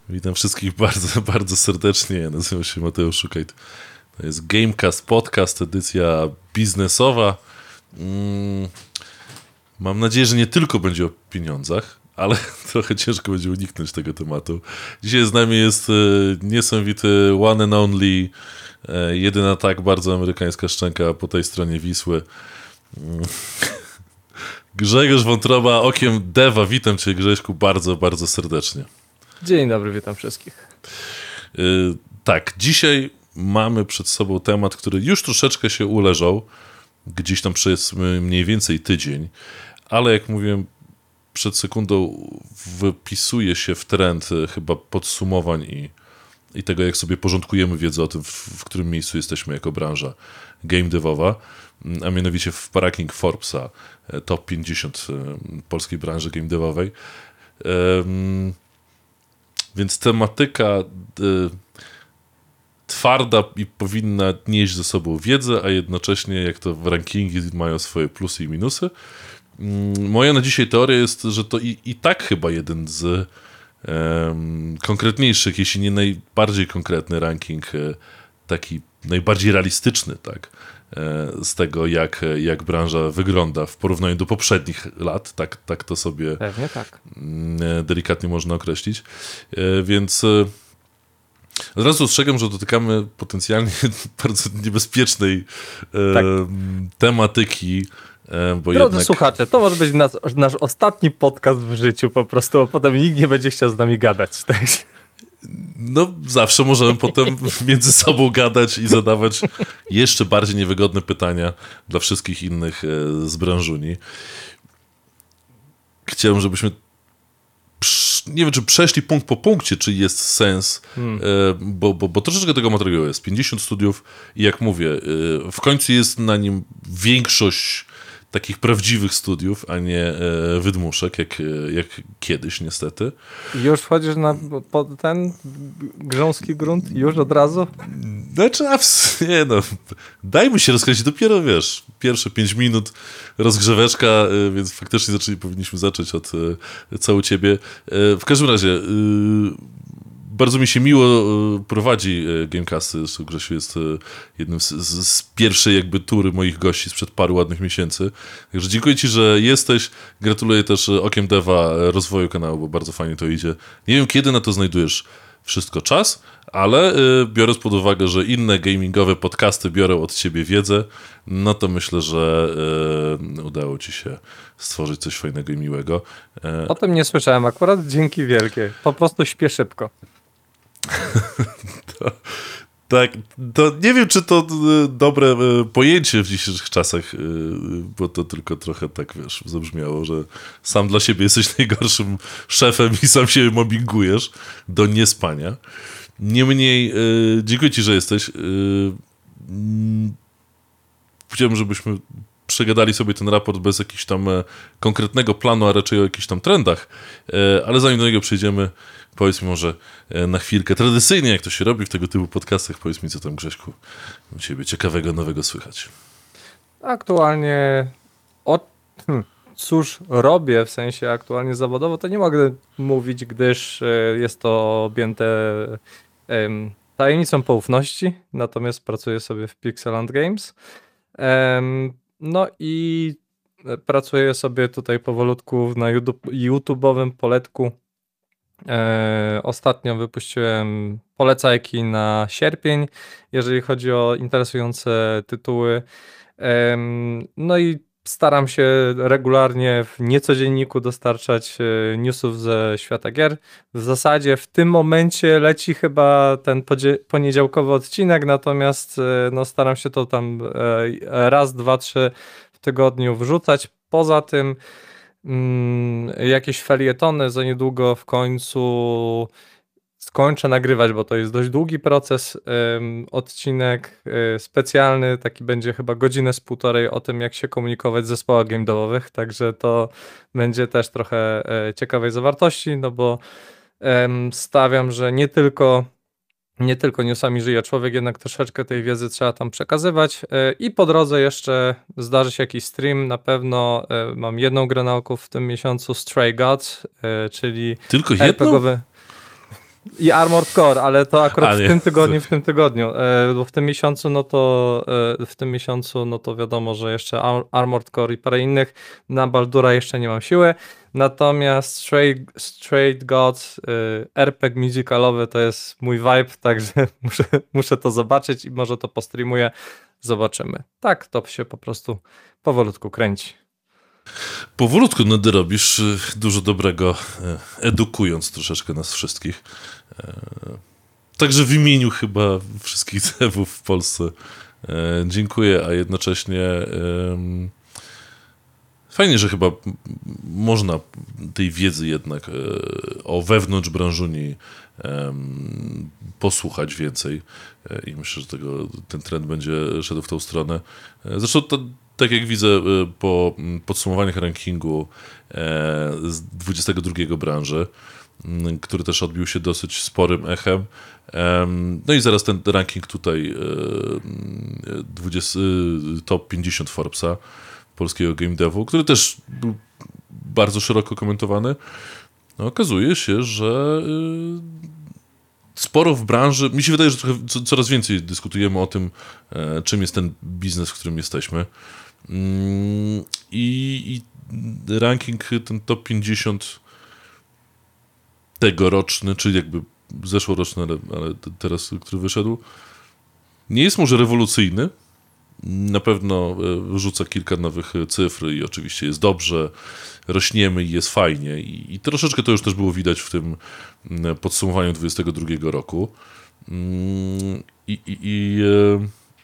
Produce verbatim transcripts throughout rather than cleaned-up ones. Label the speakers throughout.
Speaker 1: Witam wszystkich bardzo, bardzo serdecznie. Ja nazywam się Mateusz Szukajt. To jest Gamecast Podcast, edycja biznesowa. Mm, mam nadzieję, że nie tylko będzie o pieniądzach, ale trochę ciężko będzie uniknąć tego tematu. Dzisiaj z nami jest e, niesamowity one and only, e, jedyna tak bardzo amerykańska szczęka po tej stronie Wisły. Mm. Grzegorz Wątroba, okiem Deva. Witam cię, Grześku, bardzo, bardzo serdecznie.
Speaker 2: Dzień dobry, witam wszystkich.
Speaker 1: Yy, tak, dzisiaj mamy przed sobą temat, który już troszeczkę się uleżał, gdzieś tam przez mniej więcej tydzień, ale jak mówiłem przed sekundą, wypisuje się w trend chyba podsumowań i, i tego, jak sobie porządkujemy wiedzę o tym, w, w którym miejscu jesteśmy jako branża game devowa, a mianowicie w ranking Forbesa top pięćdziesiąt polskiej branży game devowej. Yy, Więc tematyka y, twarda i powinna nieść ze sobą wiedzę, a jednocześnie, jak to w rankingi mają swoje plusy i minusy. Mm, moja na dzisiaj teoria jest, że to i, i tak chyba jeden z y, konkretniejszych, jeśli nie najbardziej konkretny ranking, y, taki najbardziej realistyczny, tak, y, z tego, jak, jak branża wygląda w porównaniu do poprzednich lat, tak, tak to sobie
Speaker 2: Pewnie tak.
Speaker 1: y, delikatnie można określić. Y, więc y, od razu ostrzegam, że dotykamy potencjalnie bardzo niebezpiecznej y,
Speaker 2: Tak.
Speaker 1: tematyki, y, bo
Speaker 2: Drodzy
Speaker 1: jednak...
Speaker 2: słuchacze, to może być nas, nasz ostatni podcast w życiu po prostu, a potem nikt nie będzie chciał z nami gadać. Tak?
Speaker 1: No, zawsze możemy potem między sobą gadać i zadawać jeszcze bardziej niewygodne pytania dla wszystkich innych e, z branżuni. Chciałem, żebyśmy psz, nie wiem, czy przeszli punkt po punkcie, czy jest sens, hmm. e, bo, bo, bo troszeczkę tego materiału jest. pięćdziesiąt studiów i jak mówię, e, w końcu jest na nim większość takich prawdziwych studiów, a nie e, wydmuszek, jak, jak kiedyś niestety.
Speaker 2: Już wchodzisz na po, ten grząski grunt? Już od razu?
Speaker 1: Znaczy, nie no, dajmy się rozkręcić, dopiero wiesz, pierwsze pięć minut rozgrzeweczka, więc faktycznie zaczęli, powinniśmy zacząć od co u ciebie. W każdym razie, bardzo mi się miło prowadzi Gamecasty, zresztą Grzesiu jest jednym z, z, z pierwszej jakby tury moich gości sprzed paru ładnych miesięcy. Także dziękuję ci, że jesteś. Gratuluję też okiem Deva rozwoju kanału, bo bardzo fajnie to idzie. Nie wiem, kiedy na to znajdujesz wszystko czas, ale biorąc pod uwagę, że inne gamingowe podcasty biorą od ciebie wiedzę, no to myślę, że y, udało ci się stworzyć coś fajnego i miłego.
Speaker 2: O tym nie słyszałem akurat, dzięki wielkie. Po prostu śpię szybko.
Speaker 1: to, tak, to nie wiem, czy to dobre pojęcie w dzisiejszych czasach, bo to tylko trochę tak, wiesz, zabrzmiało, że sam dla siebie jesteś najgorszym szefem i sam siebie mobbingujesz do niespania. Niemniej, dziękuję ci, że jesteś. Chciałbym, żebyśmy przegadali sobie ten raport bez jakiegoś tam konkretnego planu, a raczej o jakichś tam trendach. Ale zanim do niego przejdziemy, powiedz mi może na chwilkę, tradycyjnie jak to się robi w tego typu podcastach, powiedz mi, co tam, Grześku, u ciebie ciekawego, nowego słychać.
Speaker 2: Aktualnie o hmm, cóż robię, w sensie aktualnie zawodowo, to nie mogę mówić, gdyż jest to objęte um, tajemnicą poufności, natomiast pracuję sobie w Pixeland Games. Um, no i pracuję sobie tutaj powolutku na YouTube, YouTube'owym poletku. E, ostatnio wypuściłem polecajki na sierpień, jeżeli chodzi o interesujące tytuły. E, no i staram się regularnie w niecodzienniku dostarczać e, newsów ze świata gier. W zasadzie w tym momencie leci chyba ten podzie- poniedziałkowy odcinek, natomiast e, no, staram się to tam e, raz, dwa, trzy w tygodniu wrzucać. Poza tym mm, jakieś felietony, za niedługo w końcu skończę nagrywać, bo to jest dość długi proces. Ym, odcinek y, specjalny, taki będzie chyba godzinę z półtorej o tym, jak się komunikować w zespołach game devowych, także to będzie też trochę y, ciekawej zawartości, no bo ym, stawiam, że nie tylko nie tylko newsami żyje człowiek, jednak troszeczkę tej wiedzy trzeba tam przekazywać. I po drodze jeszcze zdarzy się jakiś stream. Na pewno mam jedną grę na oku w tym miesiącu, Stray Gods, czyli
Speaker 1: Tylko jedną?
Speaker 2: er pe gie owy. I Armored Core, ale to akurat
Speaker 1: A,
Speaker 2: w
Speaker 1: nie.
Speaker 2: tym tygodniu, w tym tygodniu, e, bo w tym miesiącu, no to e, w tym miesiącu, no to wiadomo, że jeszcze Ar- Armored Core i parę innych, na Baldura jeszcze nie mam siły, natomiast Straight, Straight Gods, e, R P G musicalowy to jest mój vibe, także muszę, muszę to zobaczyć i może to postreamuję, zobaczymy. Tak, to się po prostu powolutku kręci.
Speaker 1: Powolutku Nedy robisz y, dużo dobrego, y, edukując troszeczkę nas wszystkich. E, Także w imieniu chyba wszystkich devów w Polsce e, dziękuję, a jednocześnie em, fajnie, że chyba m- można tej wiedzy jednak e, o wewnątrz branżuni em, posłuchać więcej e, i myślę, że tego, ten trend będzie szedł w tą stronę. E, Zresztą to, tak jak widzę e, po mm, podsumowaniach rankingu e, z dwudziestego drugiego branży, m, który też odbił się dosyć sporym echem. Em, No i zaraz ten ranking tutaj e, dwudziesty, top pięćdziesiąt Forbesa, polskiego game devu, który też był bardzo szeroko komentowany. No, okazuje się, że y, sporo w branży, mi się wydaje, że trochę, co, coraz więcej dyskutujemy o tym, e, czym jest ten biznes, w którym jesteśmy. Mm, I, i ranking, ten top pięćdziesiąt tegoroczny, czyli jakby zeszłoroczny, ale, ale teraz, który wyszedł, nie jest może rewolucyjny. Na pewno e, rzuca kilka nowych cyfr i oczywiście jest dobrze, rośniemy i jest fajnie. I, i troszeczkę to już też było widać w tym mm, podsumowaniu dwudziestego drugiego roku. Mm, I, i, i e,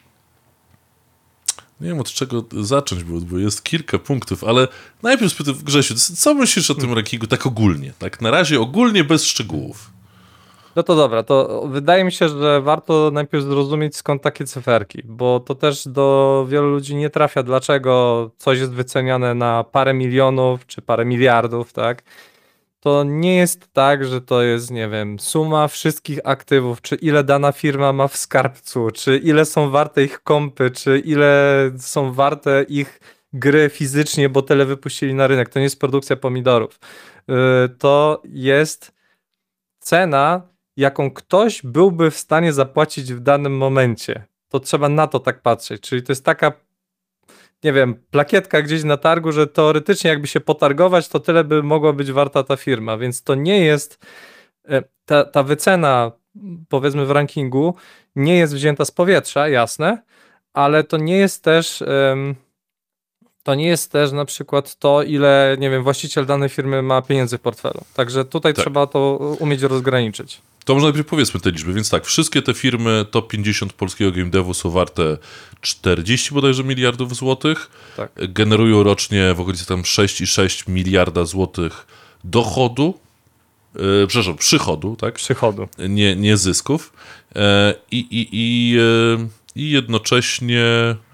Speaker 1: nie wiem od czego zacząć, bo, bo jest kilka punktów, ale najpierw spytam, Grzesiu, co myślisz o tym rankingu tak ogólnie? Tak na razie ogólnie, bez szczegółów.
Speaker 2: No to dobra, to wydaje mi się, że warto najpierw zrozumieć, skąd takie cyferki, bo to też do wielu ludzi nie trafia, dlaczego coś jest wyceniane na parę milionów czy parę miliardów, tak? To nie jest tak, że to jest, nie wiem, suma wszystkich aktywów, czy ile dana firma ma w skarbcu, czy ile są warte ich kompy, czy ile są warte ich gry fizycznie, bo tyle wypuścili na rynek. To nie jest produkcja pomidorów. Yy, To jest cena, jaką ktoś byłby w stanie zapłacić w danym momencie. To trzeba na to tak patrzeć. Czyli to jest taka, nie wiem, plakietka gdzieś na targu, że teoretycznie jakby się potargować, to tyle by mogła być warta ta firma. Więc to nie jest, e, ta, ta wycena, powiedzmy w rankingu, nie jest wzięta z powietrza, jasne, ale to nie jest też... em, To nie jest też na przykład to, ile, nie wiem, właściciel danej firmy ma pieniędzy w portfelu. Także tutaj
Speaker 1: Tak.
Speaker 2: trzeba to umieć rozgraniczyć.
Speaker 1: To może najpierw powiedzmy te liczby, więc tak, wszystkie te firmy top pięćdziesiąt polskiego game devu są warte czterdzieści bodajże miliardów złotych,
Speaker 2: Tak.
Speaker 1: generują rocznie w okolicy tam sześć i sześć miliarda złotych dochodu, e, przepraszam, przychodu, tak?
Speaker 2: Przychodu.
Speaker 1: Nie, nie zysków. E, i, i, i, e, I jednocześnie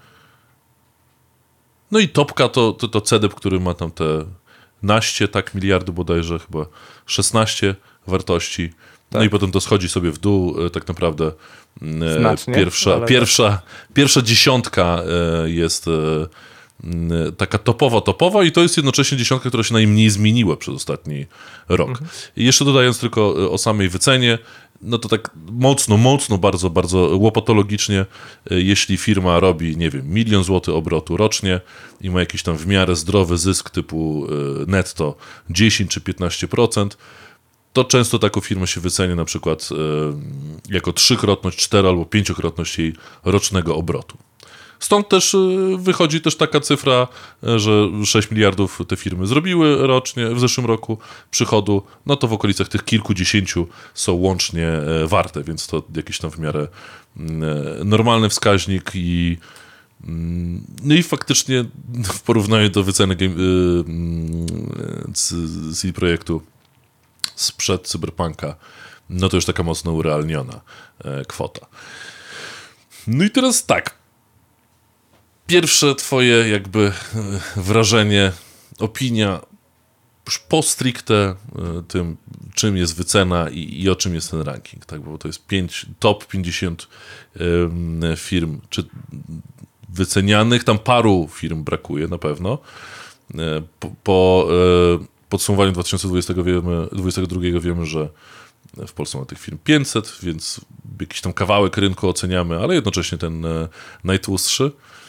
Speaker 1: no i topka to, to, to C D E P, który ma tam te naście, tak, miliardów bodajże, chyba szesnaście wartości. No
Speaker 2: Tak.
Speaker 1: i potem to schodzi sobie w dół, e, tak naprawdę e,
Speaker 2: Znacznie,
Speaker 1: pierwsza,
Speaker 2: ale
Speaker 1: pierwsza, pierwsza dziesiątka e, jest e, m, taka topowa, topowa i to jest jednocześnie dziesiątka, która się najmniej zmieniła przez ostatni rok.
Speaker 2: Mhm.
Speaker 1: I jeszcze dodając tylko e, o samej wycenie, no to tak mocno, mocno, bardzo, bardzo łopatologicznie, e, jeśli firma robi, nie wiem, milion złotych obrotu rocznie i ma jakiś tam w miarę zdrowy zysk typu e, netto dziesięć czy piętnaście procent, to często taką firmę się wycenia na przykład e, jako trzykrotność, cztero albo pięciokrotność jej rocznego obrotu. Stąd też e, wychodzi też taka cyfra, e, że sześć miliardów te firmy zrobiły rocznie w zeszłym roku przychodu, no to w okolicach tych kilkudziesięciu są łącznie e, warte, więc to jakiś tam w miarę mm, e, normalny wskaźnik i mm, no i faktycznie w porównaniu do wyceny game, y, y, c- C D Projektu sprzed Cyberpunka, no to już taka mocno urealniona e, kwota. No i teraz tak. Pierwsze twoje jakby e, wrażenie, opinia już po stricte e, tym, czym jest wycena i, i o czym jest ten ranking, tak? Bo to jest pięć, top pięćdziesiąt e, firm, czy wycenianych, tam paru firm brakuje na pewno. E, po po e, podsumowaniu dwa tysiące dwudziestego wiemy, dwudziestego drugiego wiemy, że W Polsce ma tych firm pięćset, więc jakiś tam kawałek rynku oceniamy, ale jednocześnie ten najtłustszy.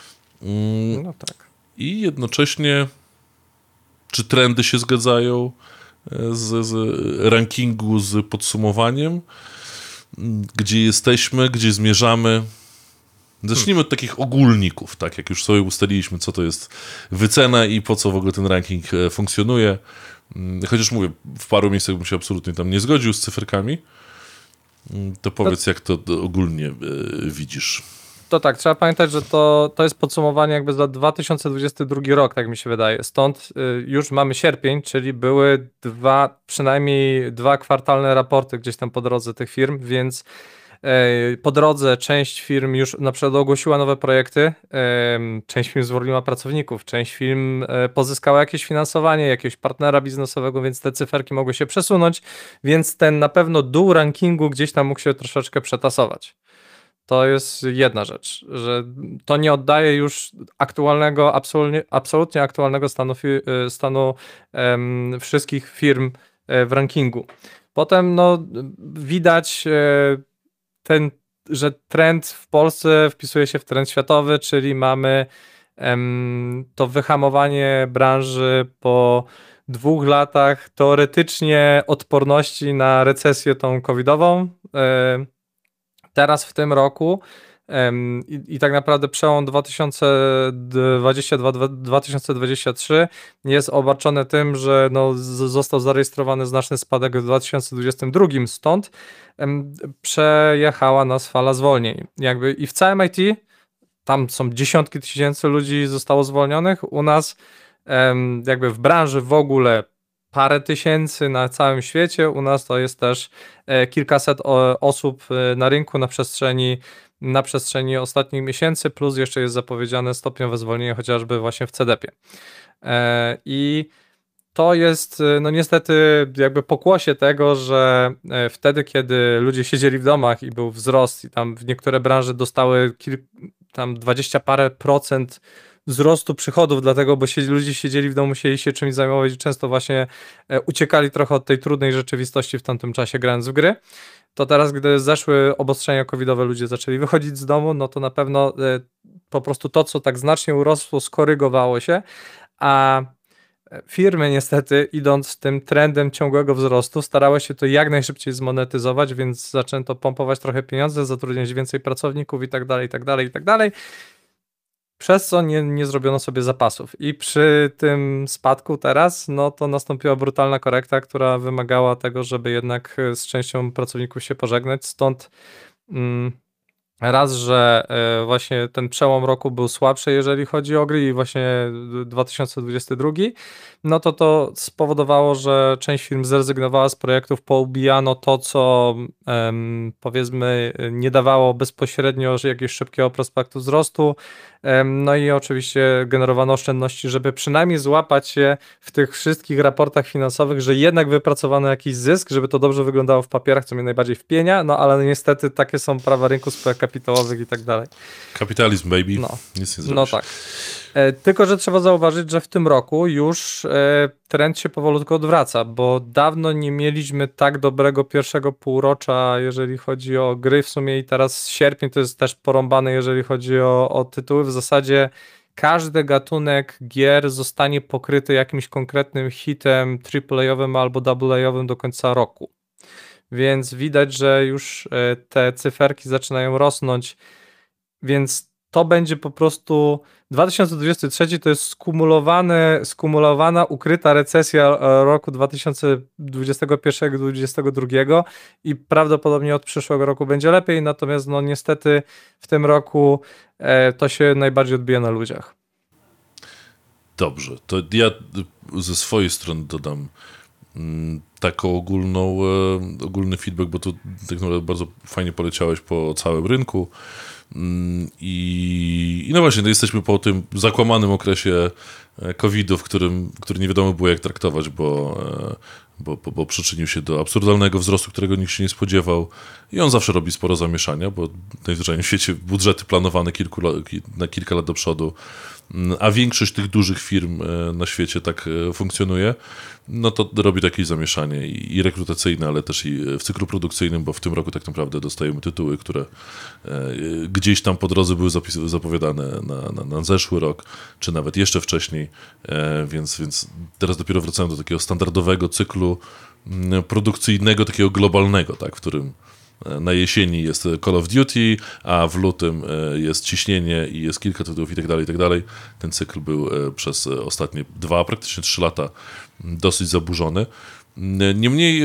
Speaker 2: No tak.
Speaker 1: I jednocześnie czy trendy się zgadzają z, z rankingu, z podsumowaniem? Gdzie jesteśmy, gdzie zmierzamy? Zacznijmy od takich ogólników, tak jak już sobie ustaliliśmy, co to jest wycena i po co w ogóle ten ranking funkcjonuje. Chociaż mówię, w paru miejscach bym się absolutnie tam nie zgodził z cyferkami. To powiedz, jak to ogólnie widzisz.
Speaker 2: To tak, trzeba pamiętać, że to, to jest podsumowanie jakby za dwa tysiące dwudziesty drugi rok, tak mi się wydaje. Stąd y, już mamy sierpień, czyli były dwa, przynajmniej dwa kwartalne raporty gdzieś tam po drodze tych firm, więc y, po drodze część firm już na przykład ogłosiła nowe projekty, y, część firm zwolniła pracowników, część firm y, pozyskała jakieś finansowanie, jakiegoś partnera biznesowego, więc te cyferki mogły się przesunąć, więc ten na pewno dół rankingu gdzieś tam mógł się troszeczkę przetasować. To jest jedna rzecz, że to nie oddaje już aktualnego, absolutnie, absolutnie aktualnego stanu, stanu um, wszystkich firm w rankingu. Potem no, widać ten, że trend w Polsce wpisuje się w trend światowy, czyli mamy um, to wyhamowanie branży po dwóch latach teoretycznie odporności na recesję tą covidową. Um, Teraz w tym roku um, i, i tak naprawdę przełom dwa tysiące dwudziesty drugi do dwa tysiące dwudziestego trzeciego jest obarczony tym, że no, z, został zarejestrowany znaczny spadek w dwa tysiące dwudziestym drugim, stąd um, przejechała nas fala zwolnień. Jakby i w całym I T tam są dziesiątki tysięcy ludzi zostało zwolnionych, u nas um, jakby w branży w ogóle parę tysięcy na całym świecie, u nas to jest też e, kilkaset o, osób e, na rynku na przestrzeni, na przestrzeni ostatnich miesięcy, plus jeszcze jest zapowiedziane stopniowe zwolnienie chociażby właśnie w C D P ie. E, I to jest no niestety jakby pokłosie tego, że e, wtedy, kiedy ludzie siedzieli w domach i był wzrost i tam w niektóre branże dostały kil, tam dwadzieścia parę procent wzrostu przychodów, dlatego, bo siedzi, ludzie siedzieli w domu, musieli się czymś zajmować i często właśnie e, uciekali trochę od tej trudnej rzeczywistości w tamtym czasie grając w gry, to teraz, gdy zeszły obostrzenia covidowe, ludzie zaczęli wychodzić z domu, no to na pewno e, po prostu to, co tak znacznie urosło, skorygowało się, a firmy niestety, idąc tym trendem ciągłego wzrostu, starały się to jak najszybciej zmonetyzować, więc zaczęto pompować trochę pieniądze, zatrudniać więcej pracowników i tak dalej, i tak dalej, i tak dalej. Przez co nie, nie zrobiono sobie zapasów. I przy tym spadku teraz, no to nastąpiła brutalna korekta, która wymagała tego, żeby jednak z częścią pracowników się pożegnać. Stąd mm, raz, że y, właśnie ten przełom roku był słabszy, jeżeli chodzi o gry i właśnie dwa tysiące dwudziesty drugi, no to to spowodowało, że część firm zrezygnowała z projektów, poubijano to, co em, powiedzmy nie dawało bezpośrednio jakiegoś szybkiego prospektu wzrostu, em, no i oczywiście generowano oszczędności, żeby przynajmniej złapać się w tych wszystkich raportach finansowych, że jednak wypracowano jakiś zysk, żeby to dobrze wyglądało w papierach, co mnie najbardziej wpienia, no ale niestety takie są prawa rynku spółek kapitałowych i tak dalej.
Speaker 1: Kapitalizm, baby.
Speaker 2: No,
Speaker 1: Nic nie zrobisz.
Speaker 2: no tak. E, tylko, że trzeba zauważyć, że w tym roku już e, trend się powolutku odwraca, bo dawno nie mieliśmy tak dobrego pierwszego półrocza, jeżeli chodzi o gry w sumie i teraz sierpień to jest też porąbane, jeżeli chodzi o, o tytuły. W zasadzie każdy gatunek gier zostanie pokryty jakimś konkretnym hitem triple-a'owym albo double-a'owym do końca roku. Więc widać, że już e, te cyferki zaczynają rosnąć, więc to będzie po prostu dwa tysiące dwudziesty trzeci to jest skumulowany, skumulowana, ukryta recesja roku dwa tysiące dwudziestego pierwszego do dwudziestego drugiego i prawdopodobnie od przyszłego roku będzie lepiej, natomiast no niestety w tym roku e, to się najbardziej odbija na ludziach.
Speaker 1: Dobrze, to ja ze swojej strony dodam mm, taką ogólną, e, ogólny feedback, bo tu tak naprawdę bardzo fajnie poleciałeś po całym rynku. I, I no właśnie, no jesteśmy po tym zakłamanym okresie kowida, w którym który nie wiadomo było jak traktować, bo, bo, bo, bo przyczynił się do absurdalnego wzrostu, którego nikt się nie spodziewał i on zawsze robi sporo zamieszania, bo najzwyczajniej w świecie budżety planowane kilku, na kilka lat do przodu, a większość tych dużych firm na świecie tak funkcjonuje, no to robi takie zamieszanie. wyzwanie i, i rekrutacyjne, ale też i w cyklu produkcyjnym, bo w tym roku tak naprawdę dostajemy tytuły, które e, gdzieś tam po drodze były zapis- zapowiadane na, na, na zeszły rok, czy nawet jeszcze wcześniej, e, więc, więc teraz dopiero wracamy do takiego standardowego cyklu m, produkcyjnego, takiego globalnego, tak, w którym na jesieni jest Call of Duty, a w lutym jest Ciśnienie i jest kilka tytułów i tak dalej, i tak dalej. Ten cykl był przez ostatnie dwa, praktycznie trzy lata dosyć zaburzony. Niemniej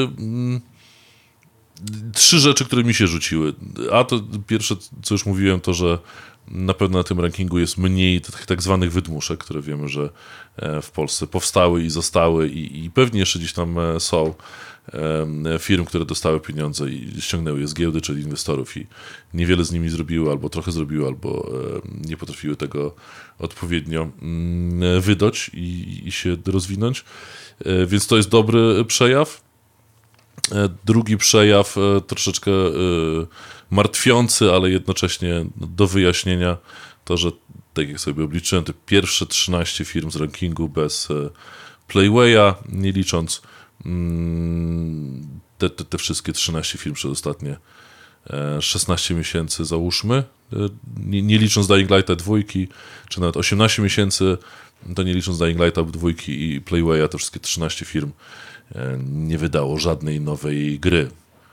Speaker 1: trzy rzeczy, które mi się rzuciły. A to pierwsze, co już mówiłem, to, że na pewno na tym rankingu jest mniej tych tak zwanych wydmuszek, które wiemy, że w Polsce powstały i zostały i, i pewnie jeszcze gdzieś tam są firm, które dostały pieniądze i ściągnęły je z giełdy, czyli inwestorów i niewiele z nimi zrobiły, albo trochę zrobiły, albo nie potrafiły tego odpowiednio wydać i, i się rozwinąć. Więc to jest dobry przejaw. Drugi przejaw, troszeczkę martwiący, ale jednocześnie do wyjaśnienia, to, że tak jak sobie obliczyłem, te pierwsze trzynaście firm z rankingu bez Playwaya, nie licząc te, te, te wszystkie trzynaście firm przez ostatnie szesnaście miesięcy, załóżmy, nie, nie licząc Dying Lighta dwójki, czy nawet osiemnaście miesięcy, to nie licząc Dying Lighta dwójki i Playwaya, to wszystkie trzynaście firm nie wydało żadnej nowej gry.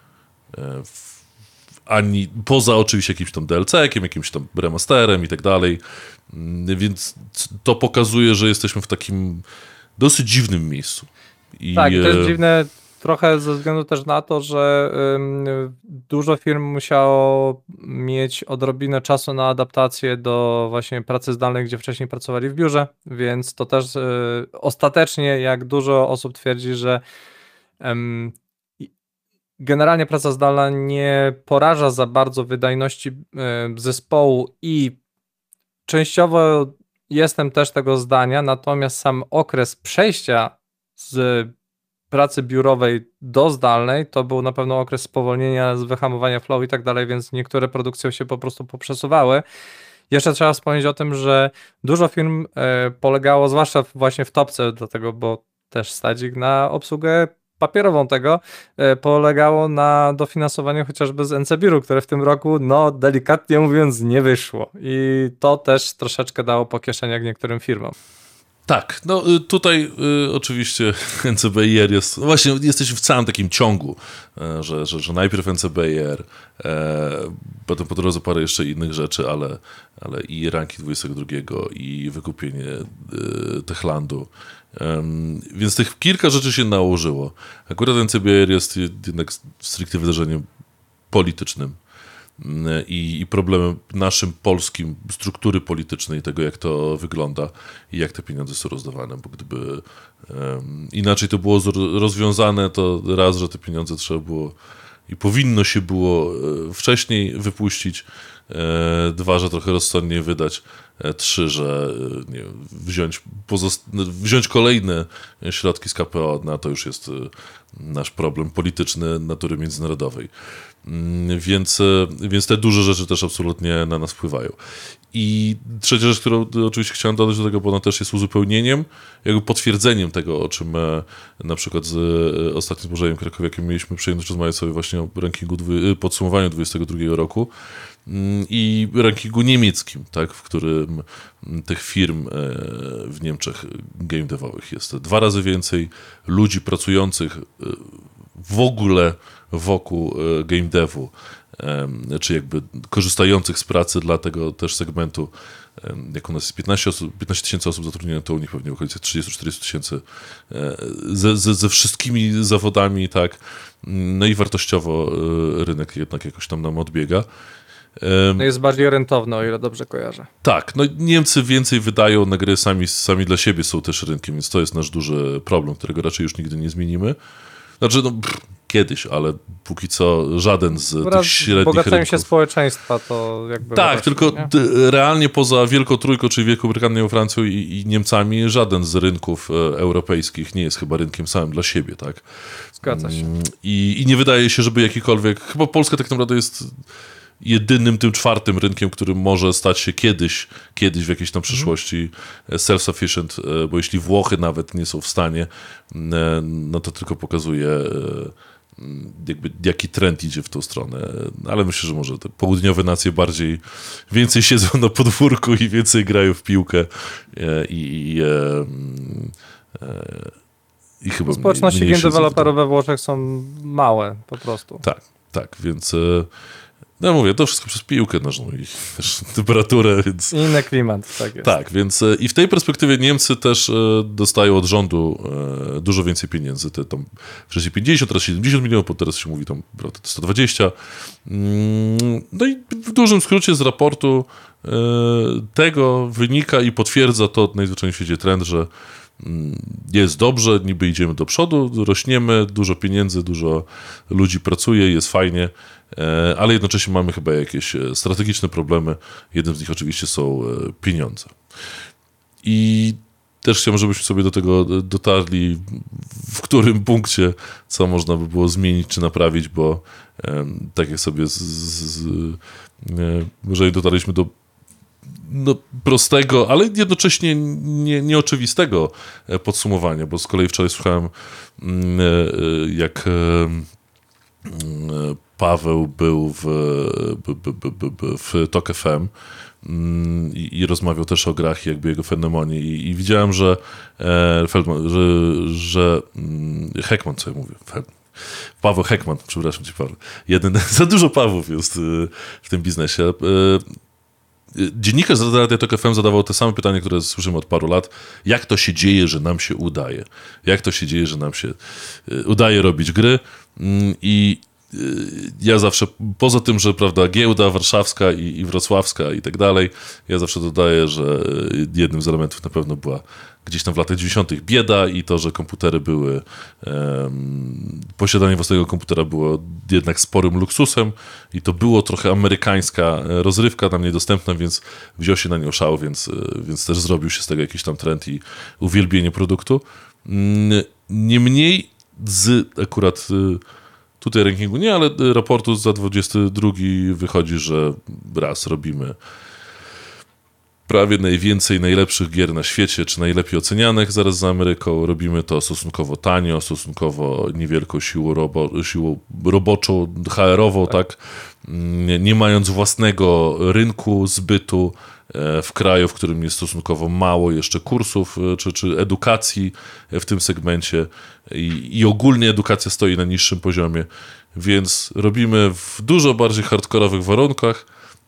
Speaker 1: Ani poza oczywiście jakimś tam D L C-kiem, jakimś tam remasterem i tak dalej. Więc to pokazuje, że jesteśmy w takim dosyć dziwnym miejscu. I
Speaker 2: tak, to jest dziwne trochę ze względu też na to, że ym, dużo firm musiało mieć odrobinę czasu na adaptację do właśnie pracy zdalnej, gdzie wcześniej pracowali w biurze, więc to też y, ostatecznie, jak dużo osób twierdzi, że ym, generalnie praca zdalna nie poraża za bardzo wydajności y, zespołu i częściowo jestem też tego zdania, natomiast sam okres przejścia z pracy biurowej do zdalnej to był na pewno okres spowolnienia, wyhamowania flow i tak dalej, więc niektóre produkcje się po prostu poprzesuwały. Jeszcze trzeba wspomnieć o tym, że dużo firm e, polegało, zwłaszcza właśnie w topce, dlatego, bo też stadzik na obsługę papierową tego, e, polegało na dofinansowaniu chociażby z N C Biuru, które w tym roku, no delikatnie mówiąc, nie wyszło. I to też troszeczkę dało po kieszeniach niektórym firmom.
Speaker 1: Tak, no tutaj y, oczywiście N C B I R jest, no właśnie jesteśmy w całym takim ciągu, e, że, że, że najpierw N C B I R, e, potem po drodze parę jeszcze innych rzeczy, ale, ale i ranking dwudziestego drugiego i wykupienie y, Techlandu, e, więc tych kilka rzeczy się nałożyło. Akurat N C B I R jest jednak stricte wydarzeniem politycznym. I, i problemem naszym polskim struktury politycznej, tego jak to wygląda i jak te pieniądze są rozdawane, bo gdyby um, inaczej to było rozwiązane, to raz, że te pieniądze trzeba było i powinno się było wcześniej wypuścić, e, dwa, że trochę rozsądnie wydać, e, trzy, że nie, wziąć, pozost- wziąć kolejne środki z K P O, no to już jest nasz problem polityczny natury międzynarodowej. Więc, więc te duże rzeczy też absolutnie na nas wpływają. I trzecia rzecz, którą oczywiście chciałem dodać do tego, bo ona też jest uzupełnieniem, jakby potwierdzeniem tego, o czym na przykład z ostatnim zburzeniem krakowiakiem mieliśmy przyjemność rozmawiać sobie właśnie o rankingu, podsumowaniu dwudziestego drugiego roku i rankingu niemieckim, tak, w którym tych firm w Niemczech game devowych jest dwa razy więcej, ludzi pracujących w ogóle wokół game devu, czy jakby korzystających z pracy dla tego też segmentu, jak u nas jest piętnaście tysięcy osób zatrudnionych, to u nich pewnie w okolicach trzydzieści do czterdziestu tysięcy ze, ze, ze wszystkimi zawodami, tak, no i wartościowo rynek jednak jakoś tam nam odbiega.
Speaker 2: No jest bardziej rentowny, o ile dobrze kojarzę.
Speaker 1: Tak, no Niemcy więcej wydają na gry sami, sami dla siebie, są też rynkiem, więc to jest nasz duży problem, którego raczej już nigdy nie zmienimy. Znaczy, no pff, kiedyś, ale póki co żaden z
Speaker 2: Wraz
Speaker 1: tych średnich
Speaker 2: bogaczeniem
Speaker 1: rynków.
Speaker 2: się społeczeństwa to jakby...
Speaker 1: Tak,
Speaker 2: właśnie,
Speaker 1: tylko
Speaker 2: nie?
Speaker 1: d- realnie poza Wielką Trójką, czyli Wielką Brytanią, Francją i, i Niemcami, żaden z rynków e, europejskich nie jest chyba rynkiem samym dla siebie, tak?
Speaker 2: Zgadza się.
Speaker 1: I, I nie wydaje się, żeby jakikolwiek... Chyba Polska tak naprawdę jest jedynym tym czwartym rynkiem, który może stać się kiedyś, kiedyś w jakiejś tam przyszłości self-sufficient, bo jeśli Włochy nawet nie są w stanie, no to tylko pokazuje jakby jaki trend idzie w tą stronę, ale myślę, że może te południowe nacje bardziej, więcej siedzą na podwórku i więcej grają w piłkę i, i, i, i chyba
Speaker 2: społeczności game deweloperów we Włoszech są małe po prostu.
Speaker 1: Tak, tak, więc no mówię, to wszystko przez piłkę nożną i też temperaturę, więc...
Speaker 2: Inny klimat, tak jest.
Speaker 1: Tak, więc i w tej perspektywie Niemcy też dostają od rządu dużo więcej pieniędzy. Te tam wcześniej pięćdziesiąt, teraz siedemdziesiąt milionów, bo teraz się mówi tam sto dwadzieścia. No i w dużym skrócie z raportu tego wynika i potwierdza to najzwyczajniej w świecie trend, że jest dobrze, niby idziemy do przodu, rośniemy, dużo pieniędzy, dużo ludzi pracuje, jest fajnie, ale jednocześnie mamy chyba jakieś strategiczne problemy. Jednym z nich oczywiście są pieniądze. I też chciałbym, żebyśmy sobie do tego dotarli, w którym punkcie, co można by było zmienić czy naprawić, bo tak jak sobie z, z, z, jeżeli dotarliśmy do no, prostego, ale jednocześnie nie, nieoczywistego podsumowania, bo z kolei wczoraj słuchałem, jak Paweł był w, w Tok F M i, i rozmawiał też o grach i jakby jego fenomenii i, i widziałem, że Feldman, że, że Heckman, co ja mówię, Feldman. Paweł Heckman, przepraszam cię Paweł, jeden, za dużo Pawłów jest w tym biznesie. Dziennikarz z Radia Tok F M zadawał te same pytanie, które słyszymy od paru lat. Jak to się dzieje, że nam się udaje? Jak to się dzieje, że nam się udaje robić gry? I ja zawsze, poza tym, że prawda, giełda warszawska i, i wrocławska i tak dalej, ja zawsze dodaję, że jednym z elementów na pewno była gdzieś tam w latach dziewięćdziesiątych bieda i to, że komputery były, um, posiadanie własnego komputera było jednak sporym luksusem i to było trochę amerykańska rozrywka nam niedostępna, więc wziął się na nią szał, więc, więc też zrobił się z tego jakiś tam trend i uwielbienie produktu. Niemniej z akurat tutaj rankingu nie, ale raportu za dwudziesty drugi wychodzi, że raz robimy prawie najwięcej najlepszych gier na świecie, czy najlepiej ocenianych zaraz za Ameryką. Robimy to stosunkowo tanio, stosunkowo niewielką siłą, robo, siłą roboczą, H R-ową, tak. tak? Nie, nie mając własnego rynku zbytu w kraju, w którym jest stosunkowo mało jeszcze kursów czy, czy edukacji w tym segmencie i, i ogólnie edukacja stoi na niższym poziomie, więc robimy w dużo bardziej hardkorowych warunkach,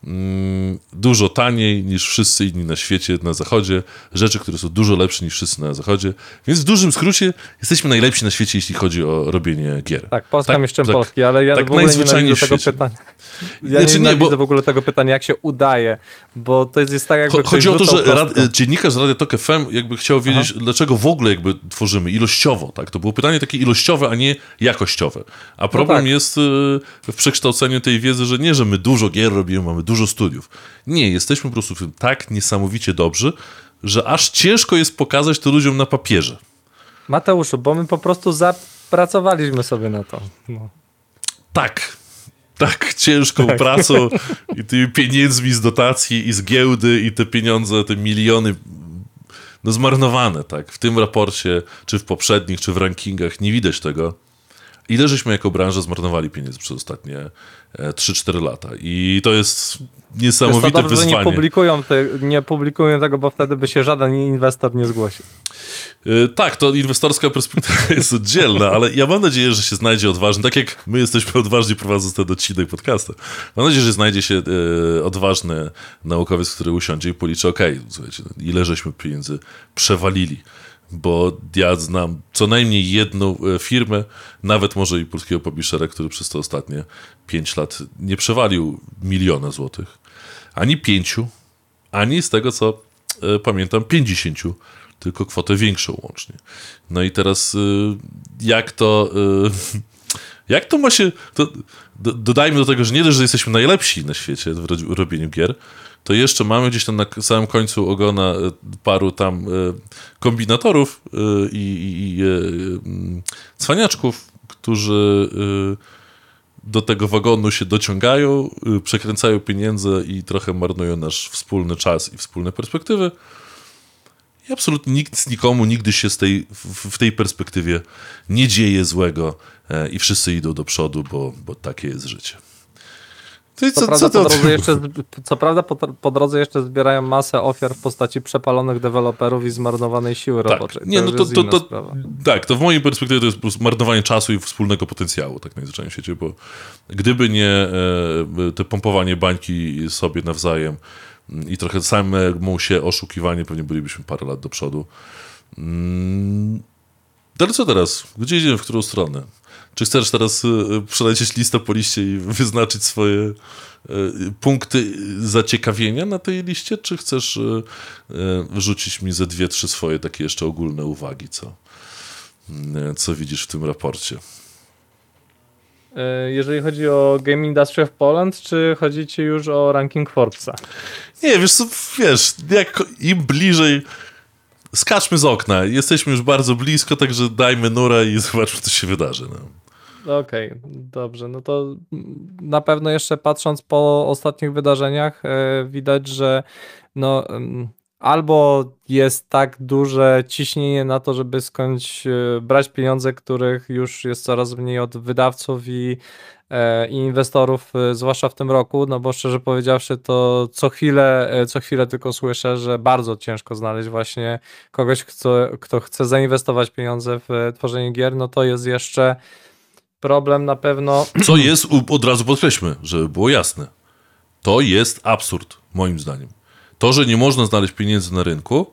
Speaker 1: dużo taniej niż wszyscy inni na świecie, na zachodzie, rzeczy, które są dużo lepsze niż wszyscy na zachodzie, więc w dużym skrócie jesteśmy najlepsi na świecie, jeśli chodzi o robienie gier.
Speaker 2: Tak, Polska tak, mistrzem tak, Polski, ale ja tak w ogóle nienawidzę tego pytania. Ja znaczy, nie widzę bo... w ogóle tego pytania, jak się udaje, bo to jest, jest tak jakby...
Speaker 1: Chodzi o to, że rad... dziennikarz z Radia Tok F M jakby chciał wiedzieć, Aha. dlaczego w ogóle jakby tworzymy ilościowo, tak? To było pytanie takie ilościowe, a nie jakościowe. A problem no tak. jest w przekształceniu tej wiedzy, że nie, że my dużo gier robimy, mamy dużo studiów. Nie, jesteśmy po prostu w tym tak niesamowicie dobrzy, że aż ciężko jest pokazać to ludziom na papierze.
Speaker 2: Mateuszu, bo my po prostu zapracowaliśmy sobie na to. No.
Speaker 1: Tak. Tak, ciężką tak. pracą i tymi pieniędzmi z dotacji i z giełdy i te pieniądze, te miliony no zmarnowane, tak. W tym raporcie, czy w poprzednich, czy w rankingach nie widać tego. Ile żeśmy jako branża zmarnowali pieniędzy przez ostatnie trzy cztery lata. I to jest niesamowite
Speaker 2: jest to dobrze,
Speaker 1: wyzwanie.
Speaker 2: Że nie publikują, te, nie publikują tego, bo wtedy by się żaden inwestor nie zgłosił.
Speaker 1: Yy, tak, to inwestorska perspektywa jest oddzielna, ale ja mam nadzieję, że się znajdzie odważny, tak jak my jesteśmy odważni prowadząc ten odcinek podcastu. Mam nadzieję, że znajdzie się yy, odważny naukowiec, który usiądzie i policzy, okej, okay, słuchajcie, ile żeśmy pieniędzy przewalili. Bo ja znam co najmniej jedną firmę, nawet może i polskiego publishera, który przez te ostatnie pięć lat nie przewalił miliona złotych, ani pięciu, ani z tego, co y, pamiętam, pięćdziesięciu, tylko kwotę większą łącznie. No i teraz y, jak to... Y, jak to ma się... To, do, dodajmy do tego, że nie dość, że jesteśmy najlepsi na świecie w robieniu gier, to jeszcze mamy gdzieś tam na samym końcu ogona paru tam kombinatorów i, i, i cwaniaczków, którzy do tego wagonu się dociągają, y, przekręcają pieniądze i trochę marnują nasz wspólny czas i wspólne perspektywy. I absolutnie nikt nikomu nigdy się z tej, w, w tej perspektywie nie dzieje złego e, i wszyscy idą do przodu, bo, bo takie jest życie. To i
Speaker 2: Co,
Speaker 1: co,
Speaker 2: prawda,
Speaker 1: co
Speaker 2: po
Speaker 1: to...
Speaker 2: drodze jeszcze, co prawda po, po drodze jeszcze zbierają masę ofiar w postaci przepalonych deweloperów i zmarnowanej siły
Speaker 1: Tak.
Speaker 2: roboczej.
Speaker 1: Nie,
Speaker 2: to
Speaker 1: no
Speaker 2: już
Speaker 1: to,
Speaker 2: jest
Speaker 1: to,
Speaker 2: inna
Speaker 1: to,
Speaker 2: sprawa.
Speaker 1: tak, to w mojej perspektywie to jest po prostu marnowanie czasu i wspólnego potencjału, tak najzwyczajniej w świecie, bo gdyby nie e, te pompowanie bańki sobie nawzajem i trochę samemu się oszukiwanie, pewnie bylibyśmy parę lat do przodu. Mm, ale co teraz? Gdzie idziemy, w którą stronę? Czy chcesz teraz y, przelecieć listę po liście i wyznaczyć swoje y, punkty zaciekawienia na tej liście, czy chcesz y, y, rzucić mi ze dwie, trzy swoje takie jeszcze ogólne uwagi, co, y, co widzisz w tym raporcie?
Speaker 2: E, Jeżeli chodzi o Game Industry of Poland, czy chodzi ci już o ranking Forbesa?
Speaker 1: Nie, wiesz co, wiesz, jak im bliżej, skaczmy z okna, jesteśmy już bardzo blisko, także dajmy nura i zobaczmy, co się wydarzy. No.
Speaker 2: Okej, okay, dobrze. No to na pewno jeszcze patrząc po ostatnich wydarzeniach, e, widać, że no, em, albo jest tak duże ciśnienie na to, żeby skądś e, brać pieniądze, których już jest coraz mniej od wydawców i, e, i inwestorów, e, zwłaszcza w tym roku, no bo szczerze powiedziawszy, to co chwilę, e, co chwilę tylko słyszę, że bardzo ciężko znaleźć właśnie kogoś, kto, kto chce zainwestować pieniądze w e, tworzenie gier, no to jest jeszcze problem na pewno.
Speaker 1: Co jest, od razu podkreślmy, żeby było jasne, to jest absurd, moim zdaniem. To, że nie można znaleźć pieniędzy na rynku,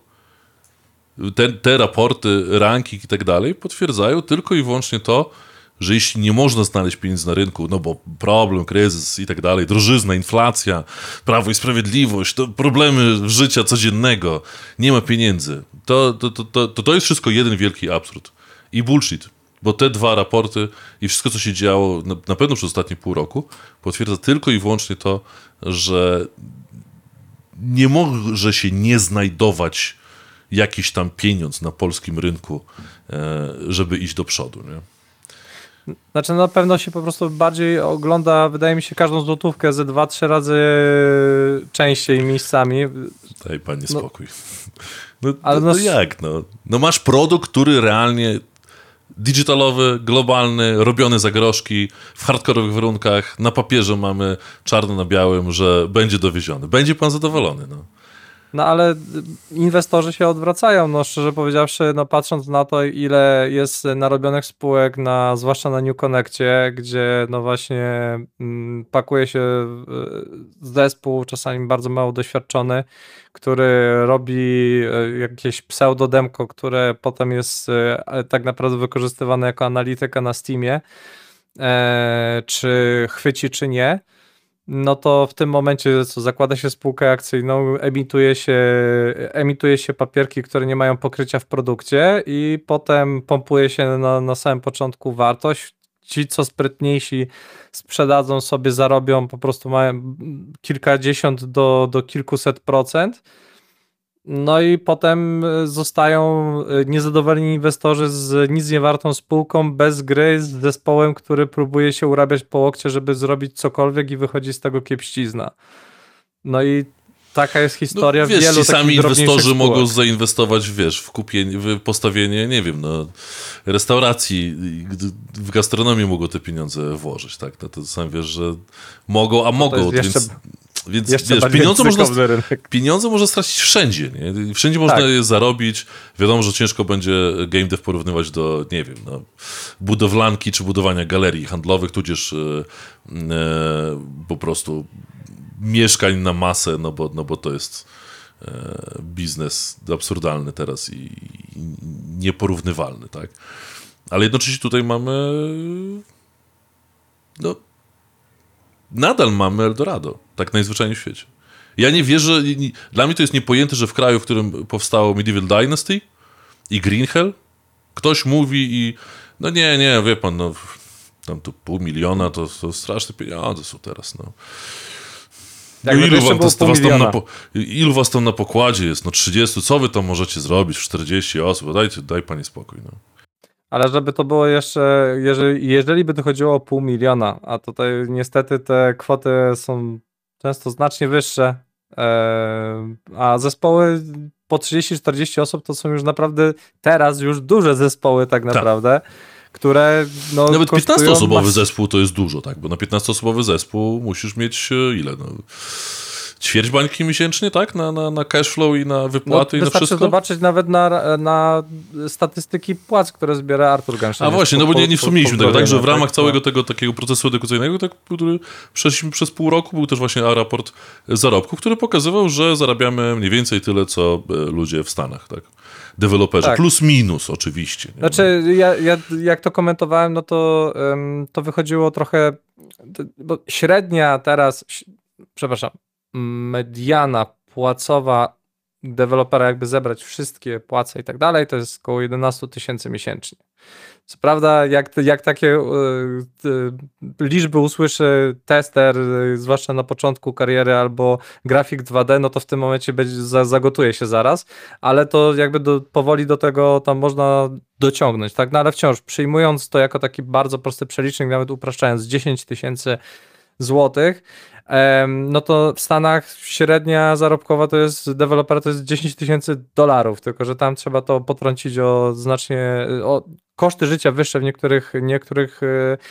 Speaker 1: te, te raporty, ranking i tak dalej potwierdzają tylko i wyłącznie to, że jeśli nie można znaleźć pieniędzy na rynku, no bo problem, kryzys i tak dalej, drożyzna, inflacja, Prawo i Sprawiedliwość, to problemy życia codziennego, nie ma pieniędzy, to to, to, to, to, to jest wszystko jeden wielki absurd i bullshit. Bo te dwa raporty i wszystko, co się działo na, na pewno przez ostatnie pół roku, potwierdza tylko i wyłącznie to, że nie może się nie znajdować jakiś tam pieniądz na polskim rynku, e, żeby iść do przodu. Nie?
Speaker 2: Znaczy na pewno się po prostu bardziej ogląda, wydaje mi się, każdą złotówkę ze dwa, trzy razy częściej miejscami.
Speaker 1: Daj panie
Speaker 2: No,
Speaker 1: spokój. No,
Speaker 2: ale
Speaker 1: no,
Speaker 2: no,
Speaker 1: no jak? No? no masz produkt, który realnie digitalowy, globalny, robiony za groszki, w hardkorowych warunkach, na papierze mamy czarno na białym, że będzie dowieziony. Będzie pan zadowolony. No.
Speaker 2: no ale inwestorzy się odwracają, no szczerze powiedziawszy, no patrząc na to, ile jest narobionych spółek, na, zwłaszcza na New Connectie, gdzie no właśnie mm, pakuje się zespół, czasami bardzo mało doświadczony, który robi jakieś pseudodemko, które potem jest tak naprawdę wykorzystywane jako analityka na Steamie, e, czy chwyci, czy nie, no to w tym momencie co, zakłada się spółkę akcyjną, emituje się, emituje się papierki, które nie mają pokrycia w produkcie i potem pompuje się na, na samym początku wartość. Ci, co sprytniejsi, sprzedadzą sobie, zarobią, po prostu mają kilkadziesiąt do, do kilkuset procent. No i potem zostają niezadowoleni inwestorzy z nic nie wartą spółką, bez gry, z zespołem, który próbuje się urabiać po łokcie, żeby zrobić cokolwiek i wychodzi z tego kiepścizna. No i taka jest historia
Speaker 1: no, wiesz,
Speaker 2: wielu
Speaker 1: ci
Speaker 2: takich
Speaker 1: sami inwestorzy
Speaker 2: spółek.
Speaker 1: mogą zainwestować, wiesz, w kupienie, w postawienie, nie wiem, no, restauracji, w gastronomię mogą te pieniądze włożyć, tak? No to sam wiesz, że mogą, a mogą,
Speaker 2: jest jeszcze,
Speaker 1: więc, więc
Speaker 2: jeszcze
Speaker 1: wiesz, pieniądze można,
Speaker 2: rynek.
Speaker 1: pieniądze można stracić wszędzie, nie? Wszędzie można
Speaker 2: tak.
Speaker 1: je zarobić. Wiadomo, że ciężko będzie game dev porównywać do, nie wiem, no, budowlanki czy budowania galerii handlowych, tudzież e, e, po prostu mieszkań na masę, no bo, no bo to jest e, biznes absurdalny teraz i, i nieporównywalny, tak? Ale jednocześnie tutaj mamy no nadal mamy Eldorado, tak najzwyczajniej w świecie. Ja nie wierzę, dla mnie to jest niepojęte, że w kraju, w którym powstało Medieval Dynasty i Green Hell, ktoś mówi i no nie, nie, wie pan, no tam tu pół miliona, to, to straszne pieniądze są teraz, no. No
Speaker 2: Jak
Speaker 1: ilu, wam to, was tam na,
Speaker 2: po...
Speaker 1: ilu was tam na pokładzie jest? No trzydzieści, co wy tam możecie zrobić w czterdzieści osób? Dajcie, daj pani spokój, no.
Speaker 2: Ale żeby to było jeszcze, jeżeli, jeżeli by to chodziło o pół miliona, a tutaj niestety te kwoty są często znacznie wyższe, e, a zespoły po trzydzieści czterdzieści osób to są już naprawdę teraz już duże zespoły tak naprawdę, tak. które no,
Speaker 1: nawet piętnastoosobowy
Speaker 2: mas...
Speaker 1: zespół to jest dużo, tak? Bo na piętnastoosobowy zespół musisz mieć ile? No, ćwierć bańki miesięcznie, tak? Na, na, na cashflow i na wypłaty no, i na wszystko?
Speaker 2: Wystarczy zobaczyć nawet na, na statystyki płac, które zbiera Artur Ganszyniec.
Speaker 1: A właśnie, no bo nie, nie wspomnieliśmy
Speaker 2: po, po,
Speaker 1: tego, tak? Że w ramach
Speaker 2: tak,
Speaker 1: całego
Speaker 2: no.
Speaker 1: tego takiego procesu edukacyjnego, tak, który przeszliśmy przez pół roku, był też właśnie raport zarobków, który pokazywał, że zarabiamy mniej więcej tyle, co ludzie w Stanach, tak? Deweloperzy, tak. Plus minus oczywiście. Nie?
Speaker 2: Znaczy, ja, ja jak to komentowałem, no to, um, to wychodziło trochę, bo średnia teraz, przepraszam, mediana płacowa dewelopera, jakby zebrać wszystkie płace i tak dalej, to jest około jedenaście tysięcy miesięcznie. Co prawda, jak, jak takie y, y, liczby usłyszy tester, y, zwłaszcza na początku kariery, albo grafik dwa D, no to w tym momencie będzie, za, zagotuje się zaraz, ale to jakby do, powoli do tego tam można dociągnąć, tak? No ale wciąż, przyjmując to jako taki bardzo prosty przelicznik, nawet upraszczając dziesięć tysięcy złotych, no to w Stanach średnia zarobkowa to jest, dewelopera to jest dziesięć tysięcy dolarów, tylko że tam trzeba to potrącić o znacznie, o koszty życia wyższe w niektórych, niektórych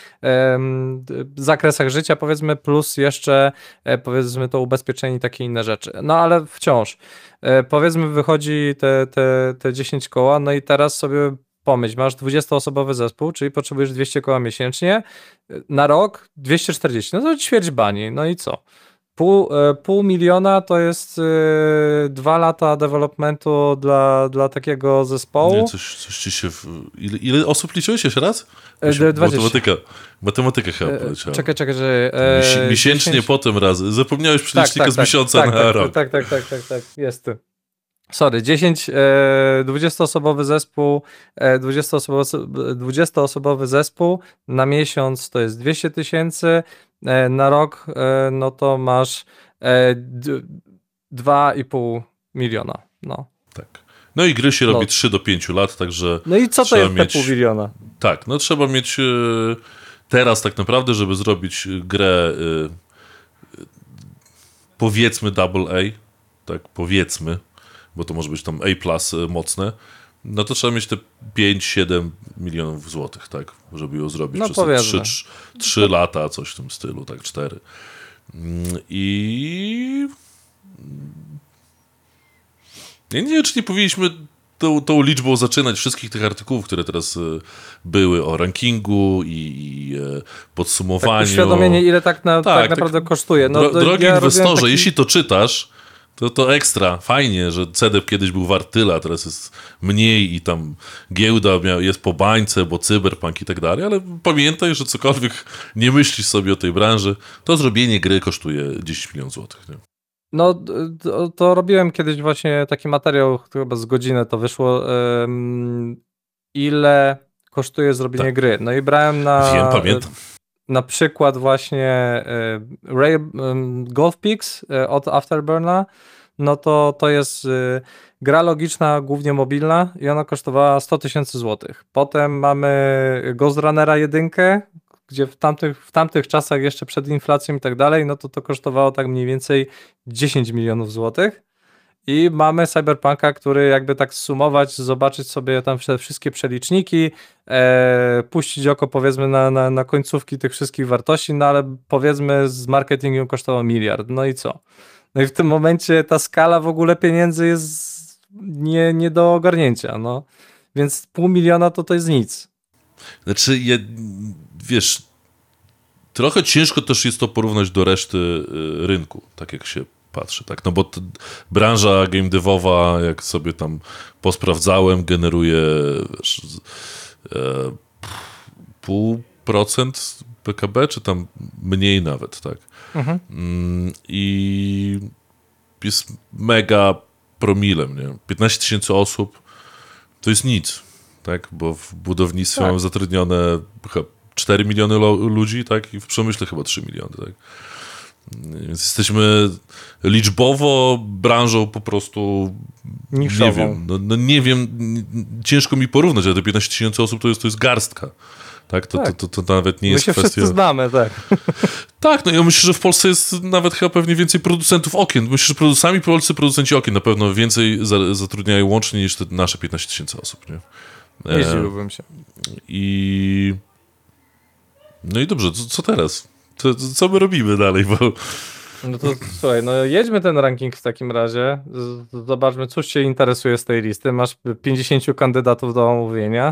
Speaker 2: um, zakresach życia, powiedzmy, plus jeszcze powiedzmy to ubezpieczenie i takie inne rzeczy. No ale wciąż, powiedzmy wychodzi te, te, te dziesięć koła, no i teraz sobie pomyśl, masz dwudziestoosobowy zespół, czyli potrzebujesz dwieście koła miesięcznie, na rok dwieście czterdzieści, no to ćwierć bani, no i co? Pół, pół miliona to jest yy, dwa lata developmentu dla, dla takiego zespołu.
Speaker 1: Nie, coś, coś ci się... W... Ile, ile osób liczyłeś jeszcze raz?
Speaker 2: Się,
Speaker 1: matematyka, matematyka chyba poleciała.
Speaker 2: Czekaj, czekaj, że...
Speaker 1: E, Miesięcznie dziesięć... potem razy. Zapomniałeś przelicznika tak, tak, z miesiąca
Speaker 2: tak,
Speaker 1: na
Speaker 2: tak,
Speaker 1: rok.
Speaker 2: Tak, tak, tak, tak, tak, jest tu. Sorry, dziesięć, dwudziestoosobowy zespół, dwudziestoosobowy zespół na miesiąc to jest dwieście tysięcy, na rok no to masz dwa i pół miliona. No.
Speaker 1: Tak. No i gry się robi
Speaker 2: no.
Speaker 1: trzy do pięciu lat, także...
Speaker 2: No i co to jest
Speaker 1: mieć...
Speaker 2: te pół miliona?
Speaker 1: Tak, no trzeba mieć teraz tak naprawdę, żeby zrobić grę powiedzmy double A, tak powiedzmy, bo to może być tam A plus mocne, no to trzeba mieć te pięć siedem milionów złotych, tak, żeby ją zrobić
Speaker 2: no
Speaker 1: przez trzy lata, coś w tym stylu, tak, cztery. I... Ja nie wiem, czy nie powinniśmy tą, tą liczbą zaczynać wszystkich tych artykułów, które teraz były o rankingu i, i podsumowaniu.
Speaker 2: Tak, uświadomienie, ile tak, na, tak, tak naprawdę tak, kosztuje. No,
Speaker 1: dro, drogi
Speaker 2: ja
Speaker 1: inwestorze,
Speaker 2: taki...
Speaker 1: jeśli to czytasz, to to ekstra, fajnie, że C D P kiedyś był wart tyle, a teraz jest mniej i tam giełda jest po bańce, bo cyberpunk i tak dalej, ale pamiętaj, że cokolwiek nie myślisz sobie o tej branży, to zrobienie gry kosztuje dziesięć milionów złotych. Nie?
Speaker 2: No, to, to robiłem kiedyś właśnie taki materiał, chyba z godzinę to wyszło, um, ile kosztuje zrobienie tak. gry. No i brałem na...
Speaker 1: Wiem, pamiętam.
Speaker 2: Na przykład właśnie y, Ray, y, Golf Pix y, od Afterburna, no to to jest y, gra logiczna, głównie mobilna i ona kosztowała sto tysięcy złotych. Potem mamy Ghost Runnera jedynkę, gdzie w tamtych, w tamtych czasach jeszcze przed inflacją i tak dalej, no to to kosztowało tak mniej więcej dziesięć milionów złotych. I mamy Cyberpunka, który jakby tak sumować, zobaczyć sobie tam wszystkie przeliczniki, e, puścić oko powiedzmy na, na, na końcówki tych wszystkich wartości, no ale powiedzmy z marketingiem kosztowało miliard, no i co? No i w tym momencie ta skala w ogóle pieniędzy jest nie, nie do ogarnięcia, no. Więc pół miliona to to jest nic.
Speaker 1: Znaczy, ja, wiesz, trochę ciężko też jest to porównać do reszty rynku, tak jak się patrzy, tak, no bo t- branża game devowa, jak sobie tam posprawdzałem, generuje wiesz, e, pół procent P K B, czy tam mniej nawet, tak. Mhm. Mm, I jest mega promilem, nie? piętnaście tysięcy osób to jest nic, tak, bo w budownictwie tak. mam zatrudnione chyba cztery miliony lo- ludzi, tak, i w przemyśle chyba trzy miliony, tak. Więc jesteśmy liczbowo branżą po prostu
Speaker 2: Niszową.
Speaker 1: nie wiem, no, no nie wiem, ciężko mi porównać, ale te piętnaście tysięcy osób to jest, to jest garstka. Tak? To,
Speaker 2: Tak.
Speaker 1: To, to, to nawet nie
Speaker 2: My
Speaker 1: jest
Speaker 2: się
Speaker 1: kwestia...
Speaker 2: wszyscy znamy, tak.
Speaker 1: Tak, no ja myślę, że w Polsce jest nawet chyba pewnie więcej producentów okien. Myślę, że produ- sami polscy producenci okien na pewno więcej za, zatrudniają łącznie niż te nasze piętnaście tysięcy osób, nie?
Speaker 2: Nie zdziwiłbym się.
Speaker 1: I... No i dobrze, co, co teraz? To, to, co my robimy dalej? Bo...
Speaker 2: No to słuchaj, no jedźmy ten ranking w takim razie. Z- Zobaczmy, cóż cię interesuje z tej listy. Masz pięćdziesięciu kandydatów do omówienia.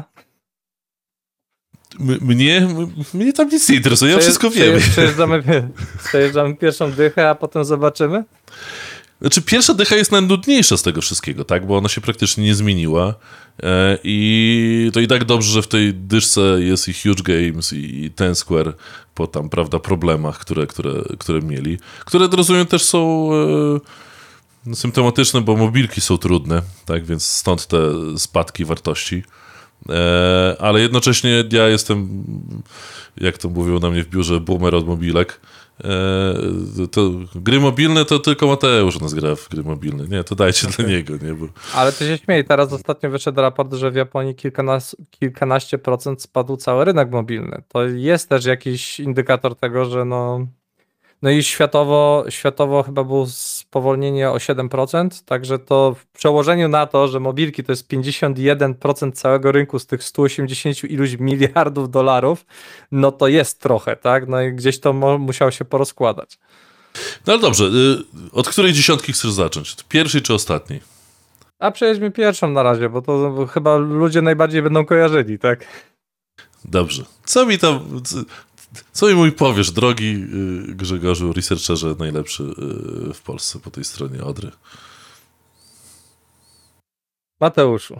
Speaker 1: M- mnie, m- mnie tam nic nie interesuje, ja
Speaker 2: Przeje-
Speaker 1: wszystko
Speaker 2: przeje-
Speaker 1: wiem.
Speaker 2: Przejeżdżamy, przejeżdżamy pierwszą dychę, a potem zobaczymy.
Speaker 1: Znaczy, pierwsza dycha jest najnudniejsza z tego wszystkiego, tak? Bo ona się praktycznie nie zmieniła. E, I to i tak dobrze, że w tej dyszce jest i Huge Games, i Ten Square po tam, prawda, problemach, które, które, które mieli. Które, rozumiem, też są e, symptomatyczne, bo mobilki są trudne, tak? Więc stąd te spadki wartości. E, ale jednocześnie ja jestem, jak to mówią na mnie w biurze, boomer od mobilek. E, to gry mobilne to tylko Mateusz u nas gra w gry mobilne. Nie, to dajcie okay. dla niego, nie? Bo...
Speaker 2: Ale ty się śmiej, teraz ostatnio wyszedł raport, że w Japonii kilkanas- kilkanaście procent spadł cały rynek mobilny. To jest też jakiś indikator tego, że no... No i światowo, światowo chyba było spowolnienie o siedem procent, także to w przełożeniu na to, że mobilki to jest pięćdziesiąt jeden procent całego rynku z tych stu osiemdziesięciu iluś miliardów dolarów, no to jest trochę, tak? No i gdzieś to mo- musiało się porozkładać.
Speaker 1: No ale dobrze, od której dziesiątki chcesz zacząć? Od pierwszej czy ostatniej?
Speaker 2: A przejdźmy pierwszą na razie, bo to chyba ludzie najbardziej będą kojarzyli, tak?
Speaker 1: Dobrze. Co mi tam... Co mi mój powiesz, drogi Grzegorzu, researcherze najlepszy w Polsce po tej stronie Odry?
Speaker 2: Mateuszu.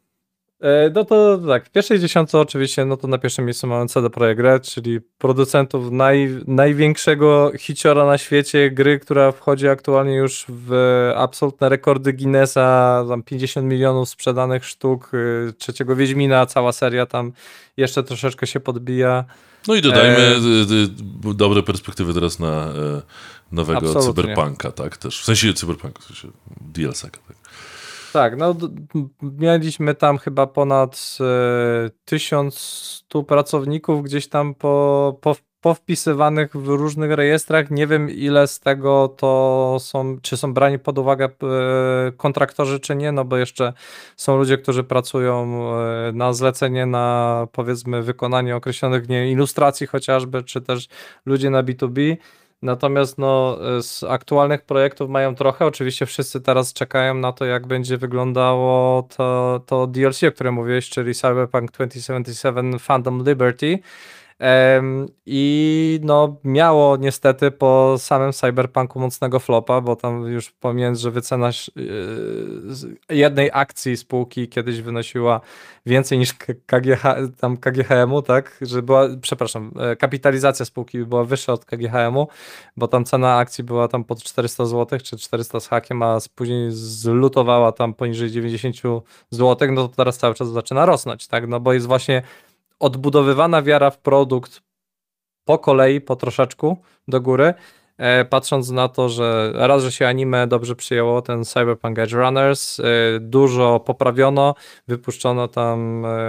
Speaker 2: No to tak, w pierwszej dziesiątce oczywiście, no to na pierwszym miejscu mamy C D Projekt Red, czyli producentów naj, największego hiciora na świecie, gry, która wchodzi aktualnie już w absolutne rekordy Guinnessa, tam pięćdziesiąt milionów sprzedanych sztuk, trzeciego Wiedźmina, cała seria tam jeszcze troszeczkę się podbija.
Speaker 1: No i dodajmy e... dobre perspektywy teraz na e, nowego
Speaker 2: Absolutnie.
Speaker 1: Cyberpunka, tak? Też. W sensie Cyberpunka, w sensie D L C. Tak,
Speaker 2: tak no d- mieliśmy tam chyba ponad e, tysiąc stu pracowników gdzieś tam po, po, powpisywanych w różnych rejestrach. Nie wiem, ile z tego to są, czy są brani pod uwagę e, kontraktorzy, czy nie, no bo jeszcze są ludzie, którzy pracują e, na zlecenie, na powiedzmy wykonanie określonych, nie, ilustracji chociażby, czy też ludzie na B dwa B. Natomiast no, z aktualnych projektów mają trochę. Oczywiście wszyscy teraz czekają na to, jak będzie wyglądało to, to D L C, o którym mówiłeś, czyli Cyberpunk dwa tysiące siedemdziesiąt siedem Phantom Liberty. Um, I no miało niestety po samym Cyberpunku mocnego flopa, bo tam już pomijając, że wycena yy, jednej akcji spółki kiedyś wynosiła więcej niż K G H, tam K G H M-u, tak, że była, przepraszam, kapitalizacja spółki była wyższa od K G H M-u, bo tam cena akcji była tam pod czterysta złotych, czy czterysta z hakiem, a później zlutowała tam poniżej dziewięćdziesiąt złotych, no to teraz cały czas zaczyna rosnąć, tak, no bo jest właśnie odbudowywana wiara w produkt po kolei, po troszeczku do góry, e, patrząc na to, że raz, że się anime dobrze przyjęło, ten Cyberpunk Edge Runners, e, dużo poprawiono, wypuszczono tam e,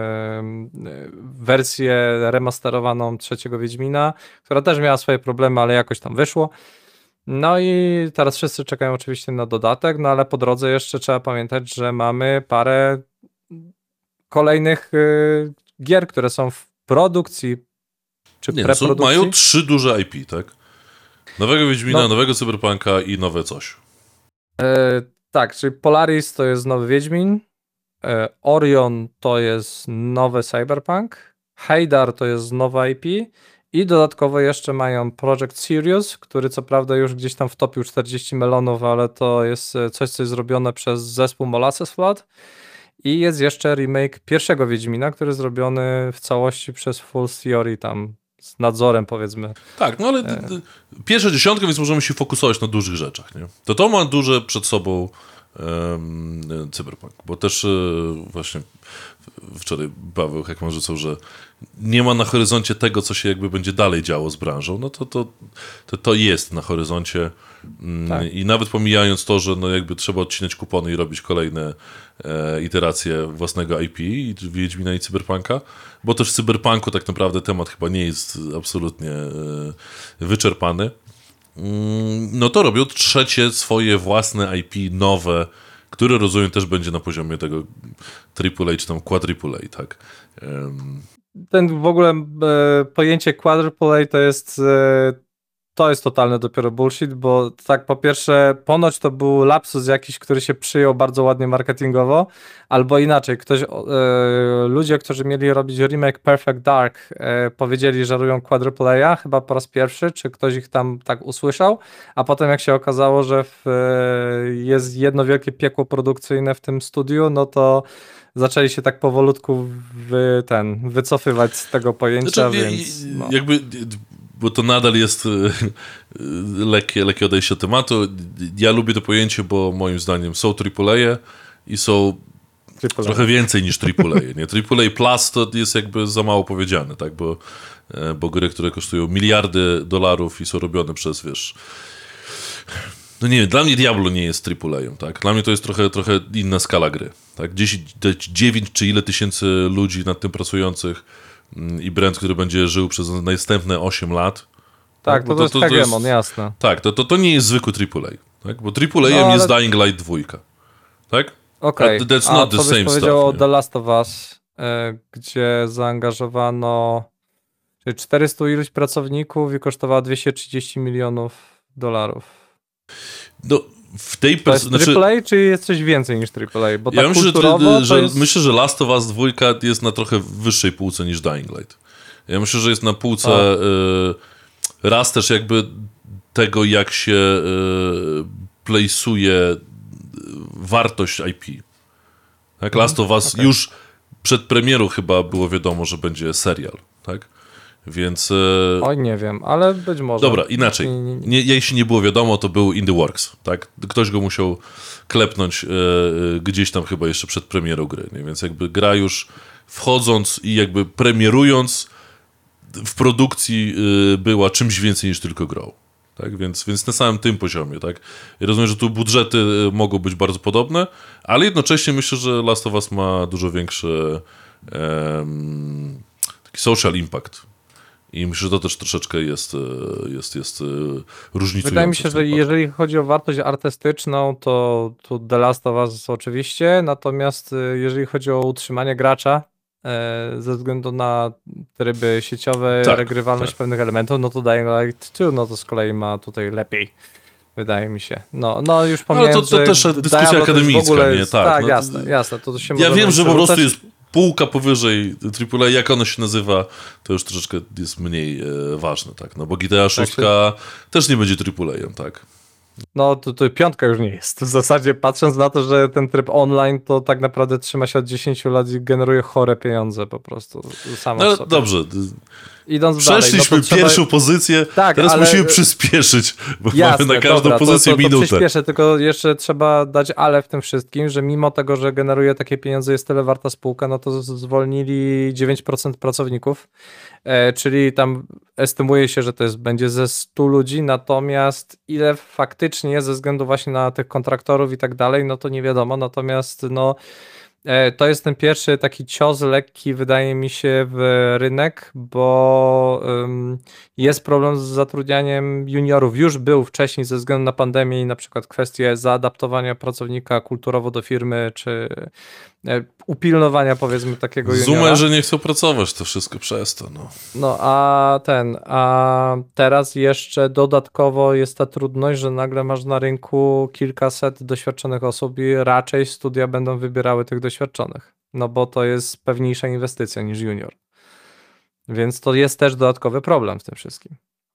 Speaker 2: wersję remasterowaną trzeciego Wiedźmina, która też miała swoje problemy, ale jakoś tam wyszło. No i teraz wszyscy czekają oczywiście na dodatek, no ale po drodze jeszcze trzeba pamiętać, że mamy parę kolejnych y, gier, które są w produkcji czy
Speaker 1: Nie,
Speaker 2: preprodukcji.
Speaker 1: No, mają trzy duże I P, tak? Nowego Wiedźmina,
Speaker 2: no.
Speaker 1: nowego Cyberpunka i nowe coś.
Speaker 2: E, tak, czyli Polaris to jest nowy Wiedźmin, e, Orion to jest nowy Cyberpunk, Heydar to jest nowa I P i dodatkowo jeszcze mają Project Sirius, który co prawda już gdzieś tam wtopił czterdzieści melonów, ale to jest coś, co jest zrobione przez zespół Molasses Flood. I jest jeszcze remake pierwszego Wiedźmina, który jest zrobiony w całości przez Full Theory, tam z nadzorem powiedzmy.
Speaker 1: Tak, no ale e... pierwsza dziesiątka, więc możemy się fokusować na dużych rzeczach, nie? To to ma duże przed sobą um, Cyberpunk, bo też właśnie wczoraj Paweł Heckman rzucał, że nie ma na horyzoncie tego, co się jakby będzie dalej działo z branżą, no to to, to, to jest na horyzoncie tak. I nawet pomijając to, że no jakby trzeba odcinać kupony i robić kolejne e, iteracje własnego I P i Wiedźmina i Cyberpunka, bo też w Cyberpunku tak naprawdę temat chyba nie jest absolutnie e, wyczerpany, mm, no to robią trzecie swoje własne I P nowe, które rozumiem też będzie na poziomie tego triple A czy tam quadruple A, tak? Um.
Speaker 2: Ten w ogóle e, pojęcie quadruple A to jest e, to jest totalny dopiero bullshit, bo tak po pierwsze ponoć to był lapsus jakiś, który się przyjął bardzo ładnie marketingowo, albo inaczej, ktoś, e, ludzie, którzy mieli robić remake Perfect Dark e, powiedzieli, że robią quadruple A, chyba po raz pierwszy, czy ktoś ich tam tak usłyszał, a potem jak się okazało, że w, e, jest jedno wielkie piekło produkcyjne w tym studiu, no to zaczęli się tak powolutku wy, ten, wycofywać z tego pojęcia,
Speaker 1: znaczy,
Speaker 2: więc... No.
Speaker 1: Jakby, bo to nadal jest lekkie, lekkie odejście od tematu. Ja lubię to pojęcie, bo moim zdaniem są triple A i są triple A. Trochę więcej niż triple A. Nie? triple A plus to jest jakby za mało powiedziane, tak? Bo, bo gry, które kosztują miliardy dolarów i są robione przez, wiesz... No nie wiem, dla mnie Diablo nie jest triple A, tak? Dla mnie to jest trochę, trochę inna skala gry, tak? dziewięć czy ile tysięcy ludzi nad tym pracujących i brand, który będzie żył przez następne osiem lat.
Speaker 2: Tak, tak? To, to, to jest hegemon, jasne.
Speaker 1: Tak, to, to, to nie jest zwykły triple A, tak? Bo triple A no, ale... jest Dying Light dwa, tak?
Speaker 2: Okej, okay. A co byś powiedział o The Last of Us, y, gdzie zaangażowano czyli czterystu iluś pracowników i kosztowała dwieście trzydzieści milionów dolarów.
Speaker 1: No, w tej
Speaker 2: pers- to jest znaczy... triple A, czy jest coś więcej niż triple A? Bo
Speaker 1: ja
Speaker 2: tak
Speaker 1: myślę, że, że,
Speaker 2: jest...
Speaker 1: myślę, że Last of Us dwa jest na trochę wyższej półce niż Dying Light. Ja myślę, że jest na półce y, raz też jakby tego, jak się y, place'uje wartość I P. Tak? Last of Us okay. już przed premierą chyba było wiadomo, że będzie serial, tak? Więc... E...
Speaker 2: Oj, nie wiem, ale być może.
Speaker 1: Dobra, inaczej. Nie, nie, nie. Nie, jeśli nie było wiadomo, to był in the works, tak? Ktoś go musiał klepnąć e, gdzieś tam chyba jeszcze przed premierą gry, nie? Więc jakby gra już wchodząc i jakby premierując w produkcji e, była czymś więcej niż tylko grą, tak? Więc, więc na samym tym poziomie, tak? Ja rozumiem, że tu budżety mogą być bardzo podobne, ale jednocześnie myślę, że Last of Us ma dużo większy e, taki social impact. I myślę, że to też troszeczkę jest, jest, jest różnicujące.
Speaker 2: Wydaje mi się, że jeżeli chodzi o wartość artystyczną, to, to The Last of Us oczywiście, natomiast jeżeli chodzi o utrzymanie gracza, ze względu na tryby sieciowe, tak, regrywalność tak. pewnych elementów, no to Dying Light dwa, no to z kolei ma tutaj lepiej. Wydaje mi się. No, no już pomijając,
Speaker 1: ale to, to też dyskusja
Speaker 2: Diablo
Speaker 1: akademicka,
Speaker 2: w ogóle
Speaker 1: nie?
Speaker 2: Jest,
Speaker 1: tak,
Speaker 2: tak
Speaker 1: no,
Speaker 2: jasne, jasne. To się
Speaker 1: ja wiem, że po prostu
Speaker 2: rzucać.
Speaker 1: jest półka powyżej triple A, jak ono się nazywa, to już troszeczkę jest mniej e, ważne, tak? No bo G T A sześć tak się... też nie będzie triple A, tak?
Speaker 2: No to, to piątka już nie jest. W zasadzie patrząc na to, że ten tryb online to tak naprawdę trzyma się od dziesięciu lat i generuje chore pieniądze po prostu. Samo
Speaker 1: no,
Speaker 2: sobie.
Speaker 1: Dobrze.
Speaker 2: Idąc
Speaker 1: Przeszliśmy
Speaker 2: dalej, no
Speaker 1: pierwszą
Speaker 2: trzeba...
Speaker 1: pozycję,
Speaker 2: tak,
Speaker 1: teraz
Speaker 2: ale...
Speaker 1: musimy przyspieszyć, bo
Speaker 2: Jasne,
Speaker 1: mamy na każdą
Speaker 2: dobra,
Speaker 1: pozycję
Speaker 2: to, to, to
Speaker 1: minutę.
Speaker 2: Przyspieszę, tylko jeszcze trzeba dać ale w tym wszystkim, że mimo tego, że generuje takie pieniądze, jest tyle warta spółka, no to zwolnili dziewięć procent pracowników, e, czyli tam estymuje się, że to jest, będzie ze stu ludzi, natomiast ile faktycznie ze względu właśnie na tych kontraktorów i tak dalej, no to nie wiadomo, natomiast no to jest ten pierwszy taki cios lekki, wydaje mi się, w rynek, bo um, jest problem z zatrudnianiem juniorów. Już był wcześniej ze względu na pandemię i na przykład kwestie zaadaptowania pracownika kulturowo do firmy, czy e, upilnowania powiedzmy takiego juniora.
Speaker 1: Zumę, że nie chcą pracować, to wszystko przez to. No.
Speaker 2: no a ten, a teraz jeszcze dodatkowo jest ta trudność, że nagle masz na rynku kilkaset doświadczonych osób i raczej studia będą wybierały tych doświadczonych, no bo to jest pewniejsza inwestycja niż junior. Więc to jest też dodatkowy problem w tym wszystkim.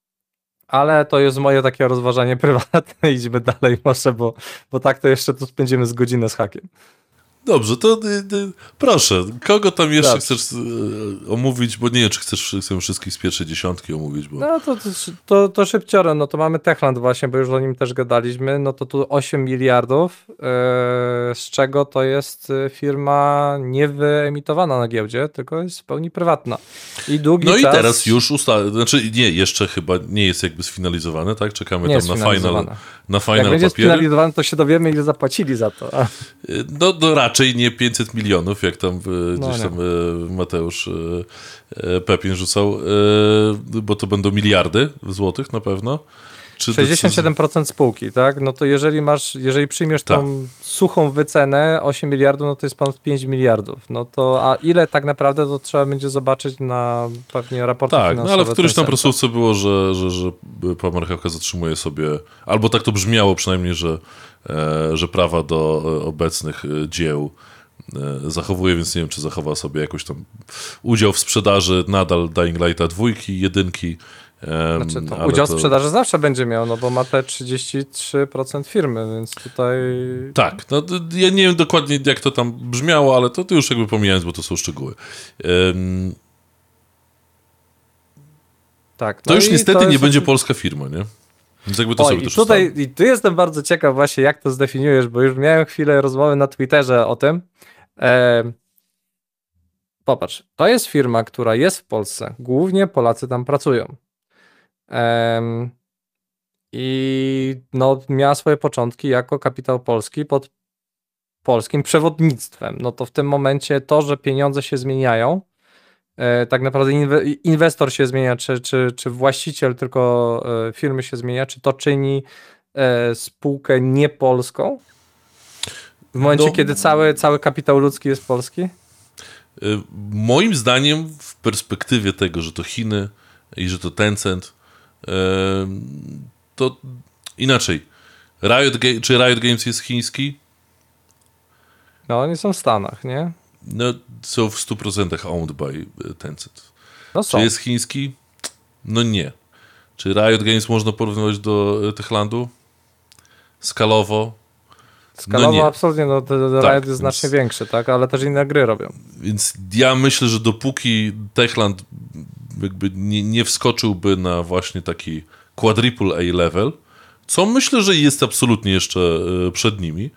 Speaker 2: Ale to jest moje takie rozważanie prywatne, idźmy dalej może, bo, bo tak to jeszcze tu spędzimy z godzinę z hakiem.
Speaker 1: Dobrze, to y, y, proszę, kogo tam jeszcze
Speaker 2: Dobrze.
Speaker 1: chcesz y, omówić, bo nie wiem, czy chcesz chcę wszystkich z pierwszej dziesiątki omówić, bo...
Speaker 2: No to, to, to, to szybcioro, no to mamy Techland właśnie, bo już o nim też gadaliśmy, no to tu osiem miliardów, yy, z czego to jest y, firma nie wyemitowana na giełdzie, tylko jest w pełni prywatna. I długi
Speaker 1: No
Speaker 2: czas...
Speaker 1: i teraz już usta... znaczy nie, jeszcze chyba nie jest jakby sfinalizowane, tak? Czekamy
Speaker 2: Nie
Speaker 1: tam
Speaker 2: jest
Speaker 1: na final,
Speaker 2: sfinalizowane.
Speaker 1: na
Speaker 2: Jak
Speaker 1: final
Speaker 2: będzie
Speaker 1: papiery.
Speaker 2: sfinalizowane, to się dowiemy, ile zapłacili za to. A,
Speaker 1: Y, No, no raczej nie pięćset milionów, jak tam y,
Speaker 2: No
Speaker 1: gdzieś
Speaker 2: nie.
Speaker 1: tam y, Mateusz y, y, Pepin rzucał, y, bo to będą miliardy złotych na pewno. Czy
Speaker 2: sześćdziesiąt siedem procent spółki, tak? No to jeżeli masz, jeżeli przyjmiesz
Speaker 1: Tak.
Speaker 2: tą suchą wycenę osiem miliardów, no to jest ponad pięć miliardów. No to, a ile tak naprawdę, to trzeba będzie zobaczyć na pewnie raportach
Speaker 1: Tak, no
Speaker 2: finansowych.
Speaker 1: ale w którymś tam
Speaker 2: Tencenta.
Speaker 1: prosówce było, że, że, że pan Marchewka zatrzymuje sobie, albo tak to brzmiało przynajmniej, że, e, że prawa do e, obecnych e, dzieł e, zachowuje, więc nie wiem, czy zachowa sobie jakoś tam udział w sprzedaży nadal Dying Lighta dwójki, jedynki. E,
Speaker 2: Znaczy, to
Speaker 1: ale
Speaker 2: udział w
Speaker 1: to-
Speaker 2: sprzedaży zawsze będzie miał, no bo ma te trzydzieści trzy procent firmy, więc tutaj...
Speaker 1: Tak, no, to ja nie wiem dokładnie, jak to tam brzmiało, ale to, to już jakby pomijając, bo to są szczegóły. Em,
Speaker 2: Tak,
Speaker 1: to
Speaker 2: no
Speaker 1: już
Speaker 2: i
Speaker 1: niestety
Speaker 2: to
Speaker 1: nie
Speaker 2: jest-
Speaker 1: będzie polska firma, nie? Więc jakby to
Speaker 2: Oj,
Speaker 1: sobie
Speaker 2: i
Speaker 1: też
Speaker 2: tutaj,
Speaker 1: ustalmy.
Speaker 2: i tu jestem bardzo ciekaw właśnie, jak to zdefiniujesz, bo już miałem chwilę rozmowy na Twitterze o tym. Em, popatrz, to jest firma, która jest w Polsce. Głównie Polacy tam pracują. Em, I no, miała swoje początki jako kapitał polski pod polskim przewodnictwem. No to w tym momencie to, że pieniądze się zmieniają, e, tak naprawdę inwe, inwestor się zmienia, czy, czy, czy właściciel tylko e, firmy się zmienia, czy to czyni e, spółkę niepolską? W momencie,
Speaker 1: No.
Speaker 2: kiedy cały, cały kapitał ludzki jest polski?
Speaker 1: Y, Moim zdaniem w perspektywie tego, że to Chiny i że to Tencent, y, to inaczej. Riot Ga- czy Riot Games jest chiński?
Speaker 2: No, oni są w Stanach, nie?
Speaker 1: No, są w stu procentach owned by y, Tencent.
Speaker 2: No
Speaker 1: Czy
Speaker 2: są.
Speaker 1: jest chiński? No nie. Czy Riot Games można porównywać do y, Techlandu? Skalowo?
Speaker 2: Skalowo
Speaker 1: no nie.
Speaker 2: absolutnie, no, to, to
Speaker 1: Tak,
Speaker 2: Riot jest
Speaker 1: więc-
Speaker 2: znacznie większy, tak? Ale też inne gry robią.
Speaker 1: Więc ja myślę, że dopóki Techland jakby nie, nie wskoczyłby na właśnie taki quadruple A level, co myślę, że jest absolutnie jeszcze e, przed nimi,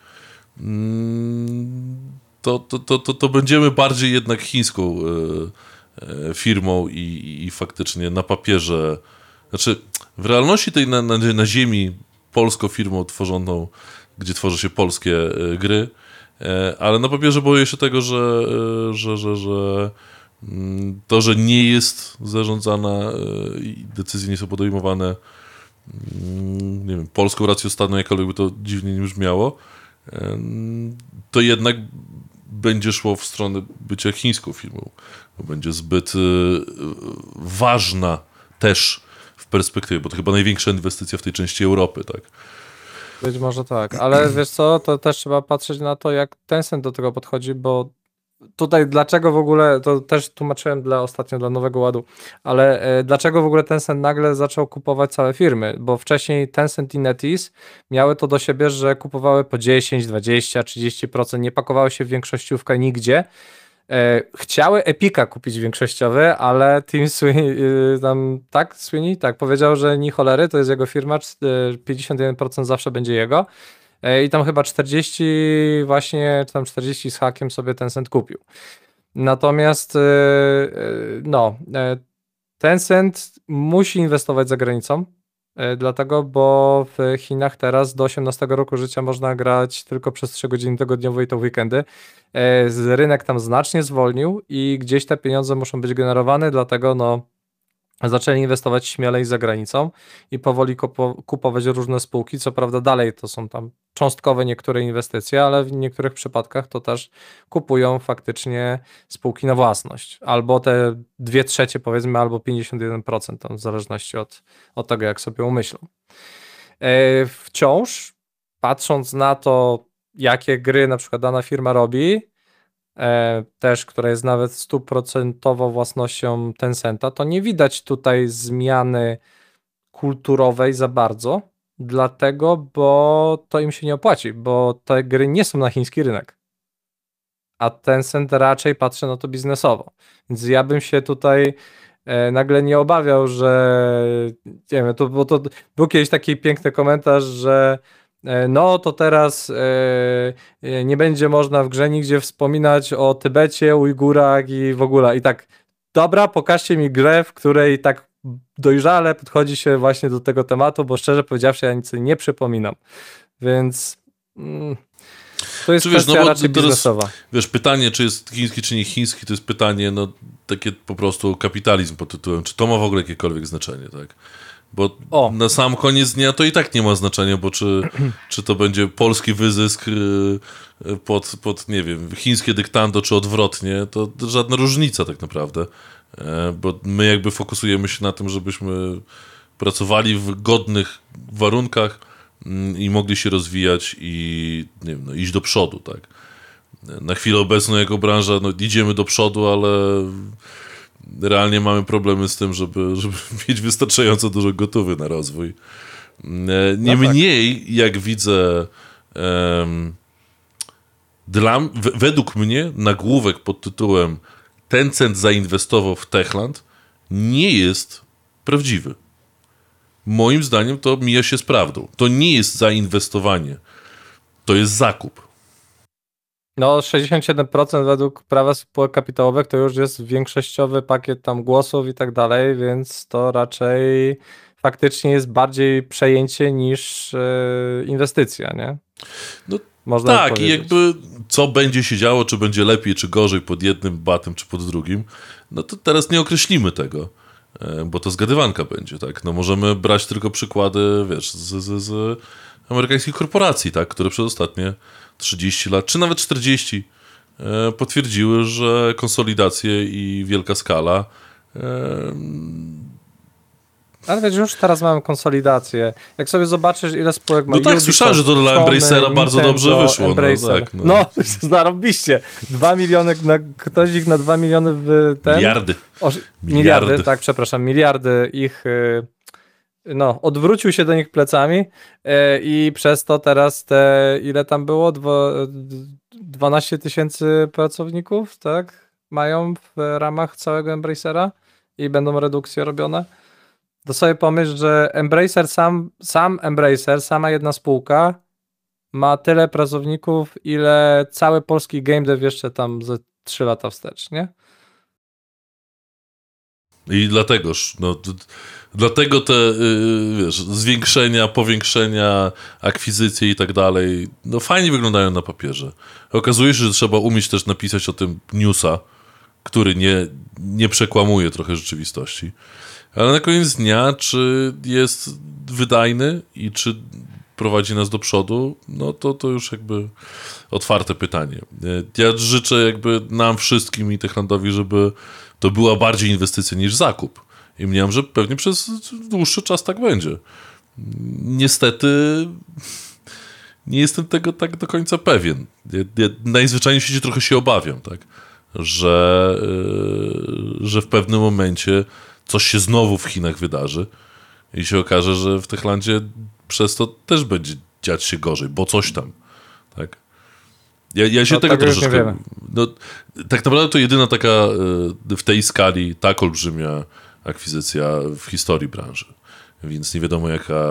Speaker 1: mm, to, to, to, to, to będziemy bardziej jednak chińską e, e, firmą i, i faktycznie na papierze, znaczy w realności tej na, na, na ziemi polską firmą tworzoną, gdzie tworzy się polskie e, gry, E, ale na papierze boję się tego, że, e, że, że, że mm, to, że nie jest zarządzana e, i decyzje nie są podejmowane mm, nie wiem, polską racją stanu, jakkolwiek by to dziwnie nie brzmiało, e, to jednak będzie szło w stronę bycia chińską firmą. Bo będzie zbyt e, ważna też w perspektywie, bo to chyba największa inwestycja w tej części Europy, tak?
Speaker 2: Być może tak, ale wiesz co, to też trzeba patrzeć na to, jak Tencent do tego podchodzi, bo tutaj dlaczego w ogóle, to też tłumaczyłem dla ostatnio dla Nowego Ładu, ale e, dlaczego w ogóle Tencent nagle zaczął kupować całe firmy, bo wcześniej Tencent i NetEase miały to do siebie, że kupowały po dziesięć, dwadzieścia, trzydzieści procent, nie pakowały się w większościówkę nigdzie. E, chciały Epika kupić większościowy, ale Tim Sweeney, y, tam, tak, Sweeney, tak, powiedział, że ni cholery, to jest jego firma, c- y, pięćdziesiąt jeden procent zawsze będzie jego. E, I tam chyba czterdzieści właśnie, czy tam czterdzieści z hakiem sobie Tencent kupił. Natomiast y, y, no, e, Tencent musi inwestować za granicą, e, dlatego, bo w Chinach teraz do osiemnastego roku życia można grać tylko przez trzy godziny tygodniowo i to w weekendy. E, z- Rynek tam znacznie zwolnił i gdzieś te pieniądze muszą być generowane, dlatego no zaczęli inwestować śmielej za granicą i powoli kupo- kupować różne spółki. Co prawda dalej to są tam cząstkowe niektóre inwestycje, ale w niektórych przypadkach to też kupują faktycznie spółki na własność. Albo te dwie trzecie powiedzmy, albo pięćdziesiąt jeden procent, tam w zależności od, od tego, jak sobie umyślą. E, wciąż patrząc na to, jakie gry na przykład dana firma robi, e, też, która jest nawet stuprocentowo własnością Tencenta, to nie widać tutaj zmiany kulturowej za bardzo, dlatego, bo to im się nie opłaci, bo te gry nie są na chiński rynek. a Tencent raczej patrzy na to biznesowo. Więc ja bym się tutaj e, nagle nie obawiał, że nie wiem, to, bo to był kiedyś taki piękny komentarz, że e, no to teraz e, nie będzie można w grze nigdzie wspominać o Tybecie, Ujgurach i w ogóle. I tak, dobra, pokażcie mi grę, w której tak dojrzale podchodzi się właśnie do tego tematu, bo szczerze powiedziawszy, ja nic sobie nie przypominam. Więc mm, to jest
Speaker 1: Czy wiesz,
Speaker 2: kwestia
Speaker 1: no bo
Speaker 2: raczej
Speaker 1: teraz,
Speaker 2: biznesowa.
Speaker 1: Wiesz, pytanie, czy jest chiński, czy nie chiński, to jest pytanie, no, takie po prostu kapitalizm pod tytułem, czy to ma w ogóle jakiekolwiek znaczenie, tak? Bo
Speaker 2: O.
Speaker 1: na sam koniec dnia to i tak nie ma znaczenia, bo czy, czy to będzie polski wyzysk yy, pod, pod, nie wiem, chińskie dyktando, czy odwrotnie, to, to żadna różnica tak naprawdę. E, bo my jakby fokusujemy się na tym, żebyśmy pracowali w godnych warunkach mm, i mogli się rozwijać i nie wiem, no, iść do przodu, tak? Na chwilę obecną jako branża no, idziemy do przodu, ale realnie mamy problemy z tym, żeby, żeby mieć wystarczająco dużo gotowy na rozwój. Niemniej, jak widzę, um, dla, w, według mnie nagłówek pod tytułem Tencent zainwestował w Techland nie jest prawdziwy. Moim zdaniem to mija się z prawdą. To nie jest zainwestowanie. To jest zakup.
Speaker 2: No sześćdziesiąt siedem procent według prawa spółek kapitałowych to już jest większościowy pakiet tam głosów i tak dalej, więc to raczej faktycznie jest bardziej przejęcie niż yy, inwestycja, nie?
Speaker 1: No
Speaker 2: można
Speaker 1: tak, i
Speaker 2: powiedzieć.
Speaker 1: jakby co będzie się działo, czy będzie lepiej, czy gorzej pod jednym batem, czy pod drugim, no to teraz nie określimy tego, bo to zgadywanka będzie, tak? No możemy brać tylko przykłady, wiesz, z, z, z amerykańskich korporacji, tak? Które przez ostatnie trzydzieści lat, czy nawet czterdzieści potwierdziły, że konsolidacje i wielka skala.
Speaker 2: Ale wiesz, już teraz mamy konsolidację. Jak sobie zobaczysz, ile spółek ma
Speaker 1: No tak,
Speaker 2: Ubisoft,
Speaker 1: słyszałem, że to dla
Speaker 2: Sony,
Speaker 1: Embracera bardzo
Speaker 2: Nintendo,
Speaker 1: dobrze wyszło.
Speaker 2: Embracer.
Speaker 1: No, tak, no.
Speaker 2: no zarobiście. Dwa miliony, na, ktoś ich na dwa miliony w ten...
Speaker 1: Miliardy.
Speaker 2: O, miliardy. miliardy, tak, przepraszam, miliardy ich... Y, no, odwrócił się do nich plecami y, i przez to teraz te, ile tam było? Dwo, dwanaście tysięcy pracowników, tak? Mają w ramach całego Embracera i będą redukcje robione. To sobie pomyśl, że Embracer sam, sam Embracer, sama jedna spółka ma tyle pracowników, ile cały polski game dev jeszcze tam ze trzy lata wstecz, nie?
Speaker 1: I dlategoż, no, d- dlatego te, yy, wiesz, zwiększenia, powiększenia, akwizycje i tak dalej, no fajnie wyglądają na papierze. Okazuje się, że trzeba umieć też napisać o tym newsa, który nie, nie przekłamuje trochę rzeczywistości. Ale na koniec dnia, czy jest wydajny i czy prowadzi nas do przodu, no to, to już jakby otwarte pytanie. Ja życzę jakby nam wszystkim i Techlandowi, żeby to była bardziej inwestycja niż zakup. I mniemam, że pewnie przez dłuższy czas tak będzie. Niestety nie jestem tego tak do końca pewien. Ja, ja najzwyczajniej w świecie trochę się obawiam, tak? Że, yy, że w pewnym momencie coś się znowu w Chinach wydarzy i się okaże, że w Techlandzie przez to też będzie dziać się gorzej, bo coś tam, tak? Ja, ja się
Speaker 2: No,
Speaker 1: tego
Speaker 2: tego już nie
Speaker 1: troszeczkę...
Speaker 2: wiemy.
Speaker 1: No, tak naprawdę to jedyna taka y, w tej skali tak olbrzymia akwizycja w historii branży, więc nie wiadomo jaka...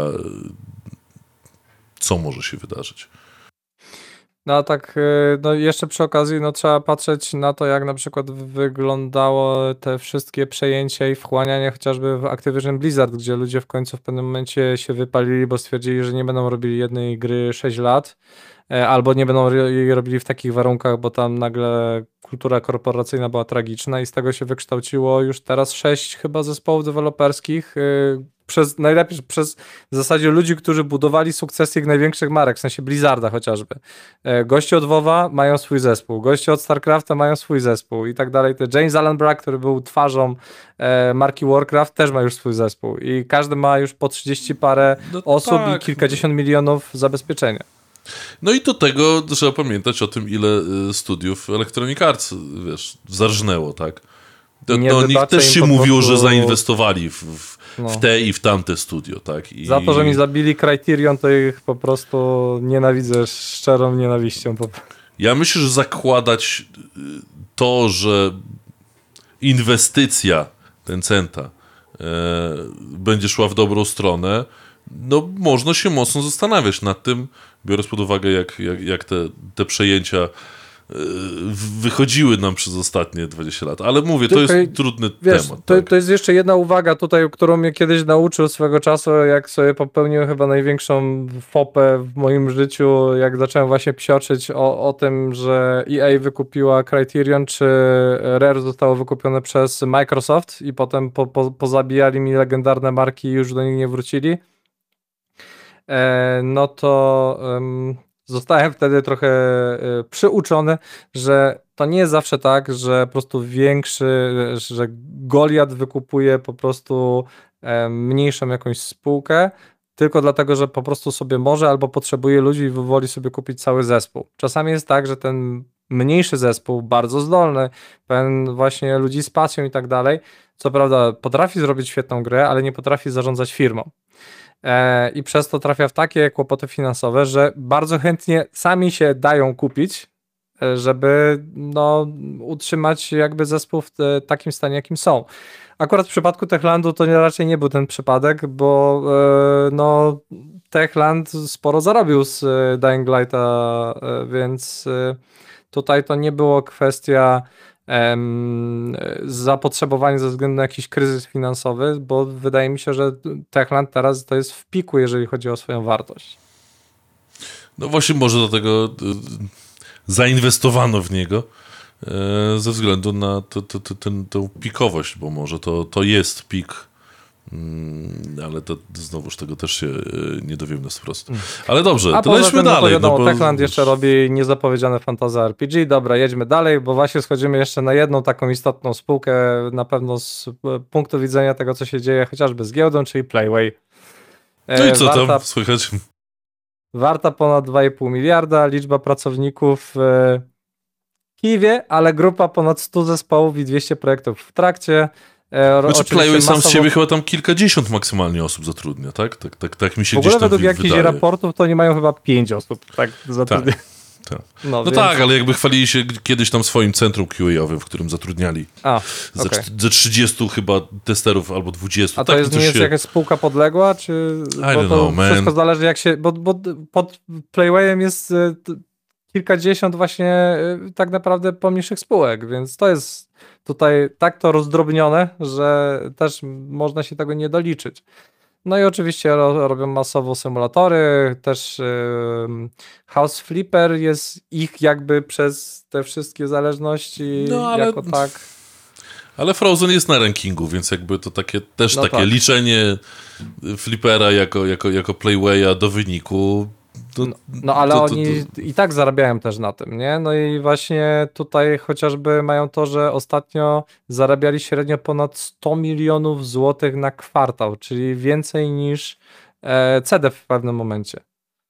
Speaker 1: co może się wydarzyć.
Speaker 2: No a tak, no jeszcze przy okazji, no trzeba patrzeć na to, jak na przykład wyglądało te wszystkie przejęcia i wchłanianie chociażby w Activision Blizzard, gdzie ludzie w końcu w pewnym momencie się wypalili, bo stwierdzili, że nie będą robili jednej gry sześć lat, albo nie będą jej robili w takich warunkach, bo tam nagle kultura korporacyjna była tragiczna i z tego się wykształciło już teraz sześć chyba zespołów deweloperskich, przez najlepiej, przez w zasadzie ludzi, którzy budowali sukcesy ich największych marek, w sensie Blizzarda chociażby. Goście od WoWa mają swój zespół, goście od StarCrafta mają swój zespół i tak dalej. James Allen Brack, który był twarzą marki Warcraft, też ma już swój zespół i każdy ma już po trzydzieści parę
Speaker 1: no
Speaker 2: osób
Speaker 1: tak.
Speaker 2: i kilkadziesiąt milionów zabezpieczenia.
Speaker 1: No i do tego trzeba pamiętać o tym, ile studiów Electronic Arts, wiesz, zarżnęło, tak? To,
Speaker 2: Nie
Speaker 1: to o nich
Speaker 2: wybaczę
Speaker 1: też
Speaker 2: im
Speaker 1: się
Speaker 2: po
Speaker 1: mówiło,
Speaker 2: prostu-
Speaker 1: że zainwestowali w, w,
Speaker 2: No.
Speaker 1: w te i w tamte studio, tak? I...
Speaker 2: Za to, że mi zabili Criterion, to ich po prostu nienawidzę szczerą nienawiścią. Po...
Speaker 1: Ja myślę, że zakładać to, że inwestycja Tencenta e, będzie szła w dobrą stronę, no można się mocno zastanawiać nad tym, biorąc pod uwagę, jak, jak, jak te, te przejęcia wychodziły nam przez ostatnie dwadzieścia lat. Ale mówię,
Speaker 2: Tylko,
Speaker 1: to jest trudny
Speaker 2: wiesz,
Speaker 1: temat.
Speaker 2: To,
Speaker 1: tak.
Speaker 2: to jest jeszcze jedna uwaga tutaj, którą mnie kiedyś nauczył swego czasu, jak sobie popełniłem chyba największą fopę w moim życiu, jak zacząłem właśnie psioczyć o, o tym, że E A wykupiła Criterion, czy Rare zostało wykupione przez Microsoft i potem po, po, pozabijali mi legendarne marki i już do nich nie wrócili. E, no to... Um, Zostałem wtedy trochę y, przyuczony, że to nie jest zawsze tak, że po prostu większy, że Goliat wykupuje po prostu e, mniejszą jakąś spółkę, tylko dlatego, że po prostu sobie może albo potrzebuje ludzi i woli sobie kupić cały zespół. Czasami jest tak, że ten mniejszy zespół, bardzo zdolny, pełen właśnie ludzi z pasją i tak dalej, co prawda potrafi zrobić świetną grę, ale nie potrafi zarządzać firmą. I przez to trafia w takie kłopoty finansowe, że bardzo chętnie sami się dają kupić, żeby no, utrzymać jakby zespół w te, takim stanie, jakim są. Akurat w przypadku Techlandu to nie, raczej nie był ten przypadek, bo e, no, Techland sporo zarobił z Dying Lighta, e, więc e, tutaj to nie było kwestia zapotrzebowanie ze względu na jakiś kryzys finansowy, bo wydaje mi się, że Techland teraz to jest w piku, jeżeli chodzi o swoją wartość.
Speaker 1: No właśnie może do tego zainwestowano w niego ze względu na to, to, to, ten, tą pikowość, bo może to, to jest pik, ale to znowuż tego też się nie dowiem na wprost. Ale dobrze,
Speaker 2: A
Speaker 1: to lećmy dalej.
Speaker 2: No,
Speaker 1: no bo...
Speaker 2: Techland jeszcze robi niezapowiedziane fantasy R P G. Dobra, jedźmy dalej, bo właśnie schodzimy jeszcze na jedną taką istotną spółkę, na pewno z punktu widzenia tego, co się dzieje chociażby z giełdą, czyli Playway.
Speaker 1: No i co
Speaker 2: warta,
Speaker 1: tam słychać?
Speaker 2: Warta ponad dwa i pół miliarda, liczba pracowników w Kijowie, ale grupa ponad stu zespołów i dwieście projektów w trakcie.
Speaker 1: Znaczy Playway sam masowo... z siebie chyba tam kilkadziesiąt maksymalnie osób zatrudnia, tak? Tak, tak, tak mi się
Speaker 2: w
Speaker 1: gdzieś
Speaker 2: ogóle
Speaker 1: tam
Speaker 2: według jakichś
Speaker 1: wydaje.
Speaker 2: raportów to oni mają chyba pięć osób tak zatrudnia.
Speaker 1: Tak, tak.
Speaker 2: No,
Speaker 1: no
Speaker 2: więc...
Speaker 1: tak, ale jakby chwalili się kiedyś tam swoim centrum Q A-owym, w którym zatrudniali
Speaker 2: A,
Speaker 1: ze,
Speaker 2: okay.
Speaker 1: ze trzydziestu chyba testerów albo dwudziestu.
Speaker 2: A to
Speaker 1: tak,
Speaker 2: jest,
Speaker 1: to
Speaker 2: nie jest
Speaker 1: się...
Speaker 2: jakaś spółka podległa, czy...
Speaker 1: I
Speaker 2: bo
Speaker 1: don't
Speaker 2: to
Speaker 1: know, man.
Speaker 2: Wszystko zależy jak się... Bo, bo pod Playwayem jest kilkadziesiąt właśnie tak naprawdę pomniejszych spółek, więc to jest tutaj tak to rozdrobnione, że też można się tego nie doliczyć. No i oczywiście ro, robią masowo symulatory, też yy, House Flipper jest ich jakby przez te wszystkie zależności
Speaker 1: no, ale...
Speaker 2: jako tak.
Speaker 1: Ale Frozen jest na rankingu, więc jakby to takie też
Speaker 2: no
Speaker 1: takie
Speaker 2: tak.
Speaker 1: liczenie Flippera jako, jako, jako Playwaya do wyniku. To,
Speaker 2: no, no ale
Speaker 1: to, to,
Speaker 2: oni
Speaker 1: to...
Speaker 2: i tak zarabiają też na tym, nie? No i właśnie tutaj chociażby mają to, że ostatnio zarabiali średnio ponad sto milionów złotych na kwartał, czyli więcej niż e, C D w pewnym momencie.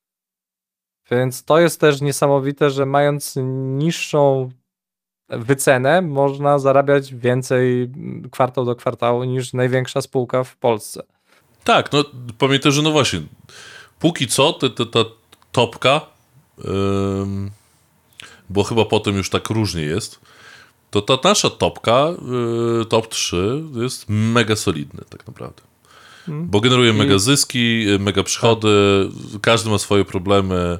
Speaker 2: Więc to jest też niesamowite, że mając niższą wycenę można zarabiać więcej kwartał do kwartału niż największa spółka w Polsce.
Speaker 1: Tak, no pamiętaj, że no właśnie póki co te, te, ta topka, ym, bo chyba potem już tak różnie jest, to ta nasza topka, yy, top trzy jest mega solidny tak naprawdę. Hmm. Bo generuje I... mega zyski, mega przychody, tak. Każdy ma swoje problemy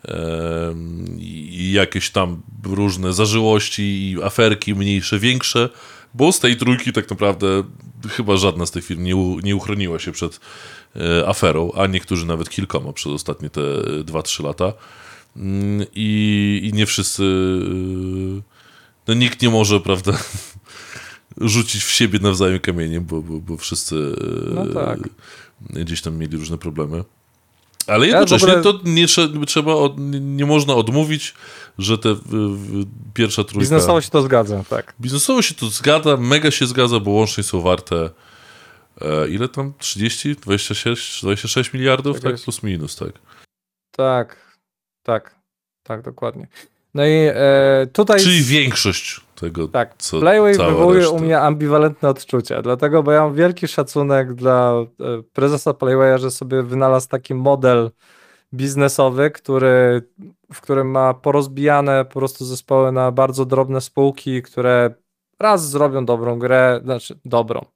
Speaker 1: i jakieś tam różne zażyłości i aferki mniejsze, większe, bo z tej trójki tak naprawdę chyba żadna z tych firm nie, u, nie uchroniła się przed e, aferą, a niektórzy nawet kilkoma przez ostatnie te dwa trzy lata i, i nie wszyscy no nikt nie może, prawda, rzucić w siebie nawzajem kamieniem, bo, bo, bo wszyscy
Speaker 2: no tak.
Speaker 1: gdzieś tam mieli różne problemy. Ale jednocześnie ja ogóle... to nie, trzeba, od, nie można odmówić, że te w, w, pierwsza trójka...
Speaker 2: Biznesowo się to zgadza, tak.
Speaker 1: Biznesowo się to zgadza, mega się zgadza, bo łącznie są warte e, ile tam? trzydzieści, dwadzieścia sześć, dwadzieścia sześć miliardów, tak? Plus minus, tak.
Speaker 2: Tak, tak, tak, dokładnie. No i e, tutaj...
Speaker 1: Czyli większość tego,
Speaker 2: tak,
Speaker 1: co
Speaker 2: Playway
Speaker 1: cała
Speaker 2: wywołuje
Speaker 1: reszta.
Speaker 2: u mnie ambiwalentne odczucia, dlatego, bo ja mam wielki szacunek dla e, prezesa Playwaya, że sobie wynalazł taki model biznesowy, który, w którym ma porozbijane po prostu zespoły na bardzo drobne spółki, które raz zrobią dobrą grę, znaczy dobrą.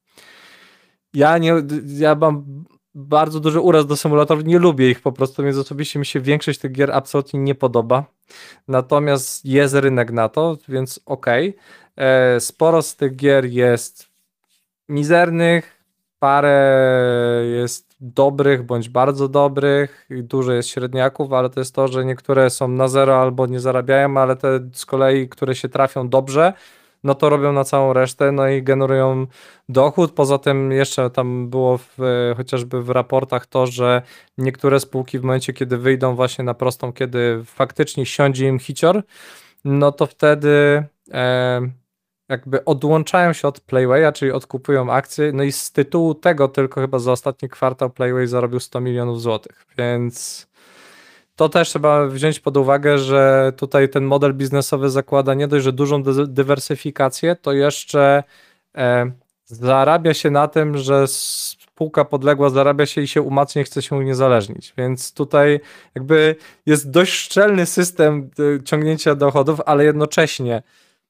Speaker 2: Ja nie, ja mam bardzo duży uraz do symulatorów, nie lubię ich po prostu, więc osobiście mi się większość tych gier absolutnie nie podoba. Natomiast jest rynek na to, więc okej. Okay. Sporo z tych gier jest mizernych, parę jest dobrych bądź bardzo dobrych, i dużo jest średniaków, ale to jest to, że niektóre są na zero albo nie zarabiają, ale te z kolei, które się trafią dobrze, no to robią na całą resztę, no i generują dochód. Poza tym jeszcze tam było w, chociażby w raportach to, że niektóre spółki w momencie, kiedy wyjdą właśnie na prostą, kiedy faktycznie siądzie im hicior, no to wtedy e, jakby odłączają się od Playwaya, czyli odkupują akcje, no i z tytułu tego tylko chyba za ostatni kwartał Playway zarobił sto milionów złotych, więc to też trzeba wziąć pod uwagę, że tutaj ten model biznesowy zakłada nie dość, że dużą dy- dywersyfikację, to jeszcze e, zarabia się na tym, że spółka podległa zarabia się i się umacnia i chce się uniezależnić, więc tutaj jakby jest dość szczelny system y, ciągnięcia dochodów, ale jednocześnie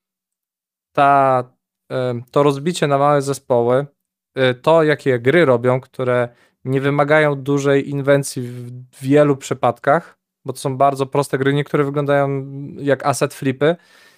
Speaker 2: ta, y, to rozbicie na małe zespoły, y, to jakie gry robią, które nie wymagają dużej inwencji w wielu przypadkach, bo to są bardzo proste gry, niektóre wyglądają jak asset flipy,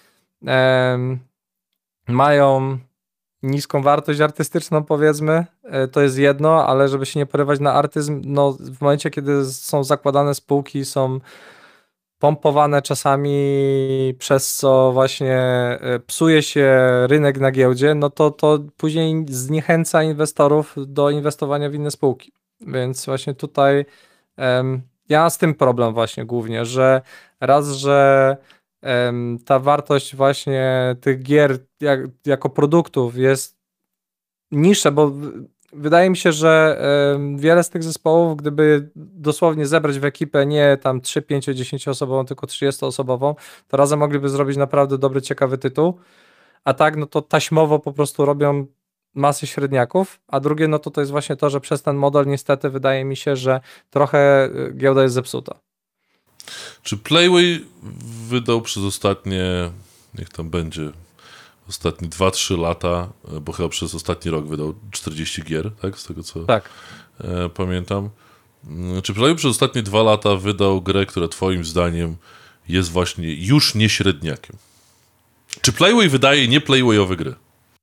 Speaker 2: em, mają niską wartość artystyczną, powiedzmy, e, to jest jedno, ale żeby się nie porywać na artyzm, no w momencie, kiedy są zakładane spółki, są pompowane czasami, przez co właśnie e, psuje się rynek na giełdzie, no to to później zniechęca inwestorów do inwestowania w inne spółki. Więc właśnie tutaj em, ja mam z tym problem właśnie głównie, że raz, że em, ta wartość właśnie tych gier jak, jako produktów jest niższa, bo w- wydaje mi się, że em, wiele z tych zespołów, gdyby dosłownie zebrać w ekipę nie tam trzy, pięć, dziesięć osobową, tylko trzydzieści osobową, to razem mogliby zrobić naprawdę dobry, ciekawy tytuł, a tak, no to taśmowo po prostu robią masy średniaków, a drugie, no to to jest właśnie to, że przez ten model niestety wydaje mi się, że trochę y, giełda jest zepsuta.
Speaker 1: Czy Playway wydał przez ostatnie, niech tam będzie, ostatnie dwa trzy lata, bo chyba przez ostatni rok wydał czterdzieści gier, tak? Z tego co
Speaker 2: Tak.
Speaker 1: e, pamiętam. Mm, Czy Playway przez ostatnie dwa lata wydał grę, która twoim zdaniem jest właśnie już nie średniakiem? Czy Playway wydaje nie Playwayowe gry?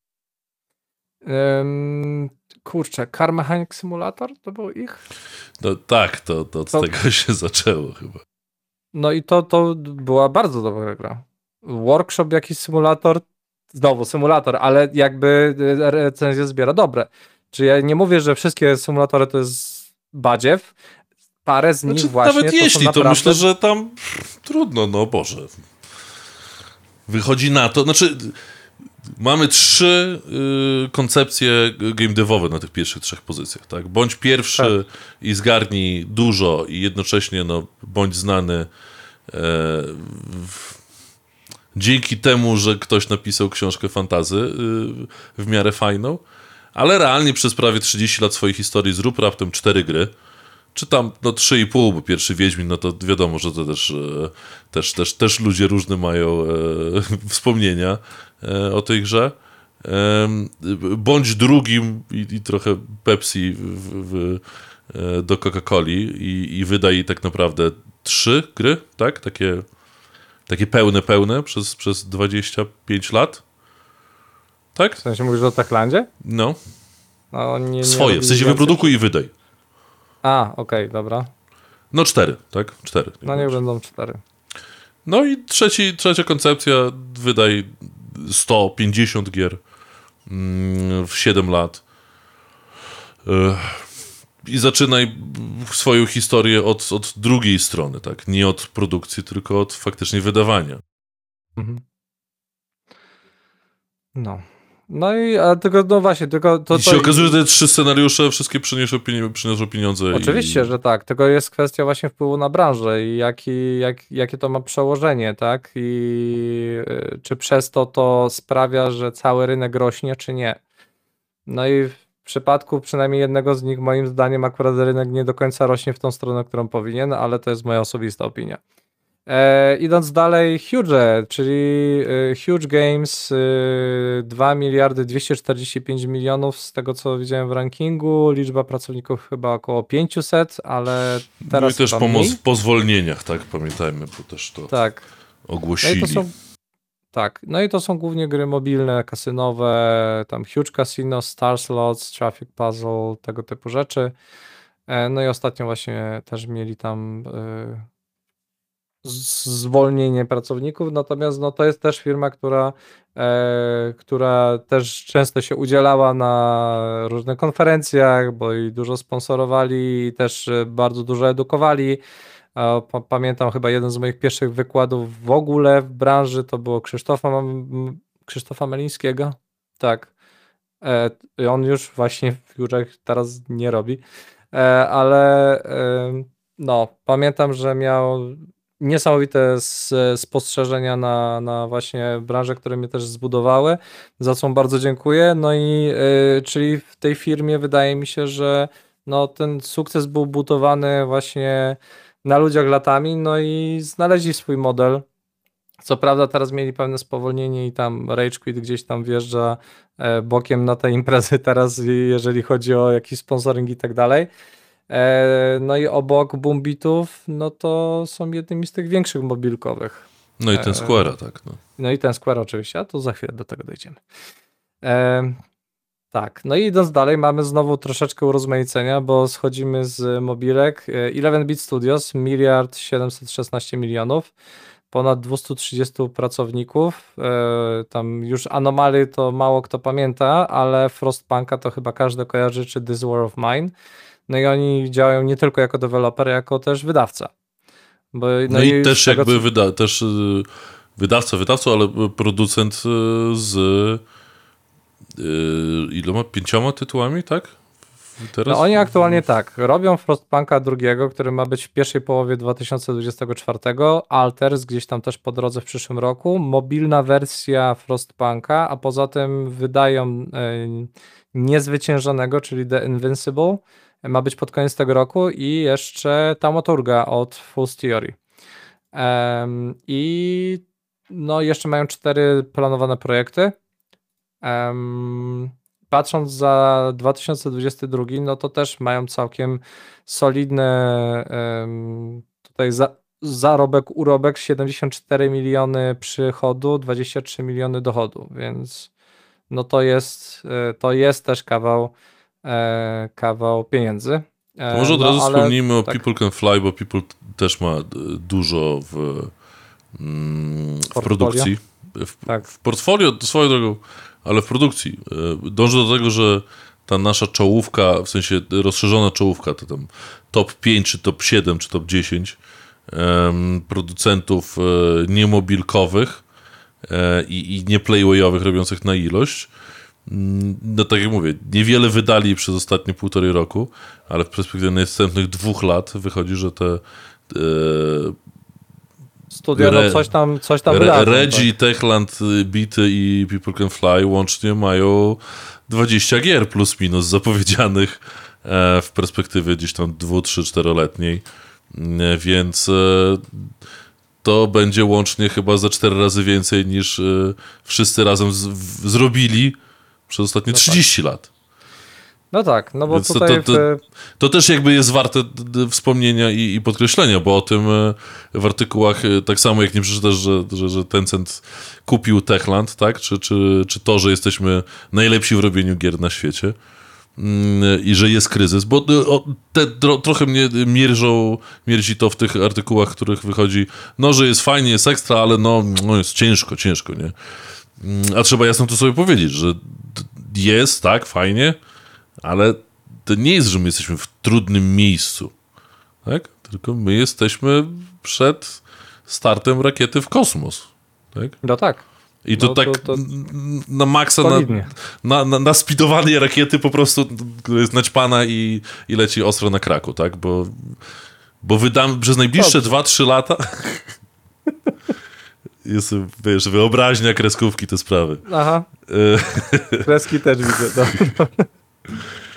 Speaker 2: Ym, kurczę, Car Mechanic Simulator to był ich?
Speaker 1: No, tak, to, to od
Speaker 2: To-
Speaker 1: tego się zaczęło chyba.
Speaker 2: No i to, to była bardzo dobra gra. Workshop, jakiś symulator, znowu symulator, ale jakby y, recenzja zbiera dobre. Czy ja nie mówię, że wszystkie symulatory to jest badziew, parę z nich
Speaker 1: Znaczy,
Speaker 2: właśnie
Speaker 1: nawet
Speaker 2: to
Speaker 1: jeśli,
Speaker 2: są
Speaker 1: to
Speaker 2: naprawdę...
Speaker 1: myślę, że tam pff, trudno, no Boże. Wychodzi na to, znaczy mamy trzy y, koncepcje game devowe na tych pierwszych trzech pozycjach, tak? Bądź pierwszy i zgarnij dużo i jednocześnie no, bądź znany e, w, dzięki temu, że ktoś napisał książkę fantasy y, w miarę fajną, ale realnie przez prawie trzydzieści lat swojej historii zrób raptem cztery gry, czy tam no trzy i pół, bo pierwszy Wiedźmin, no to wiadomo, że to też, e, też, też, też ludzie różne mają e, wspomnienia e, o tej grze. E, bądź drugim i, i trochę Pepsi w, w, e, do Coca-Coli i, i wydaj tak naprawdę trzy gry, tak? Takie, takie pełne, pełne przez, przez dwadzieścia pięć lat. Tak?
Speaker 2: W sensie mówisz o Techlandzie?
Speaker 1: No.
Speaker 2: No, nie, nie
Speaker 1: Swoje, w
Speaker 2: robili
Speaker 1: sensie
Speaker 2: więcej.
Speaker 1: wyprodukuj i wydaj.
Speaker 2: A, okej, dobra.
Speaker 1: No cztery, tak? Cztery.
Speaker 2: No niech będą cztery.
Speaker 1: No i trzeci, trzecia koncepcja, wydaj sto pięćdziesiąt gier mm, w siedem lat. Ech. I zaczynaj swoją historię od, od drugiej strony, tak? Nie od produkcji, tylko od faktycznie wydawania.
Speaker 2: Mhm. No. No i a tylko, no właśnie, tylko to...
Speaker 1: I się
Speaker 2: to
Speaker 1: okazuje, że te trzy scenariusze wszystkie przyniosą, pieni- przyniosą pieniądze.
Speaker 2: Oczywiście,
Speaker 1: i...
Speaker 2: że tak, tylko jest kwestia właśnie wpływu na branżę i jaki, jak, jakie to ma przełożenie, tak? I y, czy przez to to sprawia, że cały rynek rośnie, czy nie. No i w przypadku przynajmniej jednego z nich, moim zdaniem, akurat rynek nie do końca rośnie w tą stronę, którą powinien, ale to jest moja osobista opinia. E, idąc dalej, Huge, czyli e, Huge Games, e, dwa miliardy dwieście czterdzieści pięć milionów z tego, co widziałem w rankingu, liczba pracowników chyba około pięćset, ale teraz
Speaker 1: no i też
Speaker 2: chyba
Speaker 1: po,
Speaker 2: mniej.
Speaker 1: po zwolnieniach, tak, pamiętajmy, bo też to
Speaker 2: Tak.
Speaker 1: ogłosili.
Speaker 2: No i to są, tak, no i to są głównie gry mobilne, kasynowe, tam Huge Casino, Star Slots, Traffic Puzzle, tego typu rzeczy. E, no i ostatnio właśnie też mieli tam e, z- zwolnienie pracowników, natomiast no, to jest też firma, która, e, która też często się udzielała na różnych konferencjach, bo i dużo sponsorowali i też e, bardzo dużo edukowali. A pa- Pamiętam chyba jeden z moich pierwszych wykładów w ogóle w branży to było Krzysztofa, M- Krzysztofa Melińskiego. Tak. E, i on już właśnie w Jurach teraz nie robi. E, ale e, no, pamiętam, że miał niesamowite s- spostrzeżenia na, na właśnie branże, które mnie też zbudowały, za co mu bardzo dziękuję. No i e, czyli w tej firmie wydaje mi się, że no, ten sukces był budowany właśnie na ludziach latami, no i znaleźli swój model. Co prawda teraz mieli pewne spowolnienie i tam Rage Quit gdzieś tam wjeżdża e, bokiem na te imprezy teraz, jeżeli chodzi o jakiś sponsoring i tak dalej. E, No i obok Boombitów, no to są jednymi z tych większych mobilkowych.
Speaker 1: No i ten
Speaker 2: E,
Speaker 1: Square'a, tak. No.
Speaker 2: No i ten Square oczywiście, a to za chwilę do tego dojdziemy. E, tak, no i idąc dalej, mamy znowu troszeczkę urozmaicenia, bo schodzimy z mobilek. E, jedenaście Bit Studios, miliard siedemset szesnaście milionów, ponad dwieście trzydzieści pracowników. E, tam już Anomaly to mało kto pamięta, ale Frostpunka to chyba każdy kojarzy, czy This War of Mine. No i oni działają nie tylko jako deweloper, jako też wydawca. Bo,
Speaker 1: No, i też
Speaker 2: z tego,
Speaker 1: jakby
Speaker 2: co-
Speaker 1: wyda, też y, wydawca, wydawca, ale producent y, z y, iloma? Pięcioma tytułami, tak? Teraz?
Speaker 2: No oni aktualnie tak, robią Frostpunka drugiego, który ma być w pierwszej połowie dwa tysiące dwudziestego czwartego, Alters gdzieś tam też po drodze w przyszłym roku, mobilna wersja Frostpunka, a poza tym wydają e, Niezwyciężonego, czyli The Invincible, ma być pod koniec tego roku i jeszcze Taumaturga od Fool's Theory. Em, I no jeszcze mają cztery planowane projekty. Em, Patrząc za dwa tysiące dwudziesty drugi, no to też mają całkiem solidny em, tutaj za, zarobek, urobek, siedemdziesiąt cztery miliony przychodu, dwadzieścia trzy miliony dochodu, więc no to jest, e, to jest też kawał, e, kawał pieniędzy. E,
Speaker 1: To może od
Speaker 2: no,
Speaker 1: razu
Speaker 2: ale
Speaker 1: wspomnijmy o
Speaker 2: tak,
Speaker 1: People Can Fly, bo People też ma y, dużo w, mm, w
Speaker 2: Portfolio.
Speaker 1: produkcji. W,
Speaker 2: Tak.
Speaker 1: w portfolio, swoją drogą, ale w produkcji. Y, Dążę do tego, że ta nasza czołówka, w sensie rozszerzona czołówka, to tam top pięć, czy top siedem, czy top dziesięć em, producentów e, niemobilkowych e, i, i nie playwayowych, robiących na ilość. Mm, No tak jak mówię, niewiele wydali przez ostatnie półtorej roku, ale w perspektywie następnych dwóch lat wychodzi, że te e,
Speaker 2: studia
Speaker 1: Re-
Speaker 2: no coś tam, coś tam
Speaker 1: Re-
Speaker 2: wydadzą,
Speaker 1: Regi, Techland, y, Bity i People Can Fly łącznie mają dwadzieścia gier plus minus zapowiedzianych e, w perspektywie gdzieś tam dwu, trzy, czteroletniej, E, więc e, to będzie łącznie chyba za cztery razy więcej niż e, wszyscy razem z, w, zrobili przez ostatnie
Speaker 2: No tak.
Speaker 1: trzydzieści lat.
Speaker 2: No tak, no bo
Speaker 1: Więc to-
Speaker 2: tutaj
Speaker 1: to-
Speaker 2: w,
Speaker 1: To też jakby jest warte d- d- wspomnienia i, i podkreślenia, bo o tym e, w artykułach, e, tak samo jak nie przeczytasz, że, że, że Tencent kupił Techland, tak? Czy, czy, czy to, że jesteśmy najlepsi w robieniu gier na świecie mm, i że jest kryzys, bo e, o, te, tro, trochę mnie mierzą, mierzi to w tych artykułach, w których wychodzi, no, że jest fajnie, jest ekstra, ale no, no jest ciężko, ciężko, nie? Mm, A trzeba jasno to sobie powiedzieć, że d- jest, tak, fajnie, ale to nie jest, że my jesteśmy w trudnym miejscu, tak? Tylko my jesteśmy przed startem rakiety w kosmos, tak?
Speaker 2: no tak,
Speaker 1: I to
Speaker 2: No
Speaker 1: tak
Speaker 2: to- to
Speaker 1: n- na maksa, na,
Speaker 2: solidnie.
Speaker 1: na, na, na speedowanie rakiety po prostu, która jest naćpana i, i leci ostro na kraku, tak? Bo, bo wydamy przez najbliższe
Speaker 2: Dobrze.
Speaker 1: dwa trzy lata jest, wiesz, wyobraźnia, kreskówki, te sprawy.
Speaker 2: Aha,
Speaker 1: E,
Speaker 2: kreski też widzę. No.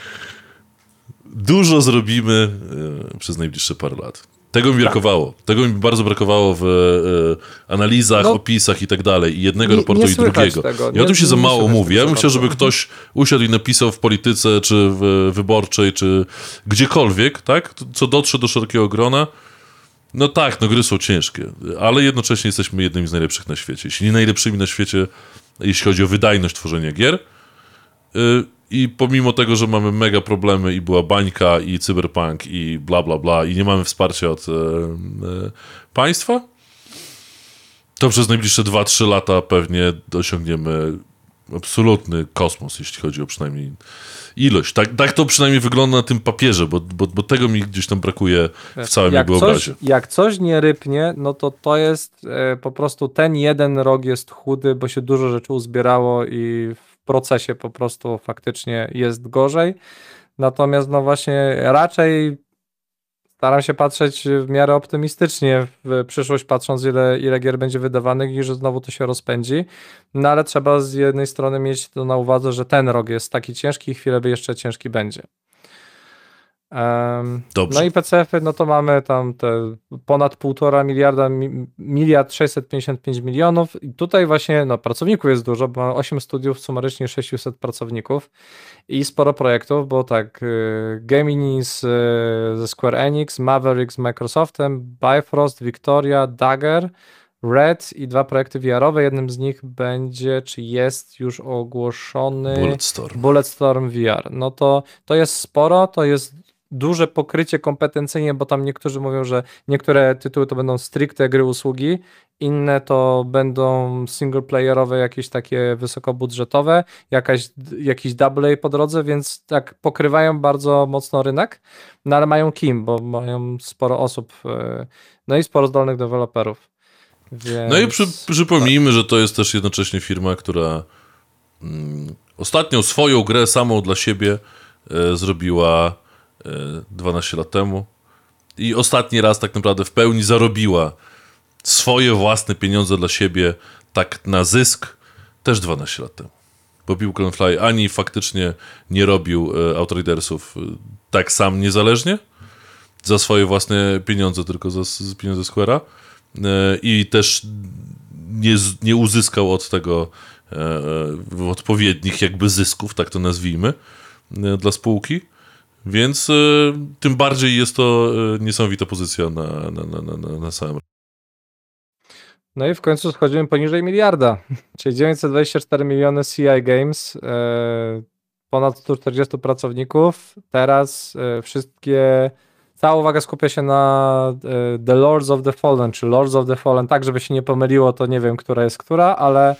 Speaker 1: dużo zrobimy e, przez najbliższe parę lat. Tego mi brakowało. Tego mi bardzo brakowało w e, analizach,
Speaker 2: No,
Speaker 1: opisach i tak dalej. I jednego
Speaker 2: nie-
Speaker 1: raportu,
Speaker 2: nie
Speaker 1: i
Speaker 2: słychać
Speaker 1: drugiego.
Speaker 2: tego.
Speaker 1: I o
Speaker 2: Nie-
Speaker 1: tym się za
Speaker 2: nie
Speaker 1: mało
Speaker 2: słychać
Speaker 1: mówi. Ja
Speaker 2: tego
Speaker 1: bym chciał, żeby
Speaker 2: raportu.
Speaker 1: ktoś usiadł i napisał w polityce, czy w wyborczej, czy gdziekolwiek, tak? Co dotrze do szerokiego grona. No tak, no gry są ciężkie, ale jednocześnie jesteśmy jednymi z najlepszych na świecie. Jeśli nie najlepszymi na świecie, jeśli chodzi o wydajność tworzenia gier. Yy, I pomimo tego, że mamy mega problemy i była bańka, i cyberpunk, i bla bla bla, i nie mamy wsparcia od e, e, państwa, to przez najbliższe dwa trzy lata pewnie osiągniemy absolutny kosmos, jeśli chodzi o przynajmniej ilość. Tak, tak to przynajmniej wygląda na tym papierze, bo, bo, bo tego mi gdzieś tam brakuje w całym
Speaker 2: jak
Speaker 1: jego
Speaker 2: coś,
Speaker 1: obrazie.
Speaker 2: jak coś nie rypnie, no to to jest e, po prostu ten jeden rok jest chudy, bo się dużo rzeczy uzbierało i w procesie po prostu faktycznie jest gorzej. Natomiast no właśnie raczej staram się patrzeć w miarę optymistycznie w przyszłość, patrząc ile, ile gier będzie wydawanych i że znowu to się rozpędzi. No ale trzeba z jednej strony mieć to na uwadze, że ten rok jest taki ciężki i chwilę jeszcze ciężki będzie. Um,
Speaker 1: Dobrze.
Speaker 2: no i P C F-y, no to mamy tam te ponad półtora miliarda, mi, miliard sześćset pięćdziesiąt pięć milionów i tutaj właśnie no, pracowników jest dużo, bo mamy osiem studiów, sumarycznie sześćset pracowników i sporo projektów, bo tak y, Gemini z, y, ze Square Enix, Maverick z Microsoftem, Bifrost, Victoria, Dagger, Red i dwa projekty V R-owe, jednym z nich będzie, czy jest już ogłoszony
Speaker 1: Bulletstorm.
Speaker 2: Bulletstorm V R. No to, to jest sporo, to jest duże pokrycie kompetencyjnie, bo tam niektórzy mówią, że niektóre tytuły to będą stricte gry usługi, inne to będą singleplayerowe, jakieś takie wysokobudżetowe, jakaś, jakiś double A po drodze, więc tak pokrywają bardzo mocno rynek, no ale mają kim, bo mają sporo osób, yy, no i sporo zdolnych deweloperów. Więc...
Speaker 1: No i przy, przypomnijmy, że to jest też jednocześnie firma, która mm, ostatnią swoją grę samą dla siebie e, zrobiła e, dwanaście lat temu i ostatni raz tak naprawdę w pełni zarobiła swoje własne pieniądze dla siebie tak na zysk też dwanaście lat temu. Bo People Can Fly ani faktycznie nie robił e, Outridersów e, tak sam niezależnie za swoje własne pieniądze, tylko za, za pieniądze Square'a. I też nie, nie uzyskał od tego e, odpowiednich jakby zysków, tak to nazwijmy, e, dla spółki, więc e, tym bardziej jest to e, niesamowita pozycja na, na, na, na, na samym.
Speaker 2: No i w końcu schodzimy poniżej miliarda, czyli dziewięćset dwadzieścia cztery miliony C I Games, e, ponad sto czterdzieści pracowników, teraz e, wszystkie... Cała uwaga skupia się na y, The Lords of the Fallen, czy Lords of the Fallen, tak żeby się nie pomyliło, to nie wiem, która jest która, ale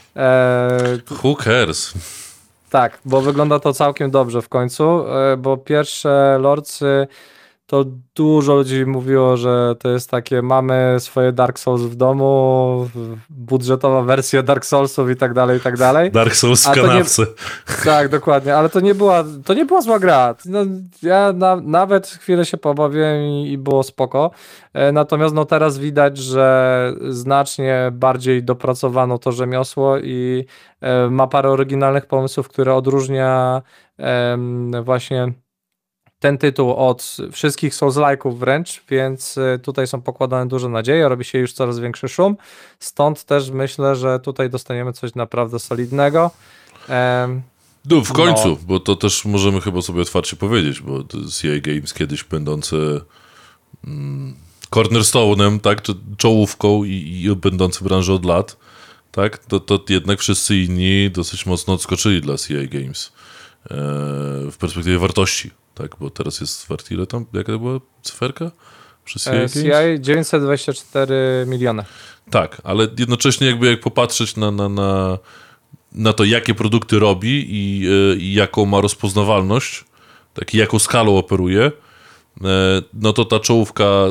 Speaker 2: e,
Speaker 1: Who cares?
Speaker 2: tak, bo wygląda to całkiem dobrze w końcu, e, bo pierwsze Lordsy to dużo ludzi mówiło, że to jest takie, mamy swoje Dark Souls w domu, budżetowa wersja Dark Soulsów i tak dalej, i tak dalej.
Speaker 1: Dark Souls w
Speaker 2: A to nie-
Speaker 1: kanapce.
Speaker 2: Tak, dokładnie, ale to nie była, to nie była zła gra. No, ja na, nawet chwilę się pobawiłem i, i było spoko. E, natomiast no, teraz widać, że znacznie bardziej dopracowano to rzemiosło i e, ma parę oryginalnych pomysłów, które odróżnia em, właśnie ten tytuł od wszystkich Souls-like'ów wręcz, więc y, tutaj są pokładane duże nadzieje, robi się już coraz większy szum, stąd też myślę, że tutaj dostaniemy coś naprawdę solidnego. Em,
Speaker 1: No, w końcu,
Speaker 2: No.
Speaker 1: bo to też możemy chyba sobie otwarcie powiedzieć, bo to C I Games kiedyś będące mm, cornerstone'em, tak, czy czołówką i, i będące w branży od lat, tak, to, to jednak wszyscy inni dosyć mocno odskoczyli dla C I Games e, w perspektywie wartości, tak, bo teraz jest wart ile tam, jaka to była cyferka przy C I
Speaker 2: e,
Speaker 1: Games?
Speaker 2: C I dziewięćset dwadzieścia cztery miliony.
Speaker 1: Tak, ale jednocześnie jakby jak popatrzeć na, na, na, na to, jakie produkty robi i, y, i jaką ma rozpoznawalność, tak, i jaką skalą operuje, e, no to ta czołówka, y,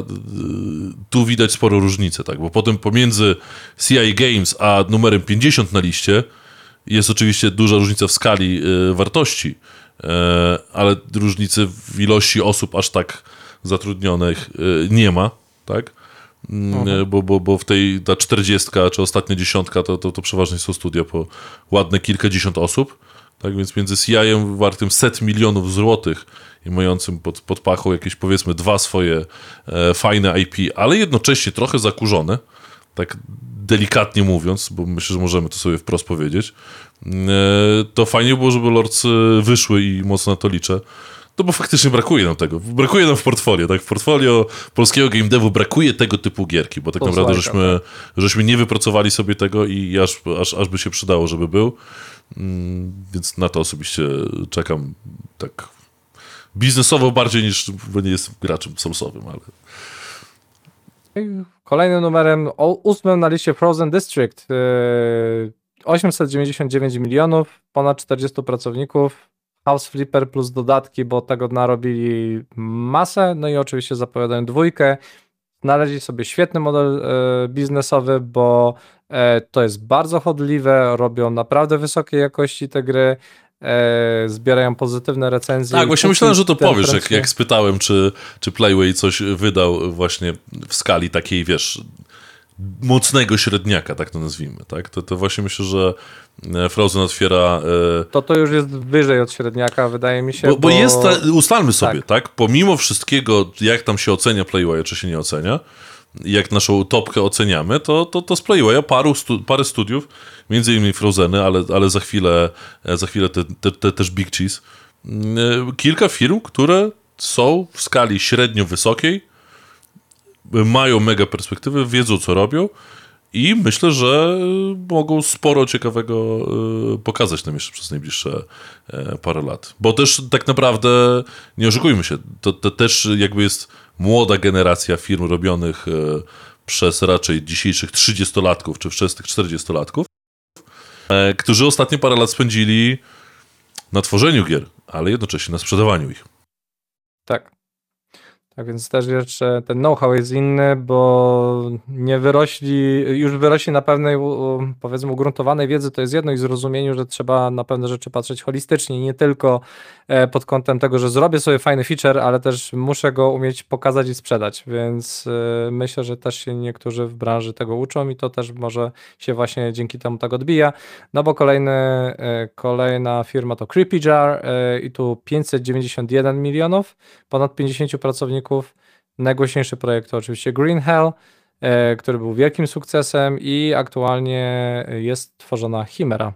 Speaker 1: tu widać sporo różnicy, tak, bo potem pomiędzy C I Games a numerem pięćdziesiąt na liście jest oczywiście duża różnica w skali y, wartości, e, ale różnicy w ilości osób aż tak zatrudnionych y, nie ma, tak? Mhm. Bo, bo, bo w tej ta czterdziestka czy ostatnia dziesiątka to, to, to przeważnie są studia po ładne kilkadziesiąt osób, Tak więc między C I em wartym set milionów złotych i mającym pod, pod pachą jakieś powiedzmy dwa swoje e, fajne I P, ale jednocześnie trochę zakurzone, tak delikatnie mówiąc, bo myślę, że możemy to sobie wprost powiedzieć, e, to fajnie było, żeby Lords wyszły i mocno na to liczę. No bo faktycznie brakuje nam tego. Brakuje nam w portfolio, tak? W portfolio polskiego game devu brakuje tego typu gierki, bo tak
Speaker 2: To
Speaker 1: naprawdę
Speaker 2: slajka,
Speaker 1: żeśmy, żeśmy nie wypracowali sobie tego i aż, aż, aż by się przydało, żeby był. Mm, więc na to osobiście czekam tak biznesowo bardziej niż, bo nie jestem graczem soulsowym, ale...
Speaker 2: Kolejnym numerem, o, ósmym na liście Frozen District. Yy, osiemset dziewięćdziesiąt dziewięć milionów, ponad czterdziestu pracowników. House Flipper plus dodatki, bo tego narobili masę, no i oczywiście zapowiadają dwójkę. Znaleźli sobie świetny model e, biznesowy, bo e, to jest bardzo chodliwe, robią naprawdę wysokiej jakości te gry, e, zbierają pozytywne recenzje.
Speaker 1: Tak, właśnie myślałem, że to
Speaker 2: ten
Speaker 1: powiesz, jak,
Speaker 2: wręcznie-
Speaker 1: jak spytałem, czy, czy Playway coś wydał właśnie w skali takiej, wiesz, mocnego średniaka, tak to nazwijmy, tak? To, to właśnie myślę, że Frozen otwiera... e,
Speaker 2: To to już jest wyżej od średniaka, wydaje mi się.
Speaker 1: Bo, bo jest, ta, ustalmy sobie,
Speaker 2: Tak.
Speaker 1: tak. Pomimo wszystkiego, jak tam się ocenia Playwaya, czy się nie ocenia, jak naszą topkę oceniamy, to, to, to z Playwaya paru stu, parę studiów, między innymi Frozeny, ale, ale za chwilę, za chwilę te, te, te też Big Cheese, kilka firm, które są w skali średnio wysokiej, mają mega perspektywy, wiedzą co robią i myślę, że mogą sporo ciekawego y, pokazać nam jeszcze przez najbliższe y, parę lat. Bo też tak naprawdę, nie oszukujmy się, to, to też jakby jest młoda generacja firm robionych y, przez raczej dzisiejszych trzydziestolatków czy wczesnych czterdziestolatków, y, którzy ostatnie parę lat spędzili na tworzeniu gier, ale jednocześnie na sprzedawaniu ich.
Speaker 2: Tak. Tak więc też jeszcze ten know-how jest inny, bo nie wyrośli, już wyrośli na pewnej, u- powiedzmy, ugruntowanej wiedzy, to jest jedno, i zrozumieniu, że trzeba na pewne rzeczy patrzeć holistycznie, nie tylko e, pod kątem tego, że zrobię sobie fajny feature, ale też muszę go umieć pokazać i sprzedać, więc e, myślę, że też się niektórzy w branży tego uczą i to też może się właśnie dzięki temu tak odbija. No bo kolejny, e, kolejna firma to Creepy Jar e, i tu pięćset dziewięćdziesiąt jeden milionów, ponad pięćdziesięciu pracowników. Najgłośniejszy projekt to oczywiście Green Hell, e, który był wielkim sukcesem i aktualnie jest tworzona Chimera.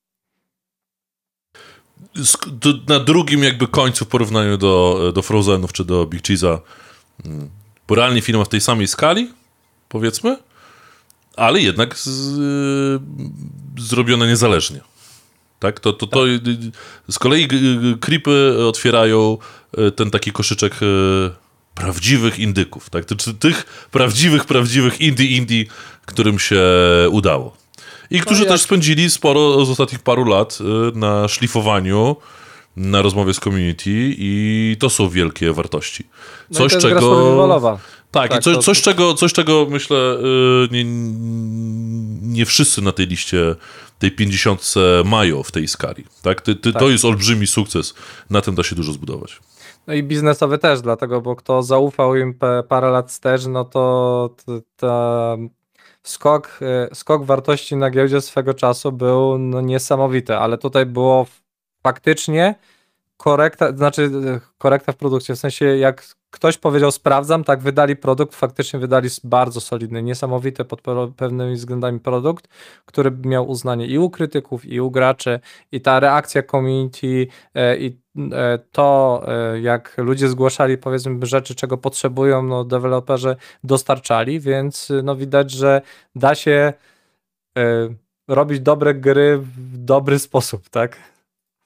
Speaker 1: Sk- to na drugim jakby końcu w porównaniu do, do Frozenów czy do Big Cheese'a, mm, bo realnie firma w tej samej skali, powiedzmy, ale jednak z, y, zrobione niezależnie. Tak? To, to, to y, y, z kolei y, y, Creepy otwierają y, ten taki koszyczek y, prawdziwych indyków, tak? Ty, czy tych prawdziwych, prawdziwych indie indie, którym się udało. I którzy
Speaker 2: jak-
Speaker 1: też spędzili sporo z ostatnich paru lat y, na szlifowaniu, na rozmowie z community i to są wielkie wartości.
Speaker 2: No
Speaker 1: Coś,
Speaker 2: i to jest gra
Speaker 1: czego...
Speaker 2: survivalowa.
Speaker 1: Tak,
Speaker 2: Tak,
Speaker 1: i coś,
Speaker 2: to-
Speaker 1: coś, czego, coś czego myślę y, nie, nie wszyscy na tej liście, tej pięćdziesiątce mają w tej skali. Tak? Ty, ty,
Speaker 2: Tak.
Speaker 1: To jest olbrzymi sukces, na tym da się dużo zbudować.
Speaker 2: No i biznesowy też, dlatego, bo kto zaufał im pe- parę lat wstecz, no to t- ta skok, e, skok wartości na giełdzie swego czasu był no, niesamowity, ale tutaj było faktycznie korekta, znaczy e, korekta w produkcie, w sensie jak ktoś powiedział sprawdzam, tak wydali produkt, faktycznie wydali s- bardzo solidny, niesamowity pod pe- pewnymi względami produkt, który miał uznanie i u krytyków, i u graczy, i ta reakcja community, e, i e, to e, jak ludzie zgłaszali, powiedzmy, rzeczy, czego potrzebują, no deweloperzy dostarczali, więc e, no widać, że da się e, robić dobre gry w dobry sposób, tak?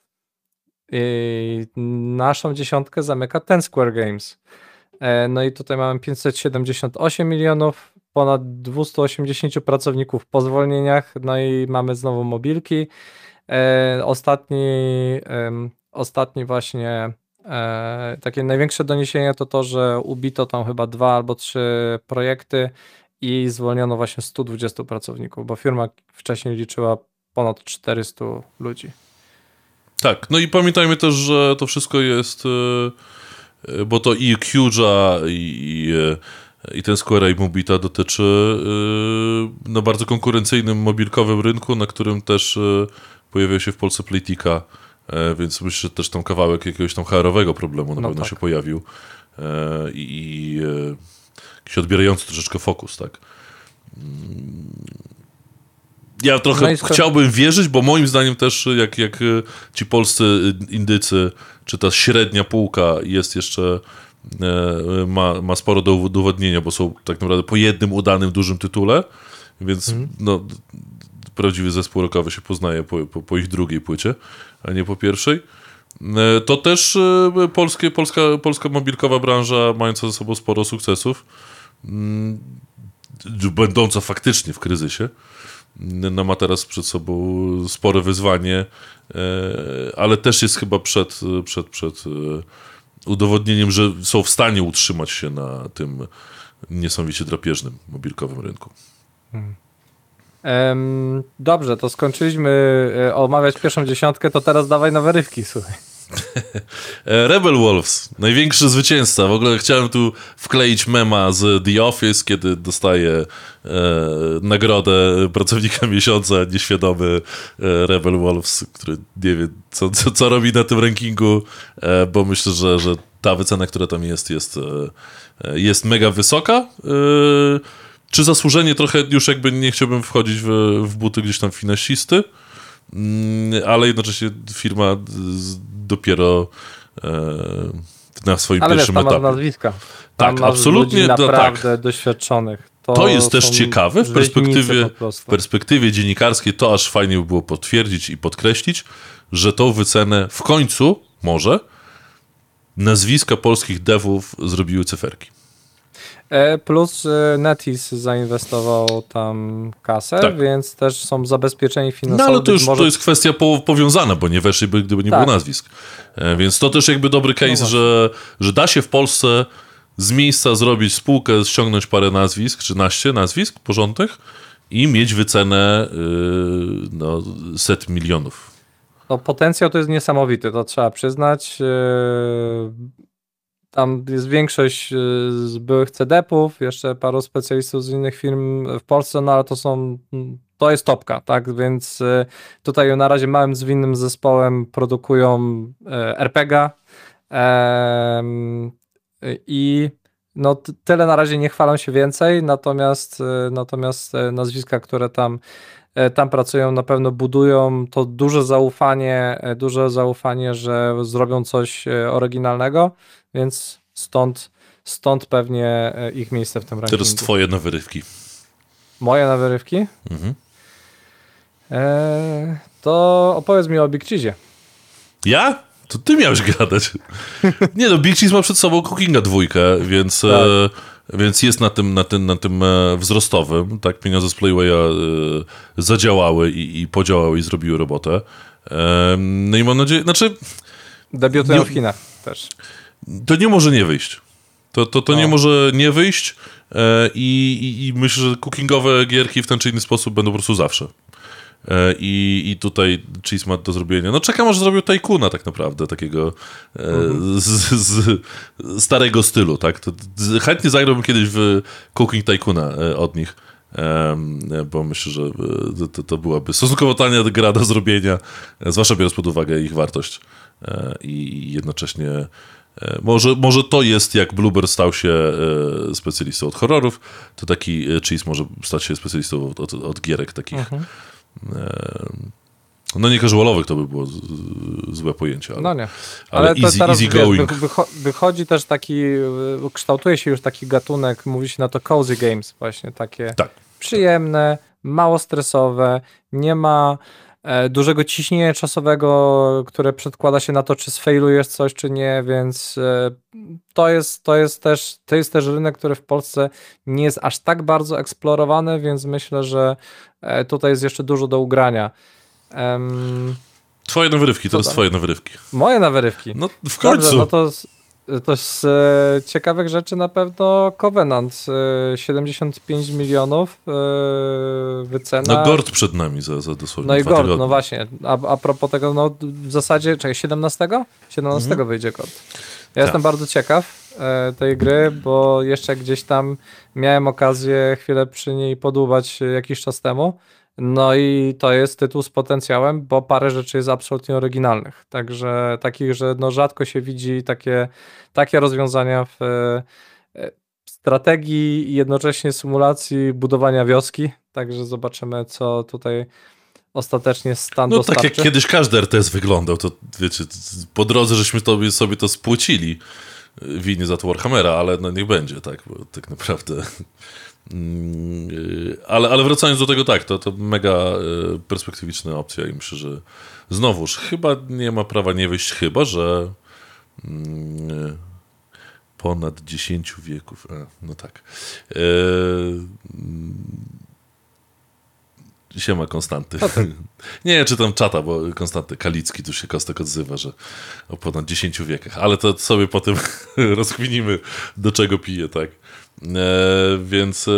Speaker 2: I naszą dziesiątkę zamyka Ten Square Games. E, No i tutaj mamy pięćset siedemdziesiąt osiem milionów, ponad dwieście osiemdziesiąt pracowników po zwolnieniach, no i mamy znowu mobilki. E, Ostatni, em, ostatni właśnie e, takie największe doniesienie to to, że ubito tam chyba dwa albo trzy projekty i zwolniono właśnie stu dwudziestu pracowników, bo firma wcześniej liczyła ponad czterystu ludzi.
Speaker 1: Tak, no i pamiętajmy też, że to wszystko jest, y, y, bo to i Huge'a, i, I ten Square i Mobita dotyczy yy, no, bardzo konkurencyjnym mobilkowym rynku, na którym też yy, pojawił się w Polsce Playtika, yy, więc myślę, że też tam kawałek jakiegoś tam H R-owego problemu na
Speaker 2: No
Speaker 1: pewno
Speaker 2: tak.
Speaker 1: się pojawił yy, i yy, jakiś odbierający troszeczkę fokus, tak. Ja trochę
Speaker 2: No i sko-
Speaker 1: chciałbym wierzyć, bo moim zdaniem też jak, jak ci polscy indycy, czy ta średnia półka jest jeszcze, e, ma, ma sporo do udowodnienia, bo są tak naprawdę po jednym udanym, dużym tytule, więc
Speaker 2: Mhm.
Speaker 1: no, prawdziwy zespół rockowy się poznaje po, po, po ich drugiej płycie, a nie po pierwszej. E, to też e, polskie, polska, polska mobilkowa branża mająca ze sobą sporo sukcesów, m, będąca faktycznie w kryzysie. No ma teraz przed sobą spore wyzwanie, ale też jest chyba przed, przed, przed udowodnieniem, że są w stanie utrzymać się na tym niesamowicie drapieżnym mobilkowym rynku.
Speaker 2: Em, dobrze, to skończyliśmy e, omawiać pierwszą dziesiątkę, to teraz dawaj nowe rywki, słuchaj.
Speaker 1: Rebel Wolves, największy zwycięzca. W ogóle chciałem tu wkleić mema z The Office, kiedy dostaje e, nagrodę pracownika miesiąca, nieświadomy e, Rebel Wolves, który nie wie, co, co, co robi na tym rankingu, e, bo myślę, że, że ta wycena, która tam jest, jest, e, jest mega wysoka. E, czy zasłużenie trochę, już jakby nie chciałbym wchodzić w, w buty gdzieś tam finansisty, ale jednocześnie firma dopiero e, na swoim
Speaker 2: Ale wiesz,
Speaker 1: pierwszym
Speaker 2: tam masz
Speaker 1: etapie.
Speaker 2: nazwiska. Tam
Speaker 1: Tak,
Speaker 2: masz
Speaker 1: absolutnie,
Speaker 2: ludzi
Speaker 1: no
Speaker 2: naprawdę
Speaker 1: tak.
Speaker 2: doświadczonych. To,
Speaker 1: To jest też
Speaker 2: są
Speaker 1: ciekawe w
Speaker 2: rzeźnicy
Speaker 1: perspektywie,
Speaker 2: po
Speaker 1: w
Speaker 2: prostu.
Speaker 1: perspektywie dziennikarskiej, to aż fajnie by było potwierdzić i podkreślić, że tą wycenę w końcu może nazwiska polskich devów zrobiły cyferki.
Speaker 2: E, Plus e, NetEase zainwestował tam kasę,
Speaker 1: Tak.
Speaker 2: więc też są zabezpieczeni
Speaker 1: No
Speaker 2: finansowo.
Speaker 1: ale to
Speaker 2: Być
Speaker 1: już
Speaker 2: może...
Speaker 1: to jest kwestia po, powiązana, bo nie weszliby, gdyby nie
Speaker 2: Tak.
Speaker 1: było nazwisk. E, więc to też jakby dobry case,
Speaker 2: No
Speaker 1: że, że da się w Polsce z miejsca zrobić spółkę, ściągnąć parę nazwisk, trzynaście nazwisk porządnych i mieć wycenę yy, no, set milionów.
Speaker 2: No, potencjał to jest niesamowity, to trzeba przyznać. E, Tam jest większość e, z byłych C D ów, jeszcze paru specjalistów z innych firm w Polsce, no ale to są, to jest topka, tak, więc e, tutaj na razie małym, zwinnym zespołem produkują e, R P G a em, i no t- tyle na razie, nie chwalą się więcej, natomiast, e, natomiast e, nazwiska, które tam e, tam pracują, na pewno budują to duże zaufanie, e, duże zaufanie, że zrobią coś e, oryginalnego, więc stąd, stąd pewnie e, ich miejsce w tym rankingu.
Speaker 1: Teraz twoje nowe rywki.
Speaker 2: Moje na wyrywki?
Speaker 1: Mhm.
Speaker 2: E, to opowiedz mi o Big Cheese'ie.
Speaker 1: Ja? To ty miałeś gadać. Nie no, Big Cheese ma przed sobą Cookinga dwójkę, więc,
Speaker 2: Tak.
Speaker 1: e, więc jest na tym, na tym, na tym e, wzrostowym. Tak, pieniądze z Playwaya e, zadziałały i, i podziałały i zrobiły robotę. E, no i mam nadzieję, znaczy
Speaker 2: Debiutują
Speaker 1: Nie-
Speaker 2: w Chinach też.
Speaker 1: to nie może nie wyjść. To, to, to
Speaker 2: No.
Speaker 1: nie może nie wyjść e, i, i, i myślę, że cookingowe gierki w ten czy inny sposób będą po prostu zawsze. E, I, I tutaj Cheese ma do zrobienia. No czekam, aż zrobił Tycoona tak naprawdę, takiego e, z, z starego stylu, tak? To, z, chętnie zagrałbym kiedyś w Cooking Tycoona e, od nich, e, bo myślę, że e, to, to byłaby stosunkowo tania gra do zrobienia, e, zwłaszcza biorąc pod uwagę ich wartość e, i jednocześnie e, może, może to jest, jak Bloober stał się e, specjalistą od horrorów, to taki e, Cheese może stać się specjalistą od, od, od gierek takich
Speaker 2: Mhm.
Speaker 1: no nie casualowych, to by było z, złe pojęcie, ale,
Speaker 2: No nie.
Speaker 1: ale,
Speaker 2: to
Speaker 1: easy,
Speaker 2: teraz
Speaker 1: easy
Speaker 2: wiesz,
Speaker 1: going.
Speaker 2: wy- wycho- wychodzi też taki, y, kształtuje się już taki gatunek, mówi się na to cozy games, właśnie takie
Speaker 1: Tak.
Speaker 2: przyjemne, mało stresowe, nie ma e, dużego ciśnienia czasowego, które przedkłada się na to, czy sfailujesz coś, czy nie, więc e, to jest, to jest też, to jest też rynek, który w Polsce nie jest aż tak bardzo eksplorowany, więc myślę, że e, tutaj jest jeszcze dużo do ugrania. Em,
Speaker 1: Twoje nawrywki,
Speaker 2: Co
Speaker 1: teraz
Speaker 2: tam?
Speaker 1: twoje nawrywki.
Speaker 2: moje nawrywki.
Speaker 1: No w końcu.
Speaker 2: Dobrze, no to z, to z e, ciekawych rzeczy na pewno Covenant. E, siedemdziesiąt pięć milionów e, wycena.
Speaker 1: No Gord przed nami za, za dosłownie
Speaker 2: No i
Speaker 1: dwa
Speaker 2: Gord,
Speaker 1: tygodnie.
Speaker 2: no właśnie. A, a propos tego, no w zasadzie, czekaj, siedemnastego? siedemnastego
Speaker 1: Mhm.
Speaker 2: wyjdzie Gord. Ja jestem bardzo ciekaw e, tej gry, bo jeszcze gdzieś tam miałem okazję chwilę przy niej podłubać jakiś czas temu. No i to jest tytuł z potencjałem, bo parę rzeczy jest absolutnie oryginalnych. Także takich, że no rzadko się widzi takie, takie rozwiązania w e, strategii i jednocześnie symulacji budowania wioski. Także zobaczymy, co tutaj ostatecznie stan
Speaker 1: No
Speaker 2: dostarczy.
Speaker 1: tak jak kiedyś każdy R T S wyglądał, to wiecie, po drodze żeśmy to, sobie to spłucili winie za to Warhammera, ale no niech będzie, tak, bo tak naprawdę... Ale, ale wracając do tego, tak, to, to mega perspektywiczna opcja i myślę, że znowuż chyba nie ma prawa nie wyjść, chyba że ponad dziesięciu wieków, a, no tak. Siema Konstanty. Nie, czytam czata, bo Konstanty Kalicki tu się Kostek odzywa, że o ponad dziesięciu wiekach, ale to sobie potem rozkminimy, do czego pije, tak. E, więc e,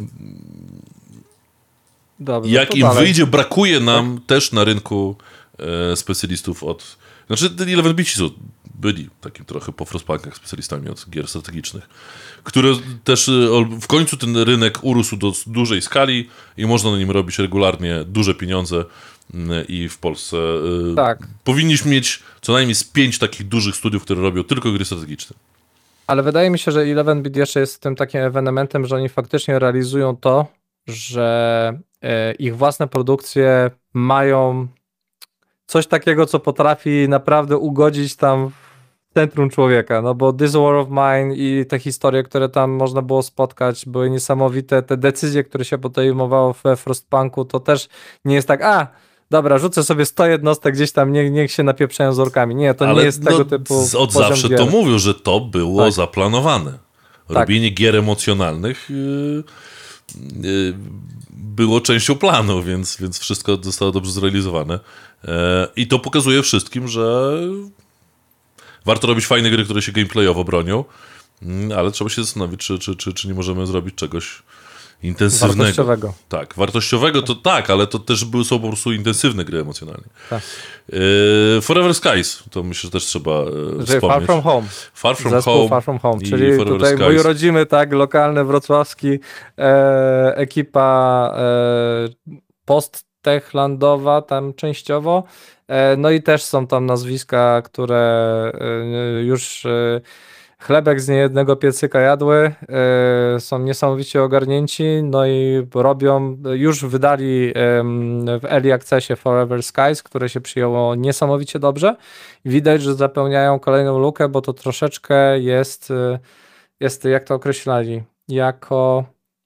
Speaker 2: Dobrze,
Speaker 1: jak
Speaker 2: to
Speaker 1: im
Speaker 2: dalej.
Speaker 1: wyjdzie, brakuje nam tak. też na rynku e, specjalistów od... Znaczy Eleven Bici byli takim trochę po Frostpunkach specjalistami od gier strategicznych, które też w końcu ten rynek urósł do dużej skali i można na nim robić regularnie duże pieniądze i w Polsce
Speaker 2: tak.
Speaker 1: powinniśmy mieć co najmniej z pięć takich dużych studiów, które robią tylko gry strategiczne.
Speaker 2: Ale wydaje mi się, że Eleven Bit jeszcze jest tym takim ewenementem, że oni faktycznie realizują to, że ich własne produkcje mają coś takiego, co potrafi naprawdę ugodzić tam w centrum człowieka, no bo This War of Mine i te historie, które tam można było spotkać, były niesamowite, te decyzje, które się podejmowało we Frostpunku, to też nie jest tak, a dobra, rzucę sobie sto jednostek gdzieś tam, niech, niech się napieprzają z orkami. Nie, to
Speaker 1: Ale
Speaker 2: nie jest
Speaker 1: no,
Speaker 2: tego typu
Speaker 1: od
Speaker 2: poziom
Speaker 1: zawsze
Speaker 2: gier.
Speaker 1: to mówią, że to było
Speaker 2: tak.
Speaker 1: zaplanowane. Robienie tak. gier emocjonalnych yy, yy, było częścią planu, więc, więc wszystko zostało dobrze zrealizowane. Yy, I to pokazuje wszystkim, że warto robić fajne gry, które się gameplayowo bronią, yy, ale trzeba się zastanowić, czy, czy, czy, czy nie możemy zrobić czegoś intensywnego.
Speaker 2: Wartościowego.
Speaker 1: Tak, wartościowego to tak, ale to też były, są po prostu intensywne gry emocjonalnie.
Speaker 2: Tak.
Speaker 1: Yy, Forever Skies, to myślę, że też trzeba yy, wspomnieć.
Speaker 2: Far From Home.
Speaker 1: Far From
Speaker 2: Zespół
Speaker 1: Home.
Speaker 2: Far From Home,
Speaker 1: i
Speaker 2: czyli
Speaker 1: Forever
Speaker 2: tutaj
Speaker 1: Skies.
Speaker 2: mój rodzimy, tak, lokalny wrocławski e, ekipa e, post-techlandowa tam częściowo. E, no i też są tam nazwiska, które e, już e, chlebek z niejednego piecyka jadły, e, są niesamowicie ogarnięci, no i robią, już wydali e, w Early Accessie Forever Skies, które się przyjęło niesamowicie dobrze. Widać, że zapełniają kolejną lukę, bo to troszeczkę jest, jest jak to określali, jako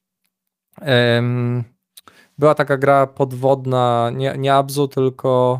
Speaker 2: um, była taka gra podwodna, nie, nie Abzu, tylko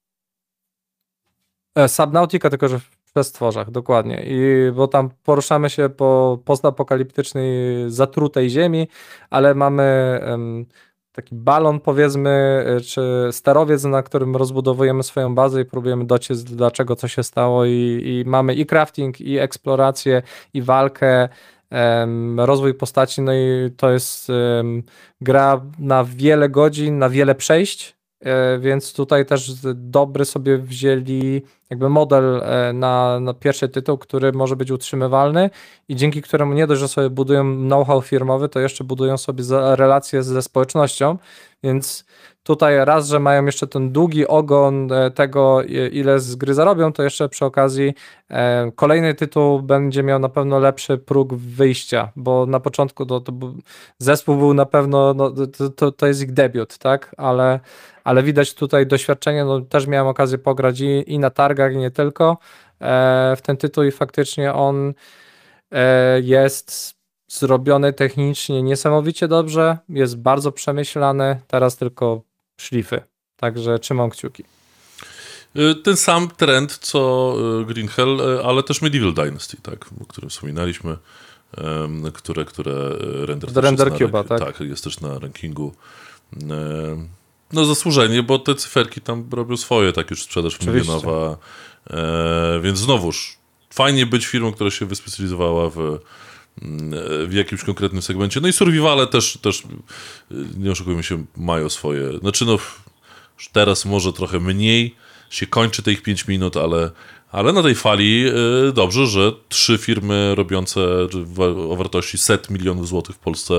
Speaker 2: e, Subnautica, tylko że w przestworzach, dokładnie. I bo tam poruszamy się po postapokaliptycznej, zatrutej ziemi, ale mamy um, taki balon, powiedzmy, czy sterowiec, na którym rozbudowujemy swoją bazę i próbujemy dociec, dlaczego co się stało i, i mamy i crafting, i eksplorację, i walkę, um, rozwój postaci, no i to jest um, gra na wiele godzin, na wiele przejść, e, więc tutaj też dobry sobie wzięli jakby model e, na, na pierwszy tytuł, który może być utrzymywalny i dzięki któremu nie dość, że sobie budują know-how firmowy, to jeszcze budują sobie za, relacje ze społecznością, więc tutaj raz, że mają jeszcze ten długi ogon e, tego, ile z gry zarobią, to jeszcze przy okazji e, kolejny tytuł będzie miał na pewno lepszy próg wyjścia, bo na początku to, to był, zespół był na pewno, no, to, to, to jest ich debiut, tak, ale ale widać tutaj doświadczenie, no też miałem okazję pograć i, i na targach, i nie tylko e, w ten tytuł i faktycznie on e, jest zrobiony technicznie niesamowicie dobrze, jest bardzo przemyślany, teraz tylko szlify, także trzymam kciuki.
Speaker 1: Ten sam trend co Green Hell, ale też Medieval Dynasty, tak, o którym wspominaliśmy, które, które Render,
Speaker 2: Do Render
Speaker 1: na,
Speaker 2: Cube'a, tak?
Speaker 1: Tak, jest też na rankingu. No zasłużenie, bo te cyferki tam robią swoje, tak już sprzedaż milionowa, e, więc znowuż fajnie być firmą, która się wyspecjalizowała w, w jakimś konkretnym segmencie. No i survivale też, też, nie oszukujmy się, mają swoje, znaczy no już teraz może trochę mniej, się kończy te ich pięć minut, ale, ale na tej fali y, dobrze, że trzy firmy robiące o wartości set milionów złotych w Polsce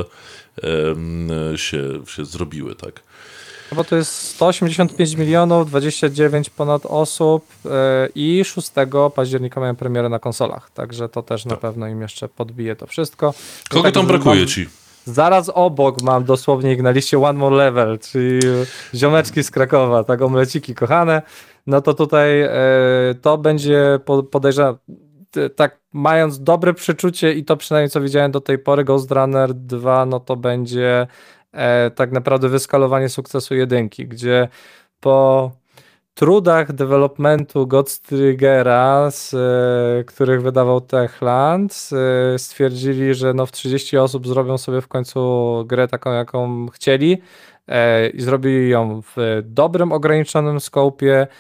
Speaker 1: y, się, się zrobiły, tak.
Speaker 2: No bo to jest sto osiemdziesiąt pięć milionów, dwadzieścia dziewięć ponad osób yy, i szóstego października mają premierę na konsolach, także to też na pewno im jeszcze podbije to wszystko.
Speaker 1: Kogo
Speaker 2: tak,
Speaker 1: tam brakuje
Speaker 2: mam,
Speaker 1: ci?
Speaker 2: Zaraz obok mam dosłownie ich na liście One More Level, czyli ziomeczki z Krakowa, tak, omleciki kochane, no to tutaj yy, to będzie po, podejrzewam, tak mając dobre przeczucie i to przynajmniej co widziałem do tej pory, Ghost Runner dwa, no to będzie e, tak naprawdę wyskalowanie sukcesu jedynki, gdzie po trudach developmentu Godstriggera, z e, których wydawał Techland, e, stwierdzili, że no w trzydzieści osób zrobią sobie w końcu grę taką, jaką chcieli e, i zrobili ją w dobrym, ograniczonym skopie, e,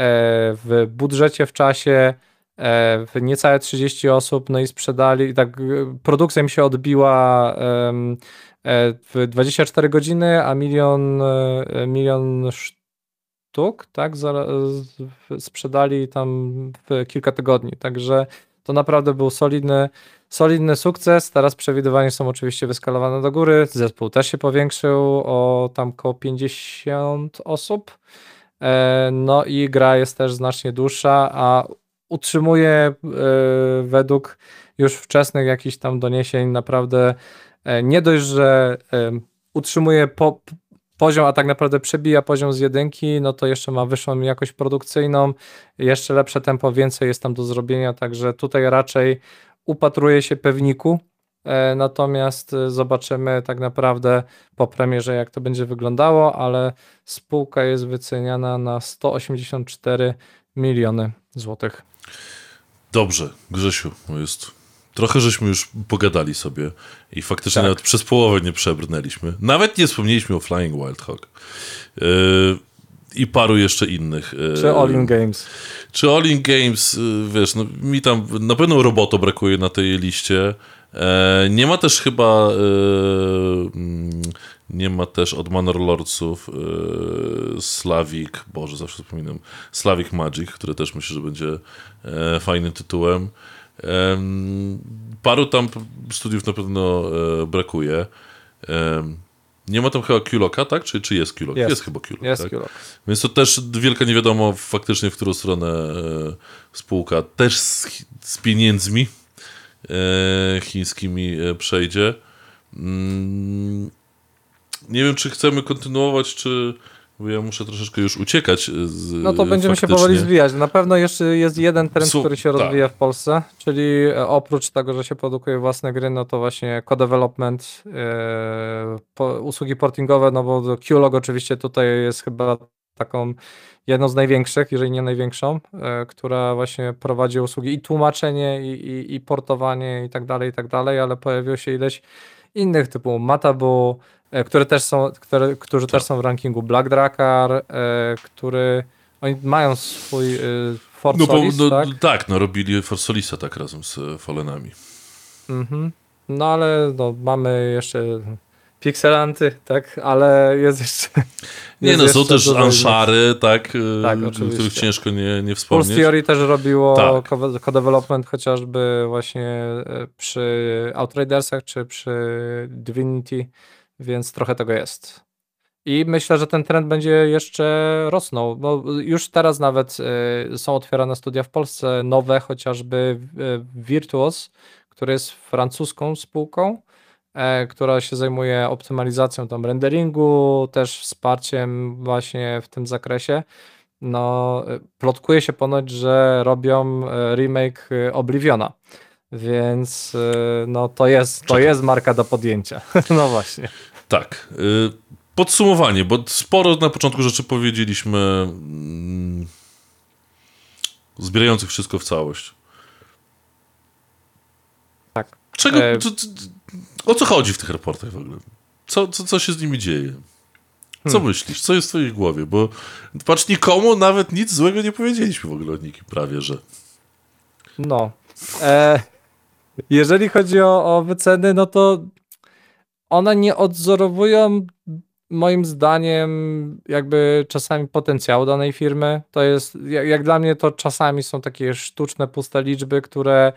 Speaker 2: w budżecie, w czasie, w niecałe trzydzieści osób, no i sprzedali, i tak produkcja mi się odbiła um, w dwadzieścia cztery godziny, a milion, milion sztuk, tak, za, sprzedali tam w kilka tygodni, także to naprawdę był solidny, solidny sukces. Teraz przewidywania są oczywiście wyskalowane do góry, zespół też się powiększył o tam około pięćdziesiąt osób, no i gra jest też znacznie dłuższa, a utrzymuje y, według już wczesnych jakichś tam doniesień naprawdę y, nie dość, że y, utrzymuje po, poziom, a tak naprawdę przebija poziom z jedynki, no to jeszcze ma wyższą jakość produkcyjną, jeszcze lepsze tempo, więcej jest tam do zrobienia, także tutaj raczej upatruje się pewniku, y, natomiast y, zobaczymy tak naprawdę po premierze, jak to będzie wyglądało, ale spółka jest wyceniana na sto osiemdziesiąt cztery miliony złotych.
Speaker 1: Dobrze, Grzesiu, jest... trochę żeśmy już pogadali sobie i faktycznie
Speaker 2: tak.
Speaker 1: nawet przez połowę nie przebrnęliśmy. Nawet nie wspomnieliśmy o Flying Wild Hog yy, i paru jeszcze innych. Yy,
Speaker 2: czy All In Games.
Speaker 1: Czy All In Games, yy, wiesz, no, mi tam na pewno Roboto brakuje na tej liście. Yy, nie ma też chyba yy, nie ma też od Manor Lordsów yy, Slavic, Boże, zawsze wspominam, Slavic Magic, który też myślę, że będzie yy, fajnym tytułem. Um, paru tam studiów na pewno e, brakuje. Um, nie ma tam chyba Q-Locka, tak? Czy, czy jest Q-Lock?
Speaker 2: Jest,
Speaker 1: jest chyba Q-Lock,
Speaker 2: jest
Speaker 1: tak?
Speaker 2: Q-Lock.
Speaker 1: Więc to też wielka nie wiadomo faktycznie, w którą stronę e, spółka też z, z pieniędzmi e, chińskimi e, przejdzie. Mm, nie wiem, czy chcemy kontynuować, czy... Bo ja muszę troszeczkę już uciekać. Z,
Speaker 2: no to będziemy
Speaker 1: faktycznie.
Speaker 2: się powoli zwijać. Na pewno jeszcze jest jeden trend,
Speaker 1: Su-
Speaker 2: który się
Speaker 1: tak.
Speaker 2: rozwija w Polsce, czyli oprócz tego, że się produkuje własne gry, no to właśnie co-development, yy, po, usługi portingowe, no bo Q-Log oczywiście tutaj jest chyba taką jedną z największych, jeżeli nie największą, yy, która właśnie prowadzi usługi i tłumaczenie, i, i, i portowanie i tak dalej, i tak dalej, ale pojawiło się ileś innych typu Matabu, które też są, które, którzy też są w rankingu Black Drakkar, e, który oni mają swój e, For
Speaker 1: no,
Speaker 2: Solis,
Speaker 1: bo, no,
Speaker 2: tak?
Speaker 1: Tak, no robili For Solisa tak razem z Fallenami.
Speaker 2: Mhm. No ale no, mamy jeszcze Pixelanty, tak? Ale jest jeszcze...
Speaker 1: Nie
Speaker 2: jest
Speaker 1: no, są
Speaker 2: jeszcze
Speaker 1: też
Speaker 2: dużo
Speaker 1: Anshary, tak?
Speaker 2: Tak,
Speaker 1: o
Speaker 2: oczywiście.
Speaker 1: których ciężko nie, nie wspomnieć.
Speaker 2: Pulse Theory też robiło
Speaker 1: Tak.
Speaker 2: co-development chociażby właśnie przy Outridersach czy przy Divinity, więc trochę tego jest. I myślę, że ten trend będzie jeszcze rosnął, bo już teraz nawet y, są otwierane studia w Polsce, nowe, chociażby y, Virtuos, który jest francuską spółką, y, która się zajmuje optymalizacją tam renderingu, też wsparciem właśnie w tym zakresie. No, y, plotkuje się ponoć, że robią y, remake y, Obliviona, więc y, no to jest, to jest marka do podjęcia. No właśnie.
Speaker 1: Tak. Y, podsumowanie, bo sporo na początku rzeczy powiedzieliśmy mm, zbierających wszystko w całość.
Speaker 2: Tak.
Speaker 1: Czego,
Speaker 2: E...
Speaker 1: co, co, o co chodzi w tych raportach w ogóle? Co, co, co się z nimi dzieje? Co
Speaker 2: Hmm.
Speaker 1: myślisz? Co jest w twojej głowie? Bo patrz, nikomu nawet nic złego nie powiedzieliśmy w ogóle o nikim, prawie, że.
Speaker 2: No. E... Jeżeli chodzi o, o wyceny, no to one nie odzorowują moim zdaniem jakby czasami potencjału danej firmy. To jest, jak, jak dla mnie to czasami są takie sztuczne, puste liczby, które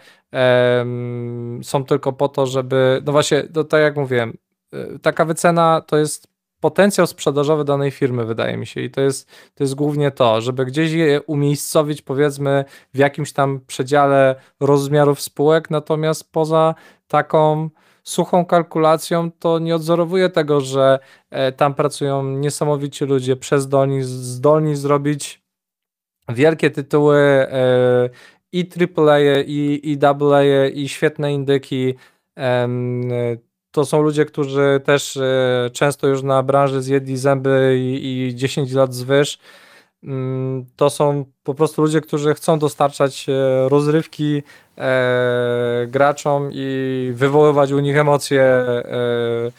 Speaker 2: em, są tylko po to, żeby, no właśnie, to, tak jak mówiłem, y, taka wycena to jest potencjał sprzedażowy danej firmy, wydaje mi się, i to jest, to jest głównie to, żeby gdzieś je umiejscowić, powiedzmy, w jakimś tam przedziale rozmiarów spółek, natomiast poza taką suchą kalkulacją to nie odzorowuje tego, że e, tam pracują niesamowici ludzie, przezdolni, zdolni zrobić wielkie tytuły e, i triple A, i, i double A, i świetne indyki. Em, to są ludzie, którzy też e, często już na branży zjedli zęby i, i dziesięć lat zwyż. Mm, To są po prostu ludzie, którzy chcą dostarczać e, rozrywki e, graczom i wywoływać u nich emocje e,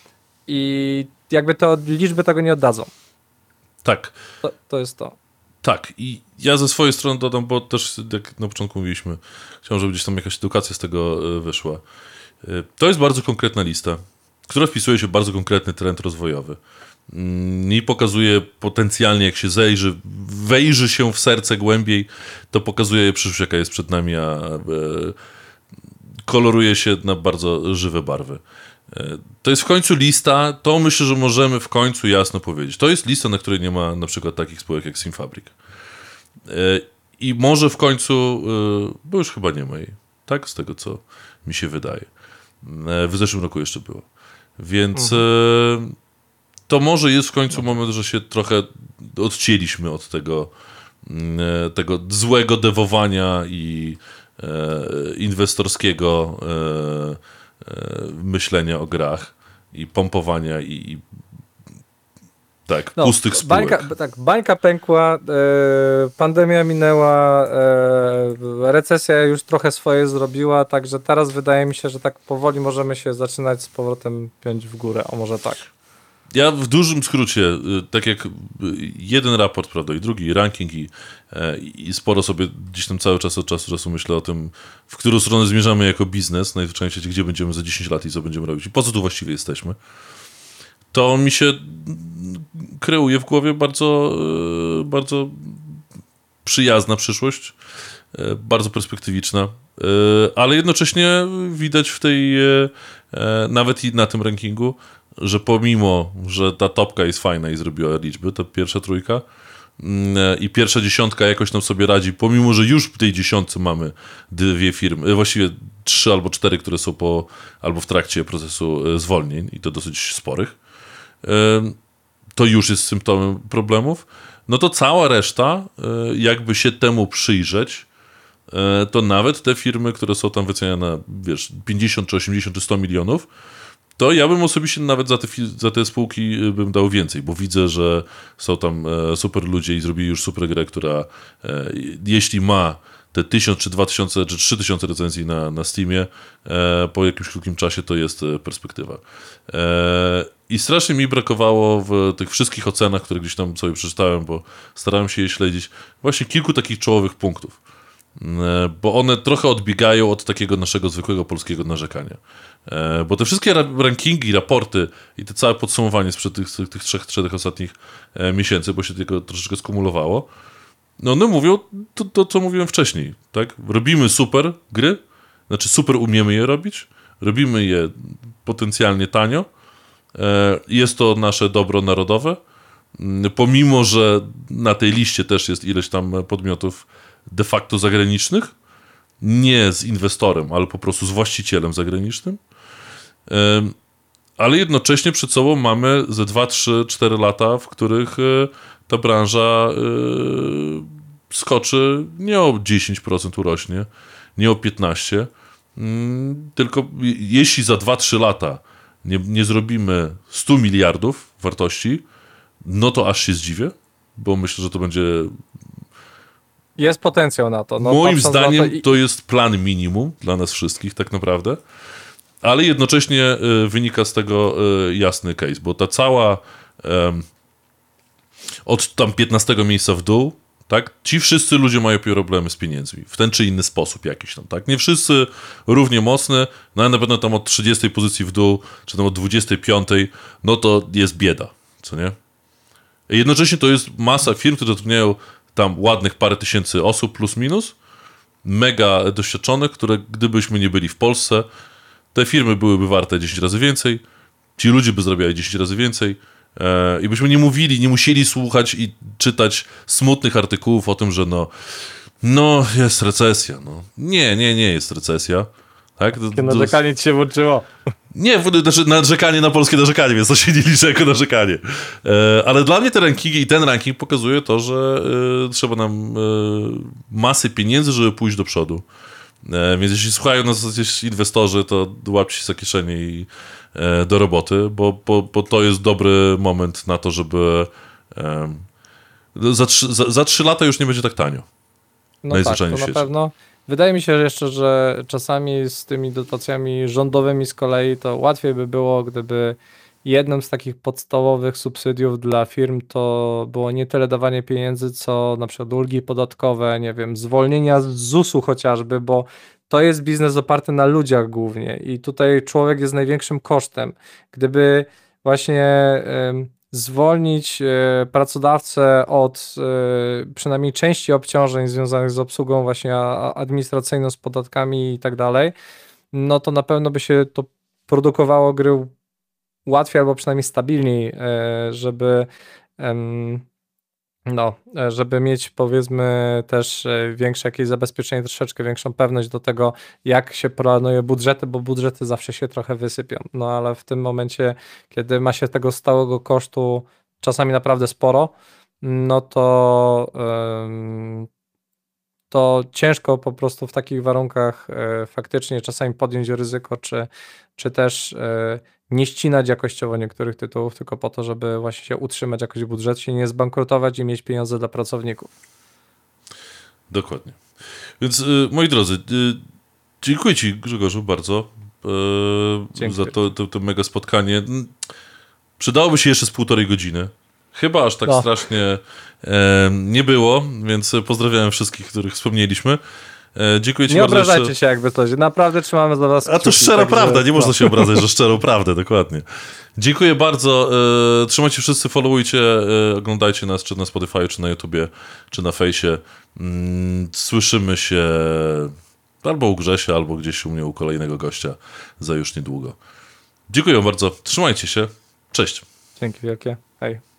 Speaker 2: i jakby to liczby tego nie oddadzą.
Speaker 1: Tak.
Speaker 2: To, to jest to.
Speaker 1: Tak, i ja ze swojej strony dodam, bo też jak na początku mówiliśmy, chciałem, żeby gdzieś tam jakaś edukacja z tego e, wyszła. E, To jest bardzo konkretna lista, która wpisuje się w bardzo konkretny trend rozwojowy. Mm, I pokazuje potencjalnie, jak się zejrzy, wejrzy się w serce głębiej, to pokazuje przyszłość, jaka jest przed nami, a e, koloruje się na bardzo żywe barwy. E, To jest w końcu lista, to myślę, że możemy w końcu jasno powiedzieć. To jest lista, na której nie ma na przykład takich spółek jak Simfabrik. E, I może w końcu, e, bo już chyba nie ma jej, tak? Z tego, co mi się wydaje. E, W zeszłym roku jeszcze było. Więc mhm. e, to może jest w końcu moment, że się trochę odcięliśmy od tego, e, tego złego dewowania i e, inwestorskiego e, e, myślenia o grach i pompowania i, i tak,
Speaker 2: No,
Speaker 1: pustych spółek.
Speaker 2: Bańka, tak, bańka pękła, e, pandemia minęła, e, recesja już trochę swoje zrobiła, także teraz wydaje mi się, że tak powoli możemy się zaczynać z powrotem piąć w górę, o może tak.
Speaker 1: Ja w dużym skrócie, y, tak jak y, jeden raport, prawda, i drugi, i ranking, i, e, i sporo sobie gdzieś tam cały czas od czasu do czasu myślę o tym, w którą stronę zmierzamy jako biznes, najzwyczajniej w świecie, gdzie będziemy za dziesięć lat i co będziemy robić, i po co tu właściwie jesteśmy. To mi się kreuje w głowie bardzo, y, bardzo przyjazna przyszłość, y, bardzo perspektywiczna, y, ale jednocześnie widać w tej, y, e, nawet i na tym rankingu, że pomimo, że ta topka jest fajna i zrobiła liczby, ta pierwsza trójka mm, i pierwsza dziesiątka jakoś nam sobie radzi, pomimo, że już w tej dziesiątce mamy dwie firmy, właściwie trzy albo cztery, które są po, albo w trakcie procesu e, zwolnień i to dosyć sporych, e, to już jest symptomem problemów, no to cała reszta, e, jakby się temu przyjrzeć, e, to nawet te firmy, które są tam wyceniane na, wiesz, pięćdziesiąt czy osiemdziesiąt czy sto milionów, to ja bym osobiście nawet za te, za te spółki bym dał więcej, bo widzę, że są tam e, super ludzie i zrobili już super grę, która e, jeśli ma te tysiąc, czy dwa tysiące, czy trzy tysiące recenzji na, na Steamie, e, po jakimś krótkim czasie to jest e, perspektywa. E, I strasznie mi brakowało w tych wszystkich ocenach, które gdzieś tam sobie przeczytałem, bo starałem się je śledzić, właśnie kilku takich czołowych punktów. Bo one trochę odbiegają od takiego naszego zwykłego polskiego narzekania. Bo te wszystkie rankingi, raporty i te całe podsumowanie sprzed tych, tych trzech, czterech ostatnich miesięcy, bo się tego troszeczkę skumulowało, no one mówią to, to, co mówiłem wcześniej, tak? Robimy super gry, znaczy super umiemy je robić, robimy je potencjalnie tanio, jest to nasze dobro narodowe, pomimo, że na tej liście też jest ileś tam podmiotów de facto zagranicznych, nie z inwestorem, ale po prostu z właścicielem zagranicznym, ale jednocześnie przed sobą mamy ze dwa, trzy, cztery lata, w których ta branża skoczy nie o dziesięć procent urośnie, nie o piętnaście procent, tylko jeśli za dwa, trzy lata nie, nie zrobimy stu miliardów wartości, no to aż się zdziwię, bo myślę, że to będzie...
Speaker 2: Jest potencjał na to. No,
Speaker 1: Moim zdaniem
Speaker 2: to, i...
Speaker 1: to jest plan minimum dla nas wszystkich tak naprawdę, ale jednocześnie y, wynika z tego y, jasny case, bo ta cała y, od tam piętnastego miejsca w dół, tak, ci wszyscy ludzie mają problemy z pieniędzmi, w ten czy inny sposób jakiś tam, tak, nie wszyscy równie mocne, no ale na pewno tam od trzydziestej pozycji w dół, czy tam od dwudziestej piątej, no to jest bieda. co nie? Jednocześnie to jest masa firm, które zatrudniają tam ładnych parę tysięcy osób plus minus, mega doświadczonych, które gdybyśmy nie byli w Polsce, te firmy byłyby warte dziesięć razy więcej, ci ludzie by zarabiali dziesięć razy więcej e, i byśmy nie mówili, nie musieli słuchać i czytać smutnych artykułów o tym, że no, no jest recesja. No. Nie, nie, nie jest recesja. Tak? Do, do,
Speaker 2: Narzekanie ci się włączyło.
Speaker 1: nie, znaczy narzekanie na polskie narzekanie, więc to się nie liczy jako narzekanie. E, ale dla mnie te rankingi i ten ranking pokazuje to, że e, trzeba nam e, masy pieniędzy, żeby pójść do przodu. E, więc jeśli słuchają nas jakieś inwestorzy, to łapcie się za kieszenie i e, do roboty, bo, bo, bo to jest dobry moment na to, żeby e, za, trzy, za, za trzy lata już nie będzie tak tanio.
Speaker 2: No tak, to na pewno. Wydaje mi się jeszcze, że czasami z tymi dotacjami rządowymi z kolei to łatwiej by było, gdyby jednym z takich podstawowych subsydiów dla firm to było nie tyle dawanie pieniędzy, co na przykład ulgi podatkowe, nie wiem, zwolnienia z zusu chociażby, bo to jest biznes oparty na ludziach głównie i tutaj człowiek jest największym kosztem. Gdyby właśnie y, zwolnić y, pracodawcę od y, przynajmniej części obciążeń związanych z obsługą właśnie administracyjną, z podatkami i tak dalej, no to na pewno by się to produkowało gry łatwiej albo przynajmniej stabilniej, żeby no, żeby mieć powiedzmy też większe jakieś zabezpieczenie, troszeczkę większą pewność do tego, jak się planuje budżety, bo budżety zawsze się trochę wysypią, no ale w tym momencie, kiedy ma się tego stałego kosztu czasami naprawdę sporo, no to to ciężko po prostu w takich warunkach faktycznie czasami podjąć ryzyko, czy, czy też nie ścinać jakościowo niektórych tytułów, tylko po to, żeby właśnie się utrzymać jakoś w budżecie, nie zbankrutować i mieć pieniądze dla pracowników.
Speaker 1: Dokładnie. Więc y, moi drodzy, y, dziękuję ci, Grzegorzu, bardzo y, za to, to, to mega spotkanie. Przydałoby się jeszcze z półtorej godziny. Chyba aż tak no. strasznie e, nie było, więc pozdrawiam wszystkich, których wspomnieliśmy. E, dziękuję ci
Speaker 2: nie
Speaker 1: bardzo.
Speaker 2: Nie obrażajcie
Speaker 1: jeszcze...
Speaker 2: się jakby coś. Naprawdę trzymamy za was
Speaker 1: A to szczera także... prawda, nie można się obrażać, że szczerą prawdę, dokładnie. Dziękuję bardzo. E, trzymajcie wszyscy, followujcie, e, oglądajcie nas czy na Spotify, czy na YouTubie, czy na fejsie. Mm, słyszymy się albo u Grzesia, albo gdzieś u mnie u kolejnego gościa za już niedługo. Dziękuję bardzo. Trzymajcie się. Cześć.
Speaker 2: Dzięki wielkie. Hej.